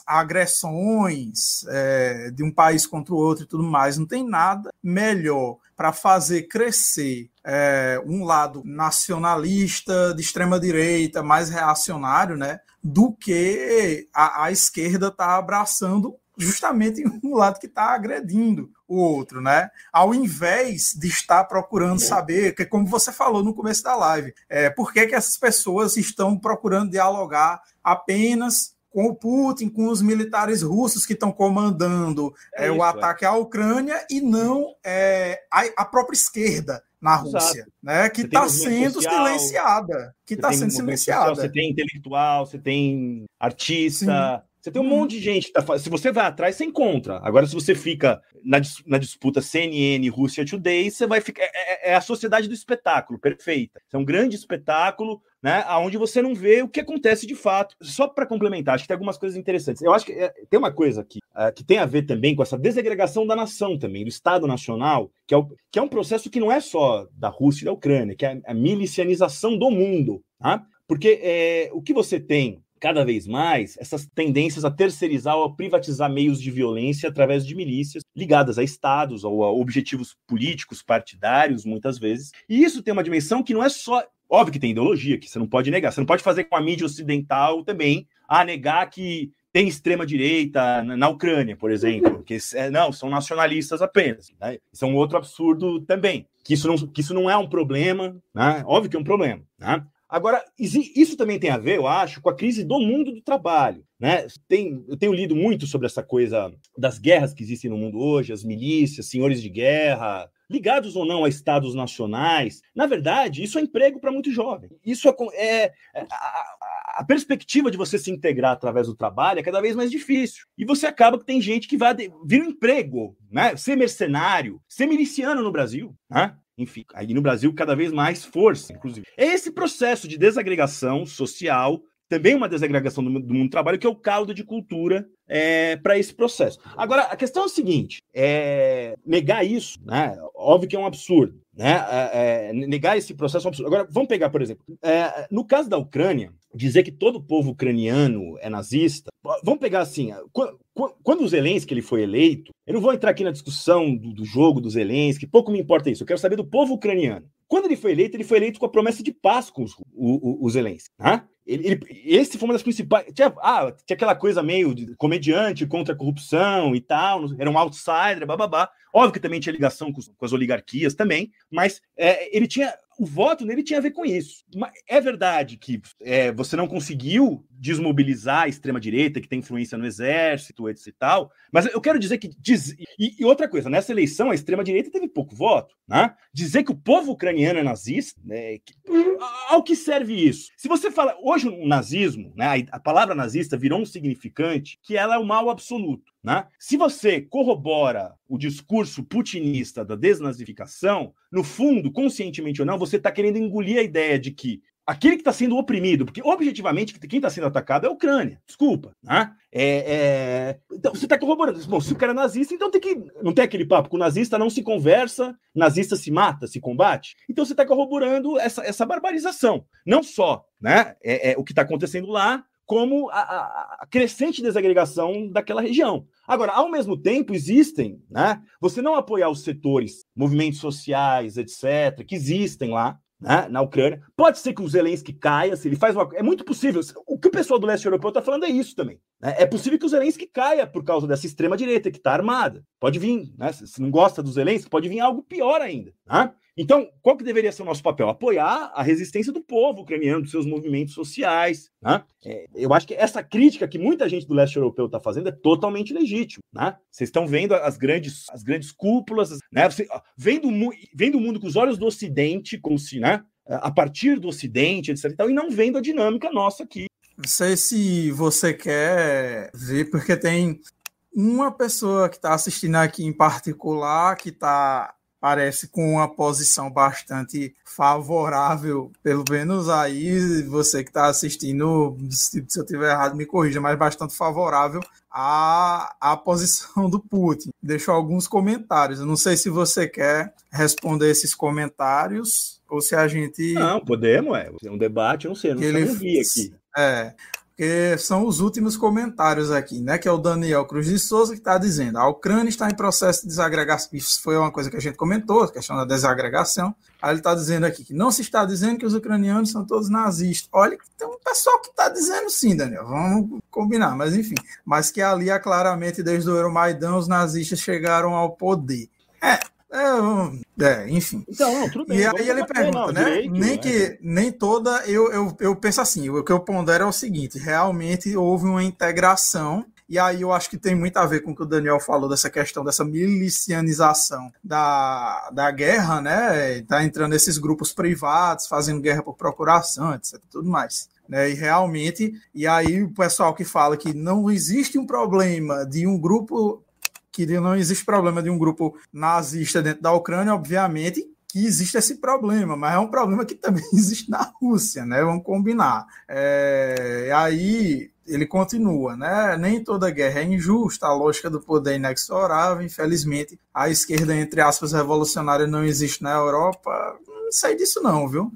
agressões é, de um país contra o outro e tudo mais, não tem nada melhor para fazer crescer é, um lado nacionalista, de extrema-direita, mais reacionário, né, do que a, a esquerda está abraçando justamente um lado que está agredindo o outro, né? Ao invés de estar procurando saber, que como você falou no começo da live, é, por que, que essas pessoas estão procurando dialogar apenas com o Putin, com os militares russos que estão comandando é é, isso, o ataque é. à Ucrânia e não é, a, a própria esquerda na Rússia, Exato. né? Que está sendo social, silenciada. Que está sendo silenciada. Social, você tem intelectual, você tem artista... Sim. Você tem um hum. monte de gente que tá... Se você vai atrás, você encontra. Agora, se você fica na, na disputa C N N, Russia Today, você vai ficar... É, é a sociedade do espetáculo, perfeita. É um grande espetáculo, né? Onde você não vê o que acontece de fato. Só para complementar, acho que tem algumas coisas interessantes. Eu acho que é, tem uma coisa aqui uh, que tem a ver também com essa desagregação da nação também, do Estado Nacional, que é, o, que é um processo que não é só da Rússia e da Ucrânia, que é a milicianização do mundo, tá? Porque é, o que você tem cada vez mais, essas tendências a terceirizar ou a privatizar meios de violência através de milícias ligadas a estados ou a objetivos políticos, partidários, muitas vezes. E isso tem uma dimensão que não é só... Óbvio que tem ideologia, que você não pode negar. Você não pode fazer com a mídia ocidental também a negar que tem extrema-direita na, na Ucrânia, por exemplo. Que não, são nacionalistas apenas. Né? Isso é um outro absurdo também. Que isso não, que isso não é um problema. Né? Óbvio que é um problema. Né? Agora, isso também tem a ver, eu acho, com a crise do mundo do trabalho, né? Tem, eu tenho lido muito sobre essa coisa das guerras que existem no mundo hoje, as milícias, senhores de guerra, ligados ou não a estados nacionais. Na verdade, isso é emprego para muito jovem. Isso é, é a, a perspectiva de você se integrar através do trabalho é cada vez mais difícil. E você acaba que tem gente que vai vir um emprego, né? Ser mercenário, ser miliciano no Brasil, né? Enfim, aí no Brasil cada vez mais força, inclusive. É esse processo de desagregação social, também uma desagregação do, do mundo do trabalho, que é o caldo de cultura é, para esse processo. Agora, a questão é o seguinte, é, negar isso, né, óbvio que é um absurdo, né, é, é, negar esse processo é um absurdo. Agora, vamos pegar, por exemplo, é, no caso da Ucrânia, dizer que todo o povo ucraniano é nazista, vamos pegar assim, quando, quando o Zelensky ele foi eleito, eu não vou entrar aqui na discussão do, do jogo do Zelensky, pouco me importa isso, eu quero saber do povo ucraniano. Quando ele foi eleito, ele foi eleito com a promessa de paz com os, o, o, o Zelensky, né? Ele, ele, esse foi uma das principais... Tinha, ah, tinha aquela coisa meio de comediante contra a corrupção e tal, era um outsider, bababá. Óbvio que também tinha ligação com, com as oligarquias também, mas é, ele tinha... O voto nele tinha a ver com isso. É verdade que é, você não conseguiu desmobilizar a extrema-direita, que tem influência no exército, etc e tal, mas eu quero dizer que... Diz, e, e outra coisa, nessa eleição a extrema-direita teve pouco voto, né? Dizer que o povo ucraniano é nazista, né? Que, ao que serve isso? Se você fala... Hoje o nazismo, né, a palavra nazista virou um significante que ela é o mal absoluto. Né? Se você corrobora o discurso putinista da desnazificação, no fundo, conscientemente ou não, você está querendo engolir a ideia de que aquele que está sendo oprimido, porque objetivamente quem está sendo atacado é a Ucrânia, desculpa, né? É, é... Então você está corroborando, bom, se o cara é nazista, então tem que, não tem aquele papo, com o nazista não se conversa, nazista se mata, se combate, então você está corroborando essa, essa barbarização, não só, né, é, é, o que está acontecendo lá, como a, a, a crescente desagregação daquela região. Agora, ao mesmo tempo, existem, né? Você não apoiar os setores, movimentos sociais, etcétera, que existem lá, né, na Ucrânia. Pode ser que o Zelensky caia, se ele faz uma... É muito possível. O que o pessoal do leste europeu está falando é isso também. Né? É possível que o Zelensky caia por causa dessa extrema-direita que está armada. Pode vir, né? Se não gosta do Zelensky, pode vir algo pior ainda. Né? Então, qual que deveria ser o nosso papel? Apoiar a resistência do povo ucraniano, dos seus movimentos sociais. Né? É, eu acho que essa crítica que muita gente do leste europeu está fazendo é totalmente legítima. Né? Vocês estão vendo as grandes, as grandes cúpulas, né? Você, vendo, vendo o mundo com os olhos do Ocidente, como se, né, a partir do Ocidente, etcétera e tal, e não vendo a dinâmica nossa aqui. Não sei se você quer ver, porque tem... uma pessoa que está assistindo aqui em particular, que está, parece, com uma posição bastante favorável, pelo menos aí, você que está assistindo, se, se eu estiver errado, me corrija, mas bastante favorável à, à posição do Putin. Deixou alguns comentários. Eu não sei se você quer responder esses comentários ou se a gente... Não, podemos, é. É um debate, eu não sei, eu não, ele, não vi aqui. É... Porque são os últimos comentários aqui, né? Que é o Daniel Cruz de Souza que está dizendo: a Ucrânia está em processo de desagregação. Isso foi uma coisa que a gente comentou, a questão da desagregação. Aí ele está dizendo aqui que não se está dizendo que os ucranianos são todos nazistas. Olha, tem um pessoal que está dizendo sim, Daniel. Vamos combinar, mas enfim. Mas que ali, claramente, desde o Euromaidan, os nazistas chegaram ao poder. É. É, é, enfim. Então, não, tudo bem. E aí ele pergunta, não, né? Direito, nem né? que nem toda. Eu, eu, eu penso assim: o que eu pondero é o seguinte: realmente houve uma integração. E aí eu acho que tem muito a ver com o que o Daniel falou dessa questão dessa milicianização da, da guerra, né? Tá entrando esses grupos privados, fazendo guerra por procuração, etc, tudo mais. Né? E realmente, e aí o pessoal que fala que não existe um problema de um grupo, que não existe problema de um grupo nazista dentro da Ucrânia, obviamente que existe esse problema, mas é um problema que também existe na Rússia, né? Vamos combinar. É, aí ele continua, né? Nem toda guerra é injusta, a lógica do poder é inexorável, infelizmente a esquerda, entre aspas, revolucionária não existe na Europa. Não sei disso não, viu?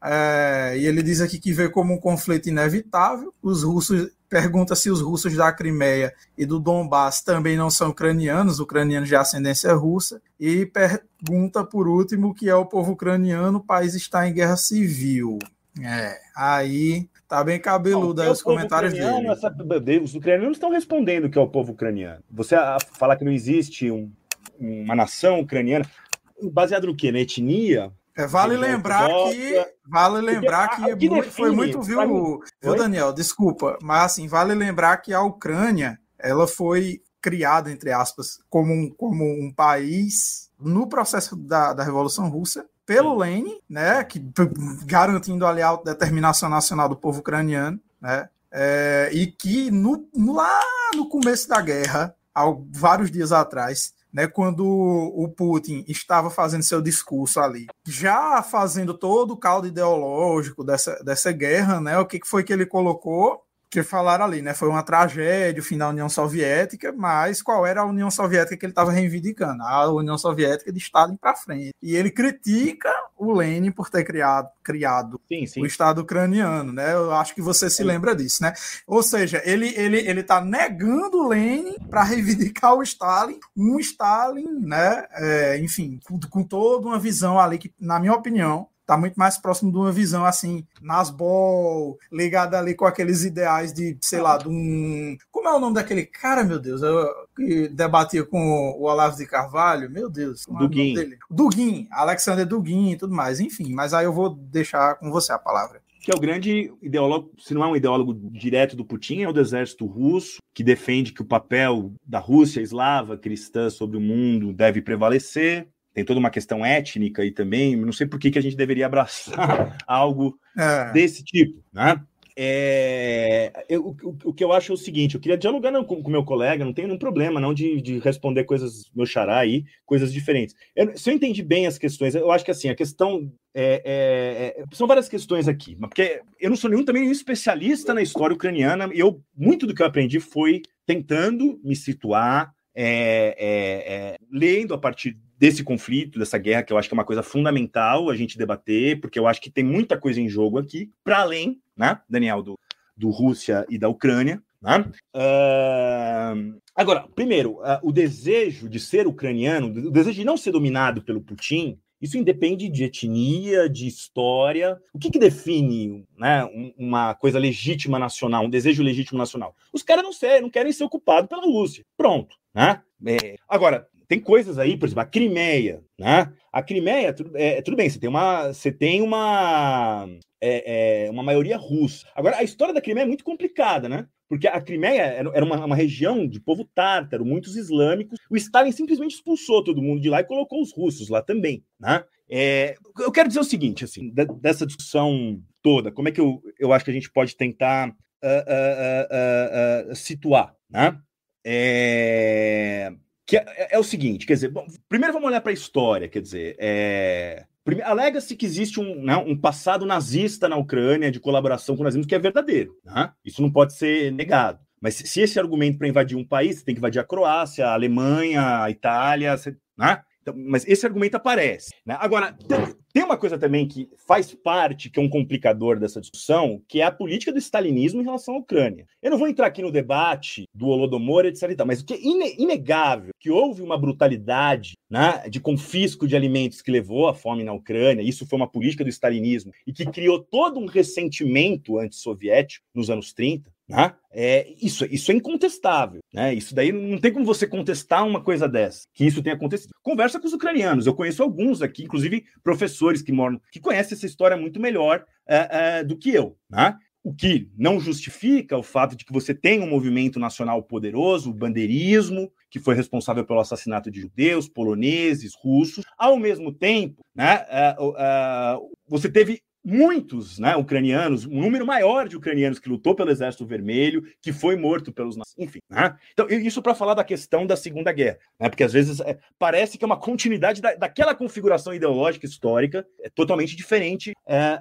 É, e ele diz aqui que vê como um conflito inevitável. Os russos, pergunta se os russos da Crimeia e do Donbass também não são ucranianos, ucranianos de ascendência russa, e pergunta por último o que é o povo ucraniano, o país está em guerra civil. É, aí tá bem cabeludo aí os comentários dele. Essa, os ucranianos estão respondendo o que é o povo ucraniano. Você falar que não existe um, uma nação ucraniana, baseado no quê? Na etnia? É, vale lembrar que vale lembrar que, a, que muito, define, foi muito viu, mim, viu Daniel, desculpa, mas assim, vale lembrar que a Ucrânia, ela foi criada, entre aspas, como um, como um país no processo da, da Revolução Russa pelo Lenin, né, que garantindo ali a autodeterminação nacional do povo ucraniano, né, é, e que no, lá no começo da guerra, há vários dias atrás, né, quando o Putin estava fazendo seu discurso ali, já fazendo todo o caldo ideológico dessa, dessa guerra, né, o que foi que ele colocou? Que falaram ali, né? Foi uma tragédia, o fim da União Soviética, mas qual era a União Soviética que ele estava reivindicando? A União Soviética de Stalin para frente. E ele critica o Lenin por ter criado, criado sim, sim. o Estado ucraniano, né? Eu acho que você se sim. lembra disso, né? Ou seja, ele ele ele está negando o Lenin para reivindicar o Stalin, um Stalin, né? É, enfim, com, com toda uma visão ali que, na minha opinião, está muito mais próximo de uma visão assim, Nasbol, ligada ali com aqueles ideais de, sei lá, de um... Como é o nome daquele cara, meu Deus? Eu, que debatia com o Olavo de Carvalho, meu Deus. Como Dugin. É o nome dele? Dugin, Alexander Dugin e tudo mais. Enfim, mas aí eu vou deixar com você a palavra. Que é o grande ideólogo, se não é um ideólogo direto do Putin, é o do exército russo, que defende que o papel da Rússia eslava cristã sobre o mundo deve prevalecer. Tem toda uma questão étnica aí também, não sei por que, que a gente deveria abraçar algo é. desse tipo, né? É, eu, o, o que eu acho é o seguinte, eu queria dialogar não, com o meu colega, não tenho nenhum problema não de, de responder coisas, meu xará aí, coisas diferentes. Eu, se eu entendi bem as questões, eu acho que assim, a questão, é, é, é, são várias questões aqui, porque eu não sou nenhum também nenhum especialista na história ucraniana, e eu, muito do que eu aprendi foi tentando me situar, é, é, é, lendo a partir desse conflito, dessa guerra, que eu acho que é uma coisa fundamental a gente debater, porque eu acho que tem muita coisa em jogo aqui, para além, né, Daniel, do, do Rússia e da Ucrânia, né? Uh, agora, primeiro, uh, o desejo de ser ucraniano, o desejo de não ser dominado pelo Putin, isso independe de etnia, de história. O que, que define, né, uma coisa legítima nacional, um desejo legítimo nacional? Os caras não, ser, não querem ser ocupados pela Rússia. Pronto, né? É, agora, tem coisas aí, por exemplo, a Crimeia, né? A Crimeia, tudo, é, tudo bem, você tem uma, você tem uma, é, é, uma maioria russa. Agora, a história da Crimeia é muito complicada, né? Porque a Crimeia era uma, uma região de povo tártaro, muitos islâmicos. O Stalin simplesmente expulsou todo mundo de lá e colocou os russos lá também, né? É, eu quero dizer o seguinte, assim, dessa discussão toda, como é que eu, eu acho que a gente pode tentar uh, uh, uh, uh, uh, situar, né? é, que é, é o seguinte, quer dizer, bom, primeiro vamos olhar para a história, quer dizer, é, alega-se que existe um, né, um passado nazista na Ucrânia de colaboração com o nazismo que é verdadeiro, né? Isso não pode ser negado. Mas se, se esse argumento para invadir um país, você tem que invadir a Croácia, a Alemanha, a Itália, você, né? Então, mas esse argumento aparece, né? Agora, tem, tem uma coisa também que faz parte, que é um complicador dessa discussão, que é a política do stalinismo em relação à Ucrânia. Eu não vou entrar aqui no debate do Holodomor, etc e tal, mas o que é ine- inegável que houve uma brutalidade, né, de confisco de alimentos que levou à fome na Ucrânia, isso foi uma política do stalinismo, e que criou todo um ressentimento antissoviético nos anos trinta, né? É, isso, isso é incontestável, né? Isso daí não tem como você contestar uma coisa dessa, que isso tenha acontecido. Conversa com os ucranianos, eu conheço alguns aqui, inclusive professores que moram, que conhecem essa história muito melhor é, é, do que eu, né? O que não justifica o fato de que você tem um movimento nacional poderoso, o bandeirismo, que foi responsável pelo assassinato de judeus, poloneses, russos. Ao mesmo tempo, né, uh, uh, você teve muitos, né, ucranianos, um número maior de ucranianos que lutou pelo Exército Vermelho, que foi morto pelos nazistas, enfim. Né? Então, isso para falar da questão da Segunda Guerra, né, porque às vezes é, parece que é uma continuidade da, daquela configuração ideológica histórica, é totalmente diferente é,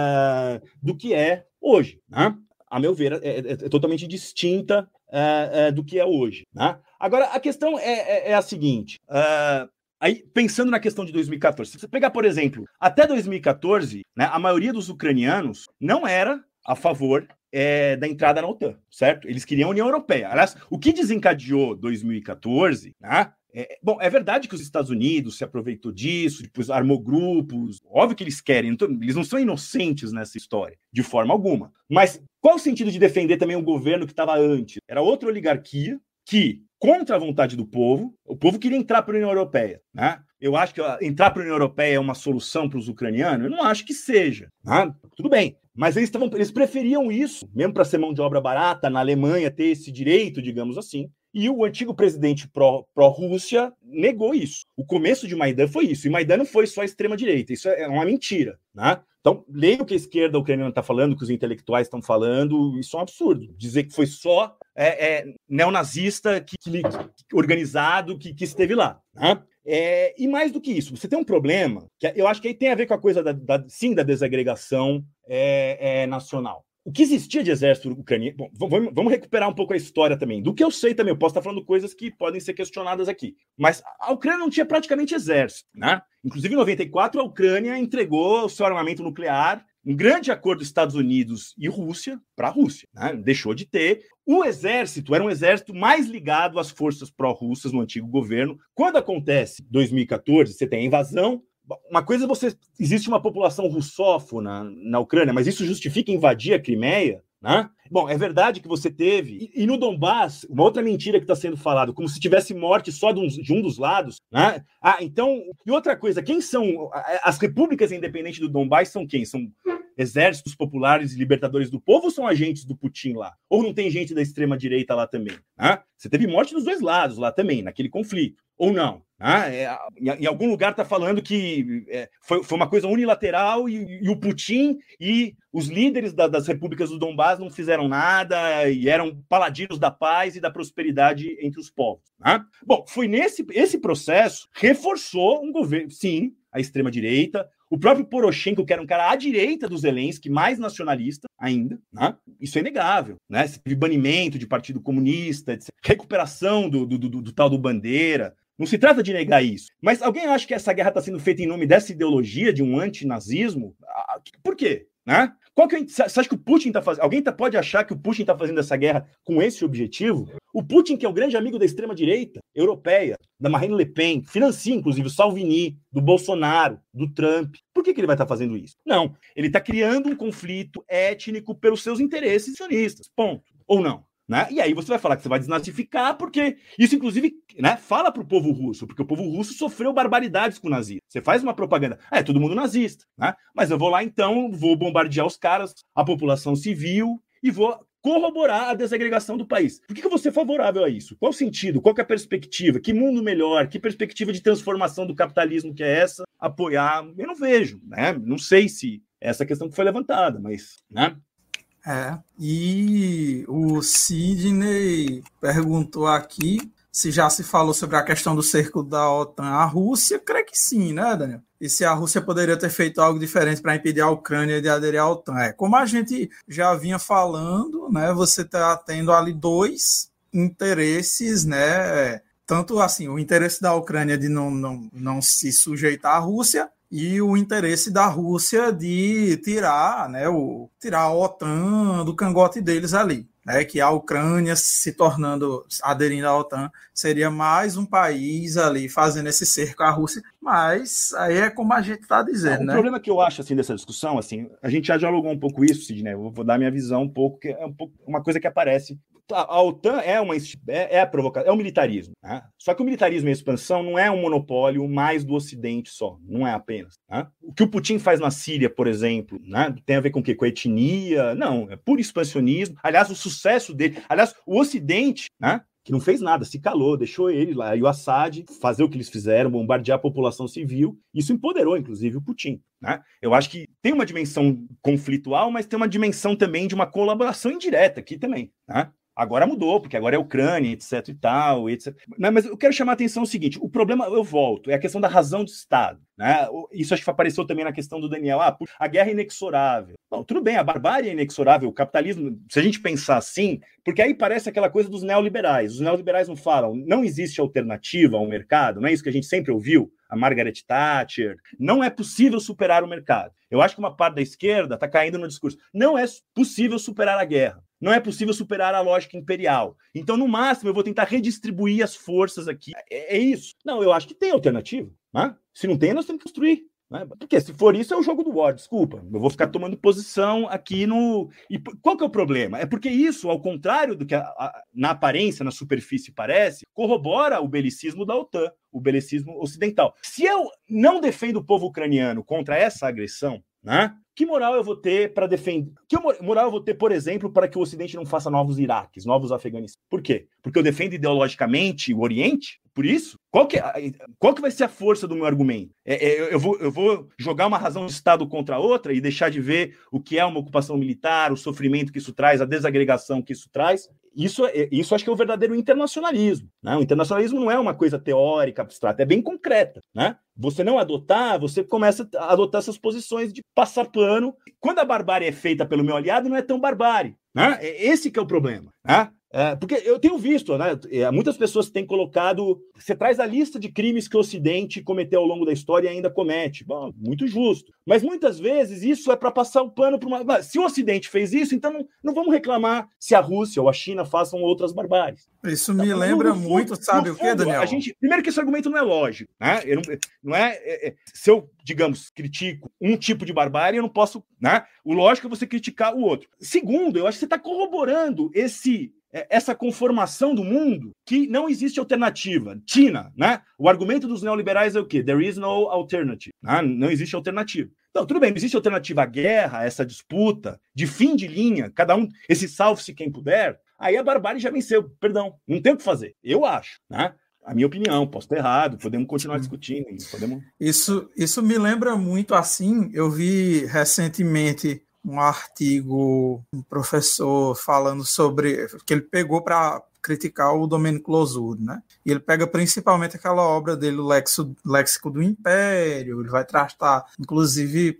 é, do que é hoje. Né? A meu ver, é, é, é totalmente distinta é, é, do que é hoje. Né? Agora, a questão é, é, é a seguinte... Uh, Aí, pensando na questão de dois mil e quatorze, se você pegar, por exemplo, até dois mil e quatorze, né, a maioria dos ucranianos não era a favor é, da entrada na OTAN, certo? Eles queriam a União Europeia. Aliás, o que desencadeou dois mil e quatorze, né? É, bom, é verdade que os Estados Unidos se aproveitou disso, depois armou grupos, óbvio que eles querem, então, eles não são inocentes nessa história, de forma alguma. Mas qual o sentido de defender também o governo que estava antes? Era outra oligarquia que, contra a vontade do povo, o povo queria entrar para a União Europeia, né? Eu acho que entrar para a União Europeia é uma solução para os ucranianos? Eu não acho que seja, né? Tudo bem, mas eles, tavam, eles preferiam isso, mesmo para ser mão de obra barata, na Alemanha ter esse direito, digamos assim, e o antigo presidente pró, pró-Rússia negou isso. O começo de Maidan foi isso, e Maidan não foi só a extrema-direita, isso é uma mentira, né? Então, leia o que a esquerda ucraniana está falando, o que os intelectuais estão falando, isso é um absurdo. Dizer que foi só é, é, neonazista que, que, que, organizado que, que esteve lá. Né? É, e mais do que isso, você tem um problema, que eu acho que aí tem a ver com a coisa, da, da, sim, da desagregação é, é, nacional. O que existia de exército ucraniano... Bom, vamos, vamos recuperar um pouco a história também. Do que eu sei também, eu posso estar falando coisas que podem ser questionadas aqui. Mas a Ucrânia não tinha praticamente exército, né? Inclusive, em noventa e quatro, a Ucrânia entregou o seu armamento nuclear, um grande acordo dos Estados Unidos e Rússia, para a Rússia, né? Deixou de ter. O exército era um exército mais ligado às forças pró-russas no antigo governo. Quando acontece dois mil e quatorze, você tem a invasão. Uma coisa é você... Existe uma população russófona na Ucrânia, mas isso justifica invadir a Crimeia, né? Bom, é verdade que você teve... E, e no Donbass, uma outra mentira que está sendo falada, como se tivesse morte só de um, de um dos lados, né? Ah, então... E outra coisa, quem são... As repúblicas independentes do Donbass são quem? São exércitos populares e libertadores do povo ou são agentes do Putin lá? Ou não tem gente da extrema-direita lá também? Né? Você teve morte dos dois lados lá também, naquele conflito. Ou não? Ah, é, em, em algum lugar está falando que é, foi, foi uma coisa unilateral e, e o Putin e os líderes da, das repúblicas do Donbass não fizeram nada e eram paladinos da paz e da prosperidade entre os povos. Né? Bom, foi nesse esse processo reforçou um governo, sim, a extrema-direita, o próprio Poroshenko, que era um cara à direita do Zelensky, mais nacionalista ainda, né? Isso é inegável, né? Você teve banimento de Partido Comunista, recuperação do, do, do, do, do tal do Bandeira. Não se trata de negar isso. Mas alguém acha que essa guerra está sendo feita em nome dessa ideologia de um antinazismo? Por quê? Né? Qual que é, você acha que o Putin está fazendo? Alguém tá, pode achar que o Putin está fazendo essa guerra com esse objetivo? O Putin, que é o grande amigo da extrema-direita europeia, da Marine Le Pen, financia, inclusive, o Salvini, do Bolsonaro, do Trump. Por que, que ele vai estar tá fazendo isso? Não. Ele está criando um conflito étnico pelos seus interesses sionistas. Ponto. Ou não? Né? E aí você vai falar que você vai desnazificar, porque isso, inclusive, né, fala para o povo russo, porque o povo russo sofreu barbaridades com o nazismo. Você faz uma propaganda, ah, é todo mundo nazista, né? Mas eu vou lá então, vou bombardear os caras, a população civil, e vou corroborar a desagregação do país. Por que, que eu vou ser favorável a isso? Qual o sentido? Qual que é a perspectiva? Que mundo melhor? Que perspectiva de transformação do capitalismo que é essa? Apoiar? Eu não vejo, né? Não sei se é essa questão que foi levantada, mas, né? É, e o Sidney perguntou aqui se já se falou sobre a questão do cerco da OTAN à Rússia. Creio que sim, né, Daniel? E se a Rússia poderia ter feito algo diferente para impedir a Ucrânia de aderir à OTAN. É, como a gente já vinha falando, né, você está tendo ali dois interesses, né, tanto assim, o interesse da Ucrânia de não, não, não se sujeitar à Rússia e o interesse da Rússia de tirar, né, o, tirar a OTAN do cangote deles ali. Né, que a Ucrânia se tornando, aderindo à OTAN, seria mais um país ali fazendo esse cerco à Rússia, mas aí é como a gente está dizendo. Não, o né? problema que eu acho assim, dessa discussão, assim, a gente já dialogou um pouco isso, Sidney, eu vou dar minha visão um pouco, que é um pouco, uma coisa que aparece. A OTAN é uma é, é a provocação, é o militarismo. Né? Só que o militarismo e a expansão não é um monopólio mais do Ocidente só, não é apenas. Né? O que o Putin faz na Síria, por exemplo, né? Tem a ver com o quê? Com a etnia? Não, é puro expansionismo. Aliás, o sucesso dele, aliás, o Ocidente, né? Que não fez nada, se calou, deixou ele lá, e o Assad fazer o que eles fizeram, bombardear a população civil, isso empoderou, inclusive, o Putin. Né? Eu acho que tem uma dimensão conflitual, mas tem uma dimensão também de uma colaboração indireta aqui também, né? Agora mudou, porque agora é Ucrânia, etc e tal, etcétera. Mas eu quero chamar a atenção o seguinte, o problema, eu volto, é a questão da razão do Estado. Né? Isso acho que apareceu também na questão do Daniel. Ah, a guerra é inexorável. Bom, tudo bem, a barbárie é inexorável, o capitalismo, se a gente pensar assim, porque aí parece aquela coisa dos neoliberais. Os neoliberais não falam, não existe alternativa ao mercado, não é isso que a gente sempre ouviu? A Margaret Thatcher, não é possível superar o mercado. Eu acho que uma parte da esquerda está caindo no discurso. Não é possível superar a guerra. Não é possível superar a lógica imperial. Então, no máximo, eu vou tentar redistribuir as forças aqui. É, é isso. Não, eu acho que tem alternativa. Né? Se não tem, nós temos que construir. Né? Porque se for isso, é o jogo do War, desculpa. Eu vou ficar tomando posição aqui no... E qual que é o problema? É porque isso, ao contrário do que a, a, na aparência, na superfície parece, corrobora o belicismo da OTAN, o belicismo ocidental. Se eu não defendo o povo ucraniano contra essa agressão, né? Que moral eu vou ter para defender? Que moral eu vou ter, por exemplo, para que o Ocidente não faça novos Iraques, novos Afeganistão? Por quê? Porque eu defendo ideologicamente o Oriente? Por isso? Qual que, é, qual que vai ser a força do meu argumento? É, é, eu, vou, eu vou jogar uma razão de Estado contra outra e deixar de ver o que é uma ocupação militar, o sofrimento que isso traz, a desagregação que isso traz? Isso, isso acho que é o verdadeiro internacionalismo. Né? O internacionalismo não é uma coisa teórica, abstrata, é bem concreta. Né? Você não adotar, você começa a adotar essas posições de passar pano. Quando a barbárie é feita pelo meu aliado, não é tão barbárie. Né? Esse que é o problema. Né? É, porque eu tenho visto, né, muitas pessoas têm colocado... Você traz a lista de crimes que o Ocidente cometeu ao longo da história e ainda comete. Bom, muito justo. Mas muitas vezes isso é para passar o pano para uma... Se o Ocidente fez isso, então não, não vamos reclamar se a Rússia ou a China façam outras barbáries. Isso me então, lembra no, no muito, fundo, sabe o que, Daniel? A gente, primeiro que esse argumento não é lógico. Né? Eu não, não é, é, é... Se eu, digamos, critico um tipo de barbárie, eu não posso... Né? O lógico é você criticar o outro. Segundo, eu acho que você está corroborando esse... essa conformação do mundo que não existe alternativa. China, né? O argumento dos neoliberais é o quê? There is no alternative. Né? Não existe alternativa. Então, tudo bem, não existe alternativa à guerra, a essa disputa de fim de linha, cada um, esse salve-se quem puder, aí a barbárie já venceu, perdão, não tem o que fazer, eu acho, né? A minha opinião, posso estar errado, podemos continuar discutindo. Podemos... Isso, isso me lembra muito assim, eu vi recentemente um artigo, um professor falando sobre, que ele pegou para criticar o Domênico Losurdo, né? E ele pega principalmente aquela obra dele, o Léxico, Léxico do Império, ele vai tratar, inclusive,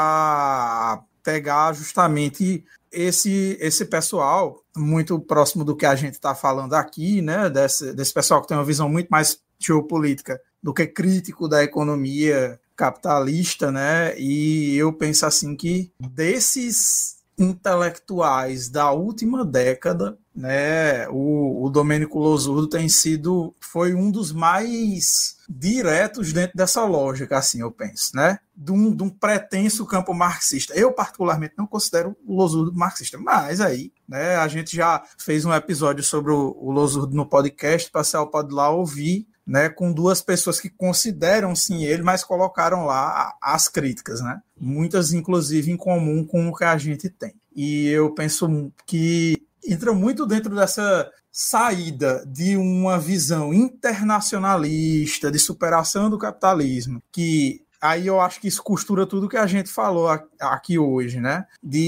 para pegar justamente esse, esse pessoal, muito próximo do que a gente está falando aqui, né? Desse, desse pessoal que tem uma visão muito mais geopolítica do que crítico da economia capitalista, né? E eu penso assim que desses intelectuais da última década, né, o, o Domênico Losurdo tem sido, foi um dos mais diretos dentro dessa lógica, assim, eu penso, né? De um, de um pretenso campo marxista. Eu, particularmente, não considero o Losurdo marxista, mas aí, né, a gente já fez um episódio sobre o, o Losurdo no podcast, o pessoal pode lá ouvir, né, com duas pessoas que consideram sim ele, mas colocaram lá as críticas, né? Muitas, inclusive, em comum com o que a gente tem. E eu penso que entra muito dentro dessa saída de uma visão internacionalista, de superação do capitalismo, que aí eu acho que isso costura tudo que a gente falou aqui hoje, né?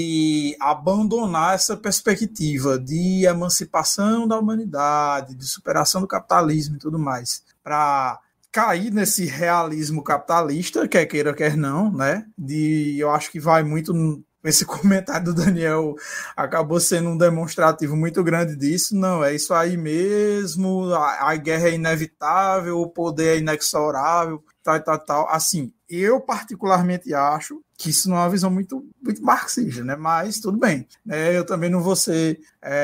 De abandonar essa perspectiva de emancipação da humanidade, de superação do capitalismo e tudo mais, para cair nesse realismo capitalista, quer queira, quer não, né? De, eu acho que vai muito... Esse comentário do Daniel acabou sendo um demonstrativo muito grande disso. Não, é isso aí mesmo, a, a guerra é inevitável, o poder é inexorável, tal, tal, tal. Assim, eu particularmente acho que isso não é uma visão muito, muito marxista, né? Mas tudo bem. É, eu também não vou ser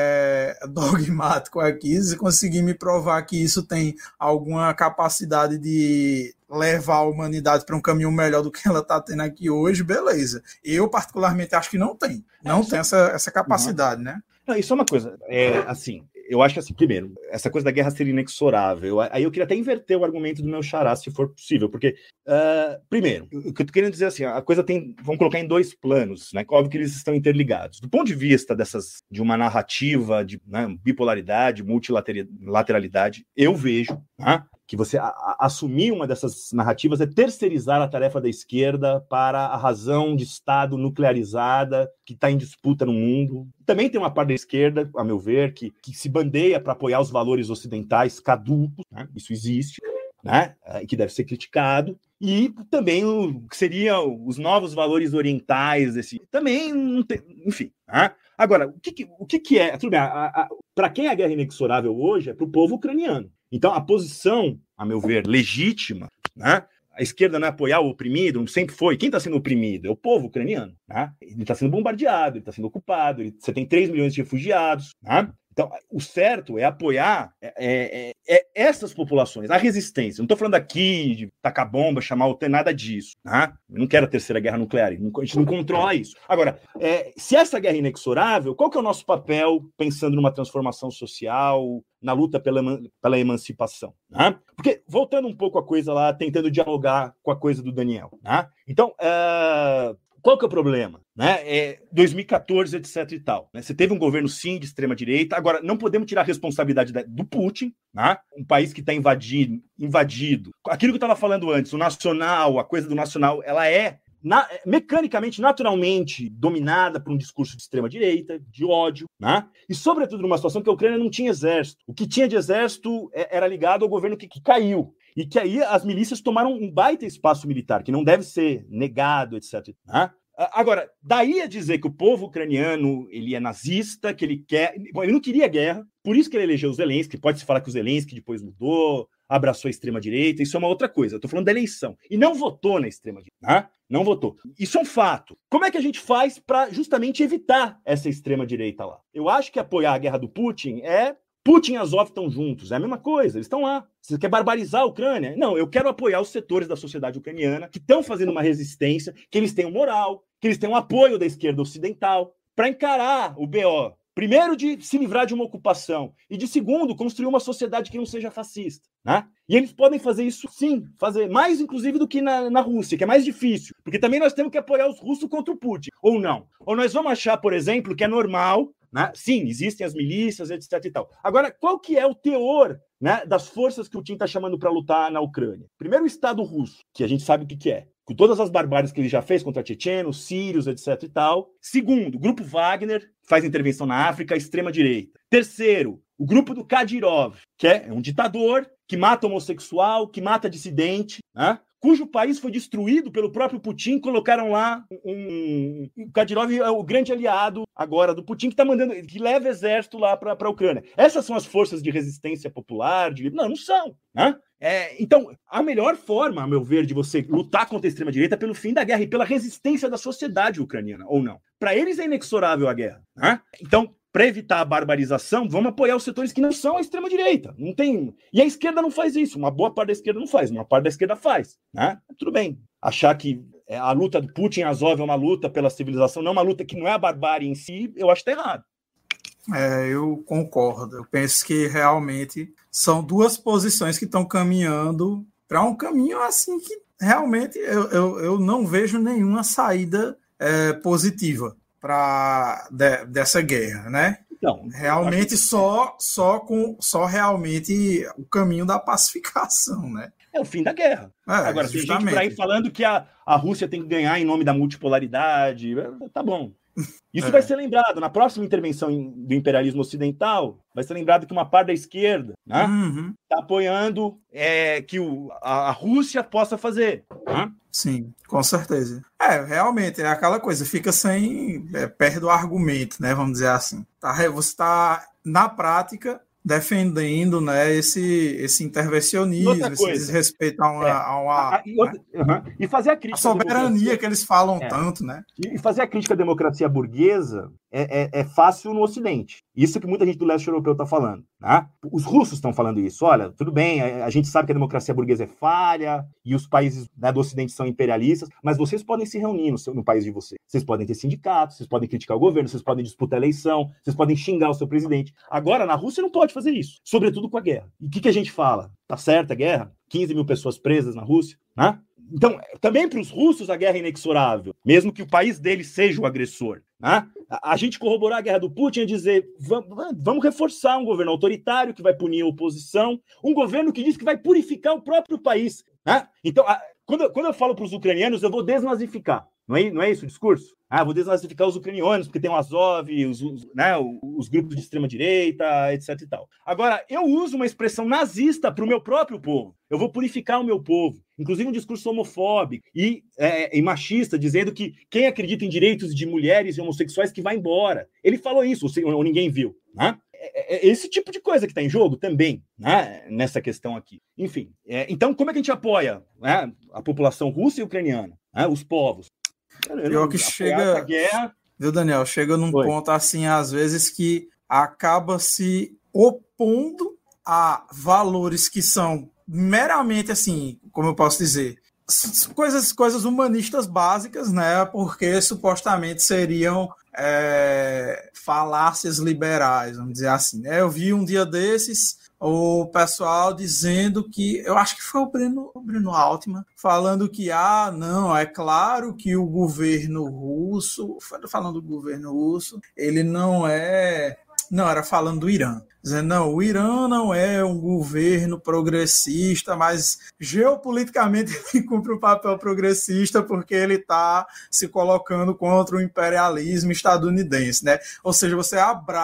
é, dogmático aqui. Se conseguir me provar que isso tem alguma capacidade de levar a humanidade para um caminho melhor do que ela está tendo aqui hoje, beleza. Eu, particularmente, acho que não tem. Não é, tem essa, essa capacidade, uhum. né? Não, isso é uma coisa, é, assim, eu acho que assim, primeiro, essa coisa da guerra ser inexorável, aí eu queria até inverter o argumento do meu xará, se for possível, porque, uh, primeiro, o que eu tô querendo dizer assim, a coisa tem, vamos colocar em dois planos, né, óbvio que eles estão interligados. Do ponto de vista dessas, de uma narrativa de né, bipolaridade, multilateralidade, eu vejo, né, que você a, a, assumir uma dessas narrativas é terceirizar a tarefa da esquerda para a razão de Estado nuclearizada que está em disputa no mundo. Também tem uma parte da esquerda, a meu ver, que, que se bandeia para apoiar os valores ocidentais caducos, né? Isso existe, né? Que deve ser criticado. E também o que seriam os novos valores orientais, esse, também não tem, enfim. Né? Agora, o que, o que, que é? Tudo bem, para quem a guerra inexorável hoje é para o povo ucraniano. Então, a posição, a meu ver, legítima, né? A esquerda não é apoiar o oprimido, sempre foi. Quem está sendo oprimido é o povo ucraniano. Né? Ele está sendo bombardeado, ele está sendo ocupado, ele, você tem três milhões de refugiados. Né? Então, o certo é apoiar é, é, é essas populações, a resistência. Não estou falando aqui de tacar bomba, chamar o T, nada disso. Né? Eu não quero a terceira guerra nuclear, a gente não controla isso. Agora, é, se essa guerra é inexorável, qual que é o nosso papel pensando numa transformação social, na luta pela, pela emancipação? Né? Porque, voltando um pouco a coisa lá, tentando dialogar com a coisa do Daniel. Né? Então, é... qual que é o problema? Né? É dois mil e catorze, etc e tal. Né? Você teve um governo, sim, de extrema-direita. Agora, não podemos tirar a responsabilidade do Putin, né? Um país que está invadido, invadido. Aquilo que eu estava falando antes, o nacional, a coisa do nacional, ela é Na, mecanicamente, naturalmente, dominada por um discurso de extrema-direita, de ódio, né? E, sobretudo, numa situação que a Ucrânia não tinha exército. O que tinha de exército era ligado ao governo que, que caiu. E que aí as milícias tomaram um baita espaço militar, que não deve ser negado, etc. Né? Agora, daí a dizer que o povo ucraniano ele é nazista, que ele quer... Bom, ele não queria guerra, por isso que ele elegeu o Zelensky. Pode-se falar que o Zelensky depois mudou, abraçou a extrema-direita, isso é uma outra coisa. Eu estou falando da eleição. E não votou na extrema-direita. Né? Não votou. Isso é um fato. Como é que a gente faz para justamente evitar essa extrema-direita lá? Eu acho que apoiar a guerra do Putin é... Putin e Azov estão juntos, é a mesma coisa, eles estão lá. Você quer barbarizar a Ucrânia? Não, eu quero apoiar os setores da sociedade ucraniana que estão fazendo uma resistência, que eles tenham moral, que eles tenham apoio da esquerda ocidental para encarar o B O. Primeiro, de se livrar de uma ocupação. E, de segundo, construir uma sociedade que não seja fascista. Né? E eles podem fazer isso, sim. Fazer mais, inclusive, do que na, na Rússia, que é mais difícil. Porque também nós temos que apoiar os russos contra o Putin. Ou não. Ou nós vamos achar, por exemplo, que é normal... Né? Sim, existem as milícias, etc e tal. Agora, qual que é o teor, né, das forças que o Putin está chamando para lutar na Ucrânia? Primeiro, o Estado russo, que a gente sabe o que, que é. Com todas as barbáries que ele já fez contra tchetchenos, sírios, etc e tal. Segundo, o Grupo Wagner, faz intervenção na África, extrema-direita. Terceiro, o grupo do Kadyrov, que é um ditador que mata homossexual, que mata dissidente, né? Cujo país foi destruído pelo próprio Putin, colocaram lá um... O Kadyrov é o grande aliado agora do Putin, que tá mandando, que leva exército lá para a Ucrânia. Essas são as forças de resistência popular? De... Não, não são, né? É, então, a melhor forma, a meu ver, de você lutar contra a extrema-direita é pelo fim da guerra e pela resistência da sociedade ucraniana, ou não. Para eles é inexorável a guerra, né? Então, para evitar a barbarização, vamos apoiar os setores que não são a extrema-direita. Não tem... E a esquerda não faz isso. Uma boa parte da esquerda não faz, uma parte da esquerda faz. Né? Tudo bem. Achar que a luta do Putin e Azov é uma luta pela civilização, não é uma luta que não é a barbárie em si, eu acho que está errado. É, eu concordo. Eu penso que realmente são duas posições que estão caminhando para um caminho assim que realmente eu, eu, eu não vejo nenhuma saída é, positiva para de, dessa guerra, né? Então, realmente acho... só, só, com, só realmente o caminho da pacificação, né? É o fim da guerra. É, Agora, justamente. Tem gente por aí falando que a, a Rússia tem que ganhar em nome da multipolaridade. Tá bom. Isso é. vai ser lembrado na próxima intervenção do imperialismo ocidental. Vai ser lembrado que uma parte da esquerda está né, uhum. apoiando é, que o, a, a Rússia possa fazer. Né? Sim, com certeza. É, realmente, é aquela coisa, fica sem... É, perde o argumento, né? Vamos dizer assim. Tá, você está, na prática... defendendo, né, esse, esse intervencionismo, esse desrespeito a uma... É. A uma a, a, e, outra, né? uhum. e fazer a crítica... A soberania que eles falam é. tanto, né? E fazer a crítica à democracia burguesa é, é, é fácil no Ocidente. Isso que muita gente do leste europeu está falando. Né? Os russos estão falando isso. Olha, tudo bem, a, a gente sabe que a democracia burguesa é falha e os países né, do Ocidente são imperialistas, mas vocês podem se reunir no, seu, no país de vocês. Vocês podem ter sindicatos, vocês podem criticar o governo, vocês podem disputar a eleição, vocês podem xingar o seu presidente. Agora, na Rússia não pode fazer isso, sobretudo com a guerra. E o que, que a gente fala? Tá certa a guerra? quinze mil pessoas presas na Rússia, né? Então, também para os russos a guerra é inexorável, mesmo que o país deles seja o agressor. Né? A, a gente corroborar a guerra do Putin é dizer, vamos, vamos reforçar um governo autoritário que vai punir a oposição, um governo que diz que vai purificar o próprio país. Né? Então, a, quando, quando eu falo para os ucranianos, eu vou desnazificar. Não é, não é esse o discurso? Ah, vou desnazificar os ucranianos, porque tem o Azov, os, os, né, os grupos de extrema-direita, etc e tal. Agora, eu uso uma expressão nazista para o meu próprio povo. Eu vou purificar o meu povo. Inclusive um discurso homofóbico e, é, e machista, dizendo que quem acredita em direitos de mulheres e homossexuais que vai embora. Ele falou isso, ou, ou ninguém viu. Né? É, é esse tipo de coisa que está em jogo também, né, nessa questão aqui. Enfim, é, então como é que a gente apoia né, a população russa e ucraniana, né, os povos? Pior que chega, guerra... viu, Daniel? Chega num Oi. ponto assim, às vezes, que acaba se opondo a valores que são meramente, assim, como eu posso dizer, coisas, coisas humanistas básicas, né? Porque supostamente seriam é, falácias liberais, vamos dizer assim, né? Eu vi um dia desses o pessoal dizendo que, eu acho que foi o Breno, o Breno Altman, falando que, ah, não, é claro que o governo russo, falando do governo russo, ele não é, não, era falando do Irã, dizendo, não, o Irã não é um governo progressista, mas geopoliticamente ele cumpre um papel progressista porque ele está se colocando contra o imperialismo estadunidense, né? Ou seja, você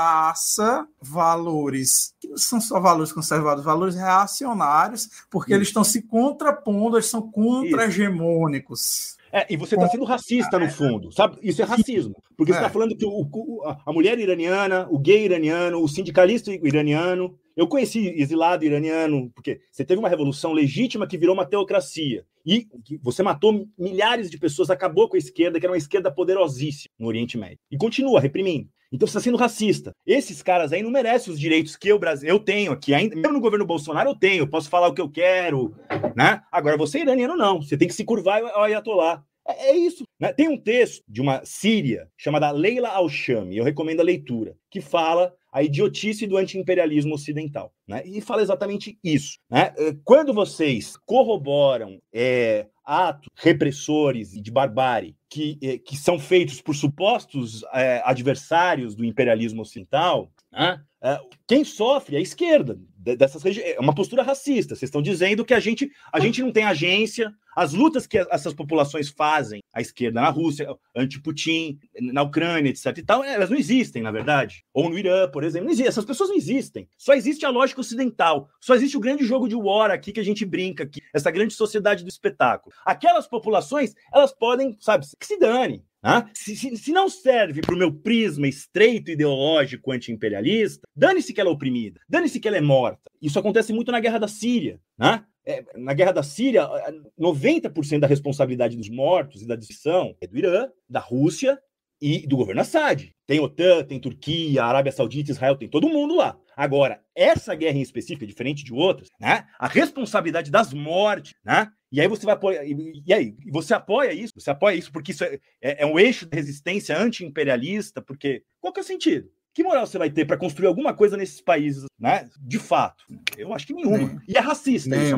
abraça valores que não são só valores conservadores, valores reacionários, porque Isso. eles estão se contrapondo, eles são contra-hegemônicos. É, e você está sendo racista, no fundo, sabe? Isso é racismo. Porque é. você está falando que o, o, a mulher iraniana, o gay iraniano, o sindicalista iraniano... Eu conheci exilado iraniano, porque você teve uma revolução legítima que virou uma teocracia. E você matou milhares de pessoas, acabou com a esquerda, que era uma esquerda poderosíssima no Oriente Médio. E continua reprimindo. Então você está sendo racista. Esses caras aí não merecem os direitos que eu, Brasil, eu tenho aqui. Ainda, mesmo no governo Bolsonaro eu tenho, eu posso falar o que eu quero. Né? Agora você iraniano não, você tem que se curvar ao Ayatollah. É, é isso. Né? Tem um texto de uma síria chamada Leila Al-Shami, eu recomendo a leitura, que fala a idiotice do anti-imperialismo ocidental. Né? E fala exatamente isso. Né? Quando vocês corroboram é, atos repressores de barbárie que, é, que são feitos por supostos é, adversários do imperialismo ocidental, né? é, quem sofre é a esquerda dessas regiões. É uma postura racista. Vocês estão dizendo que a gente, a gente não tem agência. As lutas que essas populações fazem, a esquerda na Rússia, anti-Putin, na Ucrânia, etc e tal, elas não existem, na verdade. Ou no Irã, por exemplo. Não existem. Essas pessoas não existem. Só existe a lógica ocidental. Só existe o grande jogo de war aqui que a gente brinca aqui. Essa grande sociedade do espetáculo. Aquelas populações, elas podem, sabe, que se dane. Né? Se, se, se não serve para o meu prisma estreito ideológico anti-imperialista, dane-se que ela é oprimida, dane-se que ela é morta. Isso acontece muito na Guerra da Síria. Né? É, na Guerra da Síria, noventa por cento da responsabilidade dos mortos e da destruição é do Irã, da Rússia e do governo Assad. Tem OTAN, tem Turquia, Arábia Saudita, Israel, tem todo mundo lá. Agora, essa guerra em específico, diferente de outras, né? A responsabilidade das mortes, né? E aí você vai apoiar, e, e aí, você apoia isso? Você apoia isso porque isso é, é, é um eixo de resistência anti-imperialista, porque qual que é o sentido? Que moral você vai ter para construir alguma coisa nesses países, né? De fato. Eu acho que nenhuma. Nem, e é racista isso, nenhuma.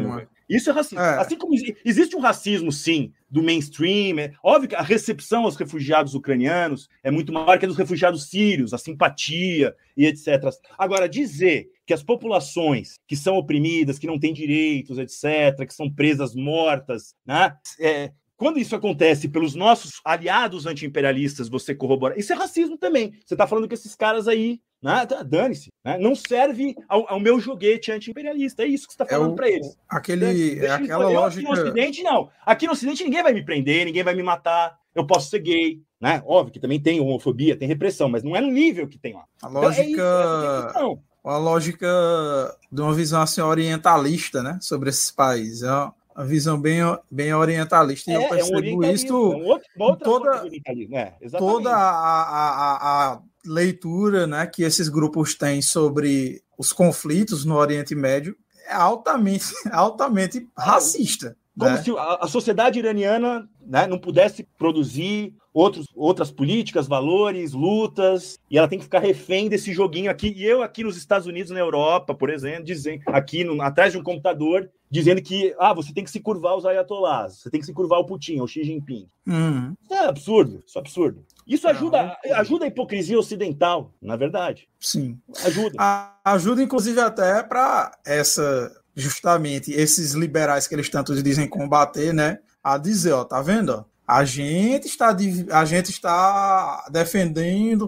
Isso é racismo. É. Assim como existe um racismo, sim, do mainstream. É óbvio que a recepção aos refugiados ucranianos é muito maior que a dos refugiados sírios, a simpatia e etcétera. Agora, dizer que as populações que são oprimidas, que não têm direitos, etcétera, que são presas mortas, né? É, quando isso acontece pelos nossos aliados anti-imperialistas, você corrobora. Isso é racismo também. Você está falando que esses caras aí, né, dane-se, né, não serve ao, ao meu joguete anti-imperialista. É isso que você está falando é para eles. Aquele, é aquela eu, lógica... Aqui no Ocidente, não. Aqui no Ocidente ninguém vai me prender, ninguém vai me matar. Eu posso ser gay, né? Óbvio que também tem homofobia, tem repressão, mas não é no nível que tem lá. A lógica... Então, é isso, a lógica de uma visão assim, orientalista, né, sobre esses países. É uma uma visão bem, bem orientalista. E é, eu percebo é um isso é um outro, outra toda, é, toda a, a, a leitura, né, que esses grupos têm sobre os conflitos no Oriente Médio é altamente, altamente racista. Como né? se a, a sociedade iraniana, né, não pudesse produzir outros, outras políticas, valores, lutas, e ela tem que ficar refém desse joguinho aqui. E eu aqui nos Estados Unidos, na Europa, por exemplo, dizendo, aqui no, atrás de um computador, dizendo que ah, você tem que se curvar aos ayatollahs, você tem que se curvar ao Putin, ao Xi Jinping. Uhum. Isso é absurdo, isso é absurdo. Isso ajuda, não, ajuda a hipocrisia ocidental, na verdade. Sim. Ajuda. A, ajuda, inclusive, até para essa... justamente esses liberais que eles tanto dizem combater, né, a dizer, ó, tá vendo, ó, a gente está a gente está defendendo o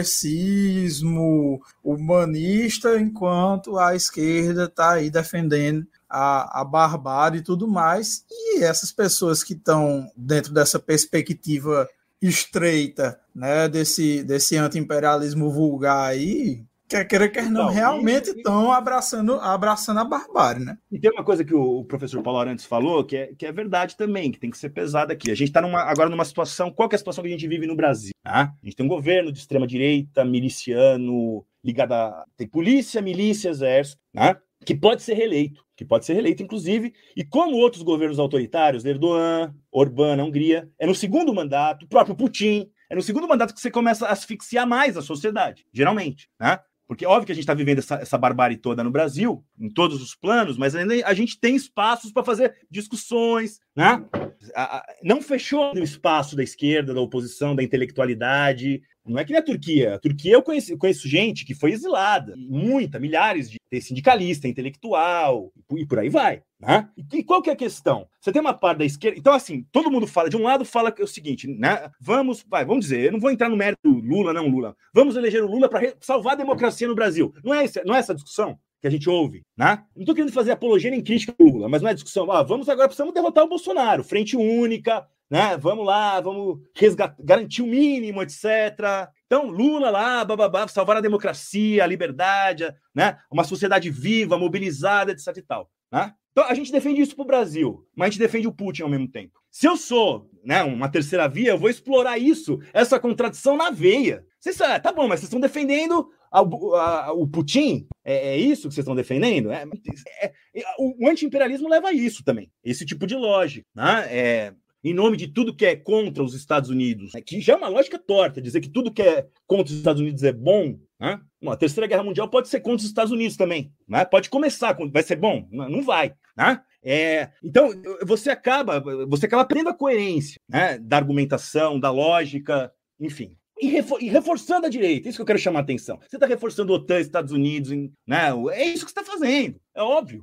progressismo humanista enquanto a esquerda está aí defendendo a, a barbárie e tudo mais, e essas pessoas que estão dentro dessa perspectiva estreita, né, desse, desse anti-imperialismo vulgar aí, quer queira, quer não, então, realmente estão abraçando, abraçando a barbárie, né? E tem uma coisa que o professor Paulo Arantes falou, que é, que é verdade também, que tem que ser pesada aqui. A gente está agora numa situação, qual que é a situação que a gente vive no Brasil? Tá? A gente tem um governo de extrema-direita, miliciano, ligado a... tem polícia, milícia, exército, né? Que pode ser reeleito, que pode ser reeleito, inclusive, e como outros governos autoritários, Erdogan, Orbán na Hungria, é no segundo mandato, o próprio Putin, é no segundo mandato que você começa a asfixiar mais a sociedade, geralmente, né? Porque óbvio que a gente está vivendo essa, essa barbárie toda no Brasil, em todos os planos, mas ainda a gente tem espaços para fazer discussões, né? A, a, não fechou o espaço da esquerda, da oposição, da intelectualidade. Não é que nem a Turquia. A Turquia eu conheço, eu conheço gente que foi exilada, muita, milhares de sindicalista, intelectual, e por aí vai. Né? E qual que é a questão? Você tem uma parte da esquerda... Então, assim, todo mundo fala... De um lado fala que é o seguinte, né? Vamos, vai, vamos dizer, eu não vou entrar no mérito Lula, não Lula. Vamos eleger o Lula para salvar a democracia no Brasil. Não é, esse, não é essa a discussão que a gente ouve, né? Não estou querendo fazer apologia nem crítica ao Lula, mas não é discussão. Ah, vamos agora, precisamos derrotar o Bolsonaro. Frente única, né? Vamos lá, vamos resgatar, garantir o mínimo, etcétera. Então, Lula lá, bababá, salvar a democracia, a liberdade, né? Uma sociedade viva, mobilizada, etc e tal, né? Então, a gente defende isso para o Brasil, mas a gente defende o Putin ao mesmo tempo. Se eu sou, né, uma terceira via, eu vou explorar isso, essa contradição na veia. Vocês, ah, tá bom, mas vocês estão defendendo a, a, o Putin? É, é isso que vocês estão defendendo? É, é, é, o, o anti-imperialismo leva a isso também, esse tipo de lógica, né? É, em nome de tudo que é contra os Estados Unidos, né, que já é uma lógica torta, dizer que tudo que é contra os Estados Unidos é bom, né? A Terceira Guerra Mundial pode ser contra os Estados Unidos também, né? Pode começar, vai ser bom? Não vai, né? É, então, você acaba, você acaba perdendo a coerência, né, da argumentação, da lógica, enfim. E, refor- e reforçando a direita, isso que eu quero chamar a atenção. Você está reforçando a OTAN, Estados Unidos, né? É isso que você está fazendo, é óbvio.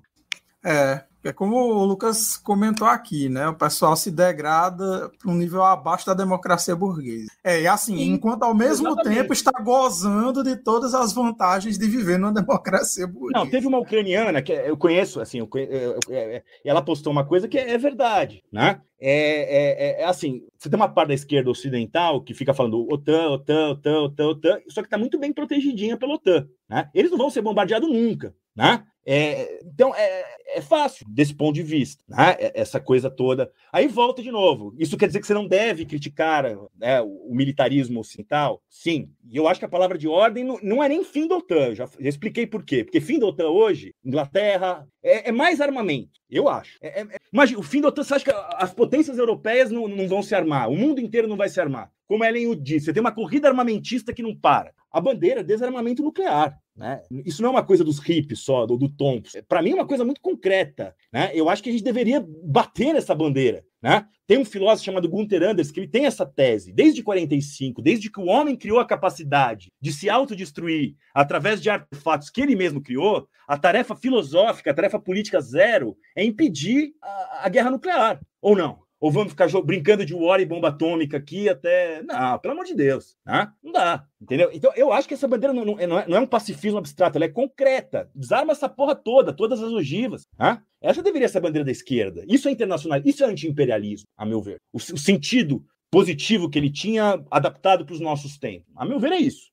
É, é como o Lucas comentou aqui, né? O pessoal se degrada para um nível abaixo da democracia burguesa. É, e assim, Sim, enquanto ao mesmo exatamente. tempo está gozando de todas as vantagens de viver numa democracia burguesa. Não, teve uma ucraniana que eu conheço, assim, eu conheço, eu, eu, eu, ela postou uma coisa que é, é verdade, né? É, é, é assim, você tem uma parte da esquerda ocidental que fica falando OTAN, OTAN, OTAN, OTAN, OTAN, só que está muito bem protegidinha pela OTAN, né? Eles não vão ser bombardeados nunca, né? É, então é, é fácil desse ponto de vista, né? Essa coisa toda. Aí volta de novo. Isso quer dizer que você não deve criticar, né, o militarismo ocidental? Sim. E eu acho que a palavra de ordem não, não é nem fim da OTAN. Eu já, já expliquei por quê. Porque fim da OTAN hoje, Inglaterra, é, é mais armamento. Eu acho. É, é, imagina, o fim da OTAN, você acha que as potências europeias não, não vão se armar? O mundo inteiro não vai se armar. Como a Ellen Wood disse, você tem uma corrida armamentista que não para. A bandeira é desarmamento nuclear. né? Isso não é uma coisa dos hippies só, do, do Thompson. Para mim é uma coisa muito concreta, né? Eu acho que a gente deveria bater nessa bandeira, né? Tem um filósofo chamado Gunther Anders que ele tem essa tese, desde quarenta e cinco, desde que o homem criou a capacidade de se autodestruir através de artefatos que ele mesmo criou, a tarefa filosófica, a tarefa política zero é impedir a, a guerra nuclear, ou não? Ou vamos ficar brincando de war e bomba atômica aqui até... Não, pelo amor de Deus, né? Não dá, entendeu? Então, eu acho que essa bandeira não, não, não, é, não é um pacifismo abstrato, ela é concreta. Desarma essa porra toda, todas as ogivas, né? Essa deveria ser a bandeira da esquerda. Isso é internacional, isso é anti-imperialismo, a meu ver. O, o sentido positivo que ele tinha adaptado para os nossos tempos. A meu ver, é isso.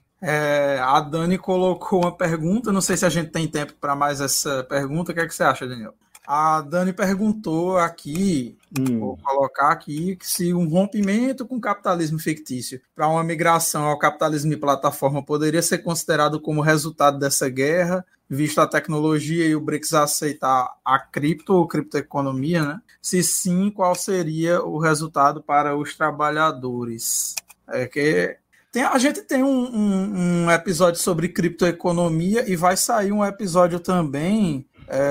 É, a Dani colocou uma pergunta, não sei se a gente tem tempo para mais essa pergunta. O que é que você acha, Daniel? A Dani perguntou aqui, hum. vou colocar aqui, que se um rompimento com o capitalismo fictício para uma migração ao capitalismo de plataforma poderia ser considerado como resultado dessa guerra, visto a tecnologia e o BRICS aceitar a cripto ou criptoeconomia, né? Se sim, qual seria o resultado para os trabalhadores? É que tem, a gente tem um, um, um episódio sobre criptoeconomia e vai sair um episódio também...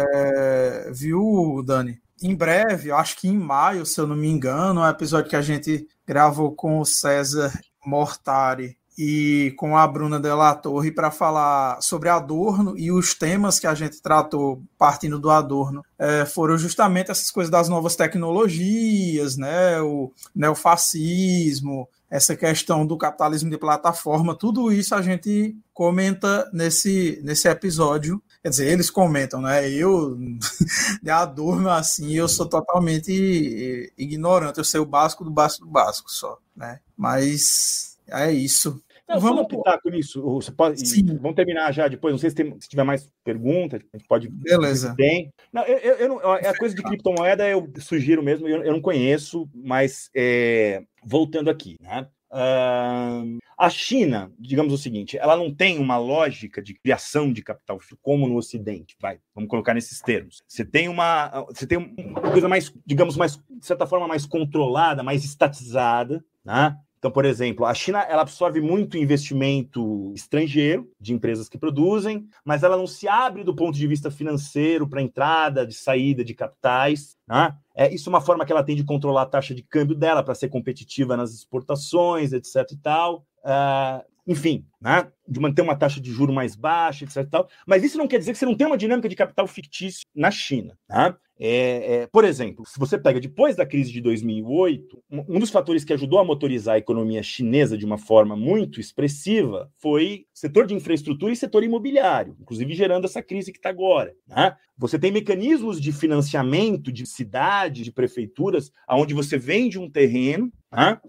É, viu, Dani? Em breve, eu acho que em maio, se eu não me engano, um episódio que a gente gravou com o César Mortari e com a Bruna Della Torre para falar sobre Adorno, e os temas que a gente tratou partindo do Adorno é, foram justamente essas coisas das novas tecnologias, né, o neofascismo, essa questão do capitalismo de plataforma, tudo isso a gente comenta nesse, nesse episódio. Quer dizer, eles comentam, né? Eu, de Adorno, assim, eu sou totalmente ignorante. Eu sei o básico do básico do básico só, né? Mas é isso. Não, vamos um pitaco nisso. Você pode, vamos terminar já depois. Não sei se, tem, se tiver mais perguntas, a gente pode. Beleza. Tem. Não, eu, eu, eu não, a coisa de criptomoeda eu sugiro mesmo, eu, eu não conheço, mas é, voltando aqui, né? Uh, a China, digamos o seguinte, ela não tem uma lógica de criação de capital como no Ocidente, vai, vamos colocar nesses termos. Você tem uma, você tem uma coisa mais, digamos, mais, de certa forma, mais controlada, mais estatizada, né? Então, por exemplo, a China ela absorve muito investimento estrangeiro de empresas que produzem, mas ela não se abre do ponto de vista financeiro para entrada, de saída de capitais, né? É, isso é uma forma que ela tem de controlar a taxa de câmbio dela para ser competitiva nas exportações, etc e tal. Uh, enfim, né? De manter uma taxa de juro mais baixa, etc e tal. Mas isso não quer dizer que você não tem uma dinâmica de capital fictício na China, né? É, é, por exemplo, se você pega depois da crise de dois mil e oito, um, um dos fatores que ajudou a motorizar a economia chinesa de uma forma muito expressiva foi setor de infraestrutura e setor imobiliário, inclusive gerando essa crise que está agora, né? Você tem mecanismos de financiamento de cidades, de prefeituras, onde você vende um terreno, né,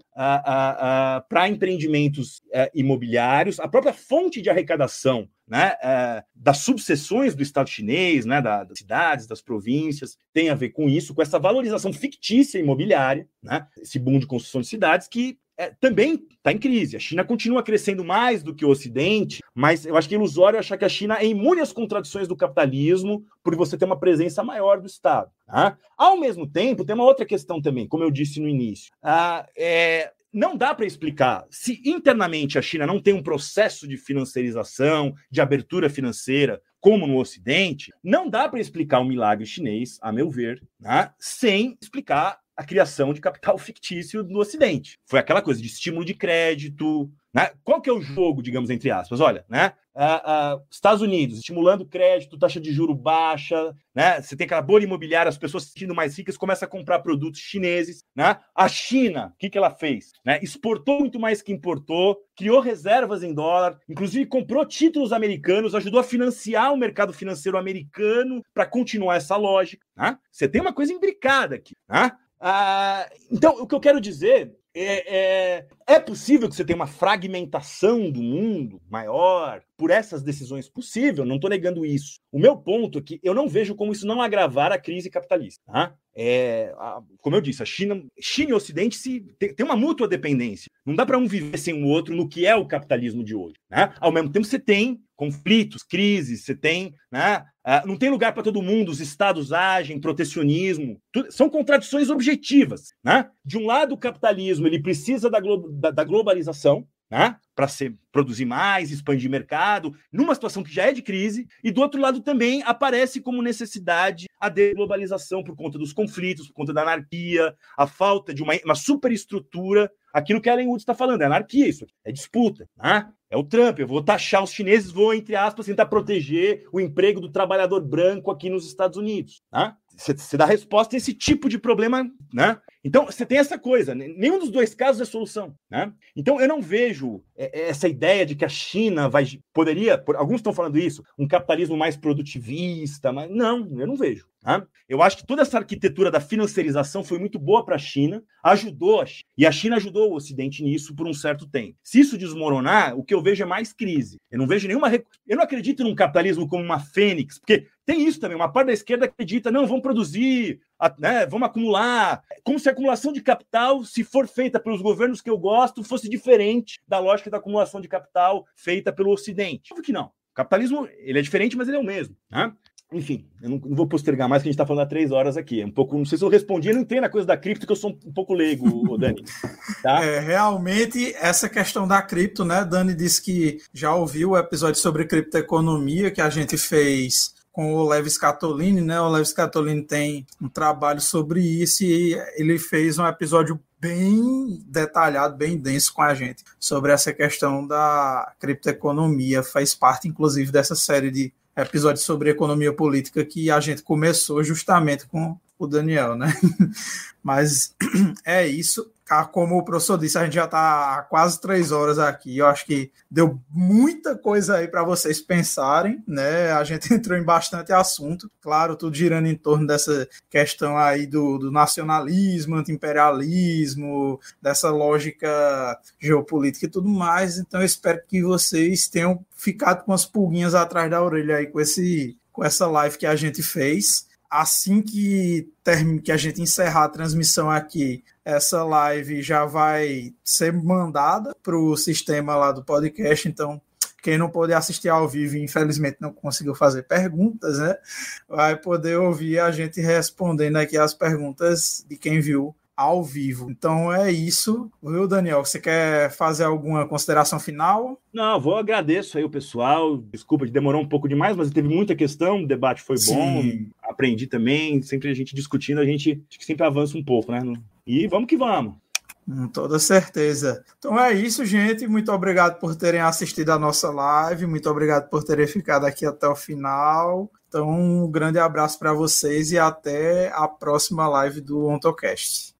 para empreendimentos é, imobiliários, a própria fonte de arrecadação, né, é, das subseções do Estado chinês, né, da, das cidades, das províncias, tem a ver com isso, com essa valorização fictícia imobiliária, né, esse boom de construção de cidades que é, também está em crise. A China continua crescendo mais do que o Ocidente, mas eu acho que é ilusório achar que a China é imune às contradições do capitalismo por você ter uma presença maior do Estado. Tá? Ao mesmo tempo, tem uma outra questão também, como eu disse no início. Ah, é... Não dá para explicar se internamente a China não tem um processo de financiarização, de abertura financeira, como no Ocidente, não dá para explicar o milagre chinês, a meu ver, né, sem explicar a criação de capital fictício no Ocidente. Foi aquela coisa de estímulo de crédito, né? Qual que é o jogo, digamos, entre aspas? Olha, né? Uh, uh, Estados Unidos estimulando crédito, taxa de juro baixa, né? Você tem aquela bolha imobiliária, as pessoas se sentindo mais ricas começam a comprar produtos chineses, né? A China, o que, que ela fez? Né? Exportou muito mais que importou, criou reservas em dólar, inclusive comprou títulos americanos, ajudou a financiar o mercado financeiro americano para continuar essa lógica, né? Você tem uma coisa imbricada aqui, né? Uh, então, o que eu quero dizer é, é, é possível que você tenha uma fragmentação do mundo maior por essas decisões? Possível, não estou negando isso. O meu ponto é que eu não vejo como isso não agravar a crise capitalista. Tá? É, a, como eu disse, a China, China e o Ocidente se, tem, tem uma mútua dependência. Não dá para um viver sem o outro no que é o capitalismo de hoje. Né? Ao mesmo tempo, você tem conflitos, crises, você tem... Né, uh, não tem lugar para todo mundo, os estados agem, protecionismo, tudo, são contradições objetivas. Né? De um lado, o capitalismo ele precisa da, glo, da, da globalização, né? Para produzir mais, expandir mercado, numa situação que já é de crise, e do outro lado também aparece como necessidade a deglobalização por conta dos conflitos, por conta da anarquia, a falta de uma, uma superestrutura. Aquilo que a Ellen Woods está falando, é anarquia, isso é disputa, né? É o Trump, eu vou taxar os chineses, vou, entre aspas, tentar proteger o emprego do trabalhador branco aqui nos Estados Unidos, né? Você dá resposta a esse tipo de problema, né? Então, você tem essa coisa, nenhum dos dois casos é solução, né? Então, eu não vejo essa ideia de que a China vai, poderia, alguns estão falando isso, um capitalismo mais produtivista, mas não, eu não vejo. Né? Eu acho que toda essa arquitetura da financiarização foi muito boa para a China, ajudou a China, e a China ajudou o Ocidente nisso por um certo tempo. Se isso desmoronar, o que eu vejo é mais crise. Eu não vejo nenhuma... Rec... Eu não acredito num capitalismo como uma fênix, porque tem isso também, uma parte da esquerda acredita, não, vamos produzir, né, vamos acumular, como se a acumulação de capital, se for feita pelos governos que eu gosto, fosse diferente da lógica da acumulação de capital feita pelo Ocidente. Óbvio que não. O capitalismo, ele é diferente, mas ele é o mesmo, né? Enfim, eu não, não vou postergar mais, que a gente está falando há três horas aqui. É um pouco, não sei se eu respondi, eu não entendo a coisa da cripto, que eu sou um pouco leigo, Dani. Tá? É, realmente, essa questão da cripto, né? Dani disse que já ouviu o episódio sobre criptoeconomia que a gente fez com o Levi Scatolini, né? O Levi Scatolini tem um trabalho sobre isso e ele fez um episódio bem detalhado, bem denso com a gente sobre essa questão da criptoeconomia. Faz parte, inclusive, dessa série de episódios sobre economia política que a gente começou justamente com o Daniel, né? Mas é isso. Como o professor disse, a gente já está há quase três horas aqui. Eu acho que deu muita coisa aí para vocês pensarem, né? A gente entrou em bastante assunto. Claro, tudo girando em torno dessa questão aí do, do nacionalismo, anti-imperialismo, dessa lógica geopolítica e tudo mais. Então, eu espero que vocês tenham ficado com as pulguinhas atrás da orelha aí com, esse, com essa live que a gente fez. Assim que, termine, que a gente encerrar a transmissão aqui, essa live já vai ser mandada para o sistema lá do podcast. Então, quem não pôde assistir ao vivo e infelizmente não conseguiu fazer perguntas, né, vai poder ouvir a gente respondendo aqui as perguntas de quem viu ao vivo. Então é isso, viu, Daniel? Você quer fazer alguma consideração final? Não, vou agradeço aí o pessoal. Desculpa, demorou um pouco demais, mas teve muita questão, o debate foi bom, Sim. Aprendi também, sempre a gente discutindo, a gente sempre avança um pouco, né? E vamos que vamos. Com toda certeza. Então é isso, gente. Muito obrigado por terem assistido a nossa live, muito obrigado por terem ficado aqui até o final. Então um grande abraço para vocês e até a próxima live do OntoCast.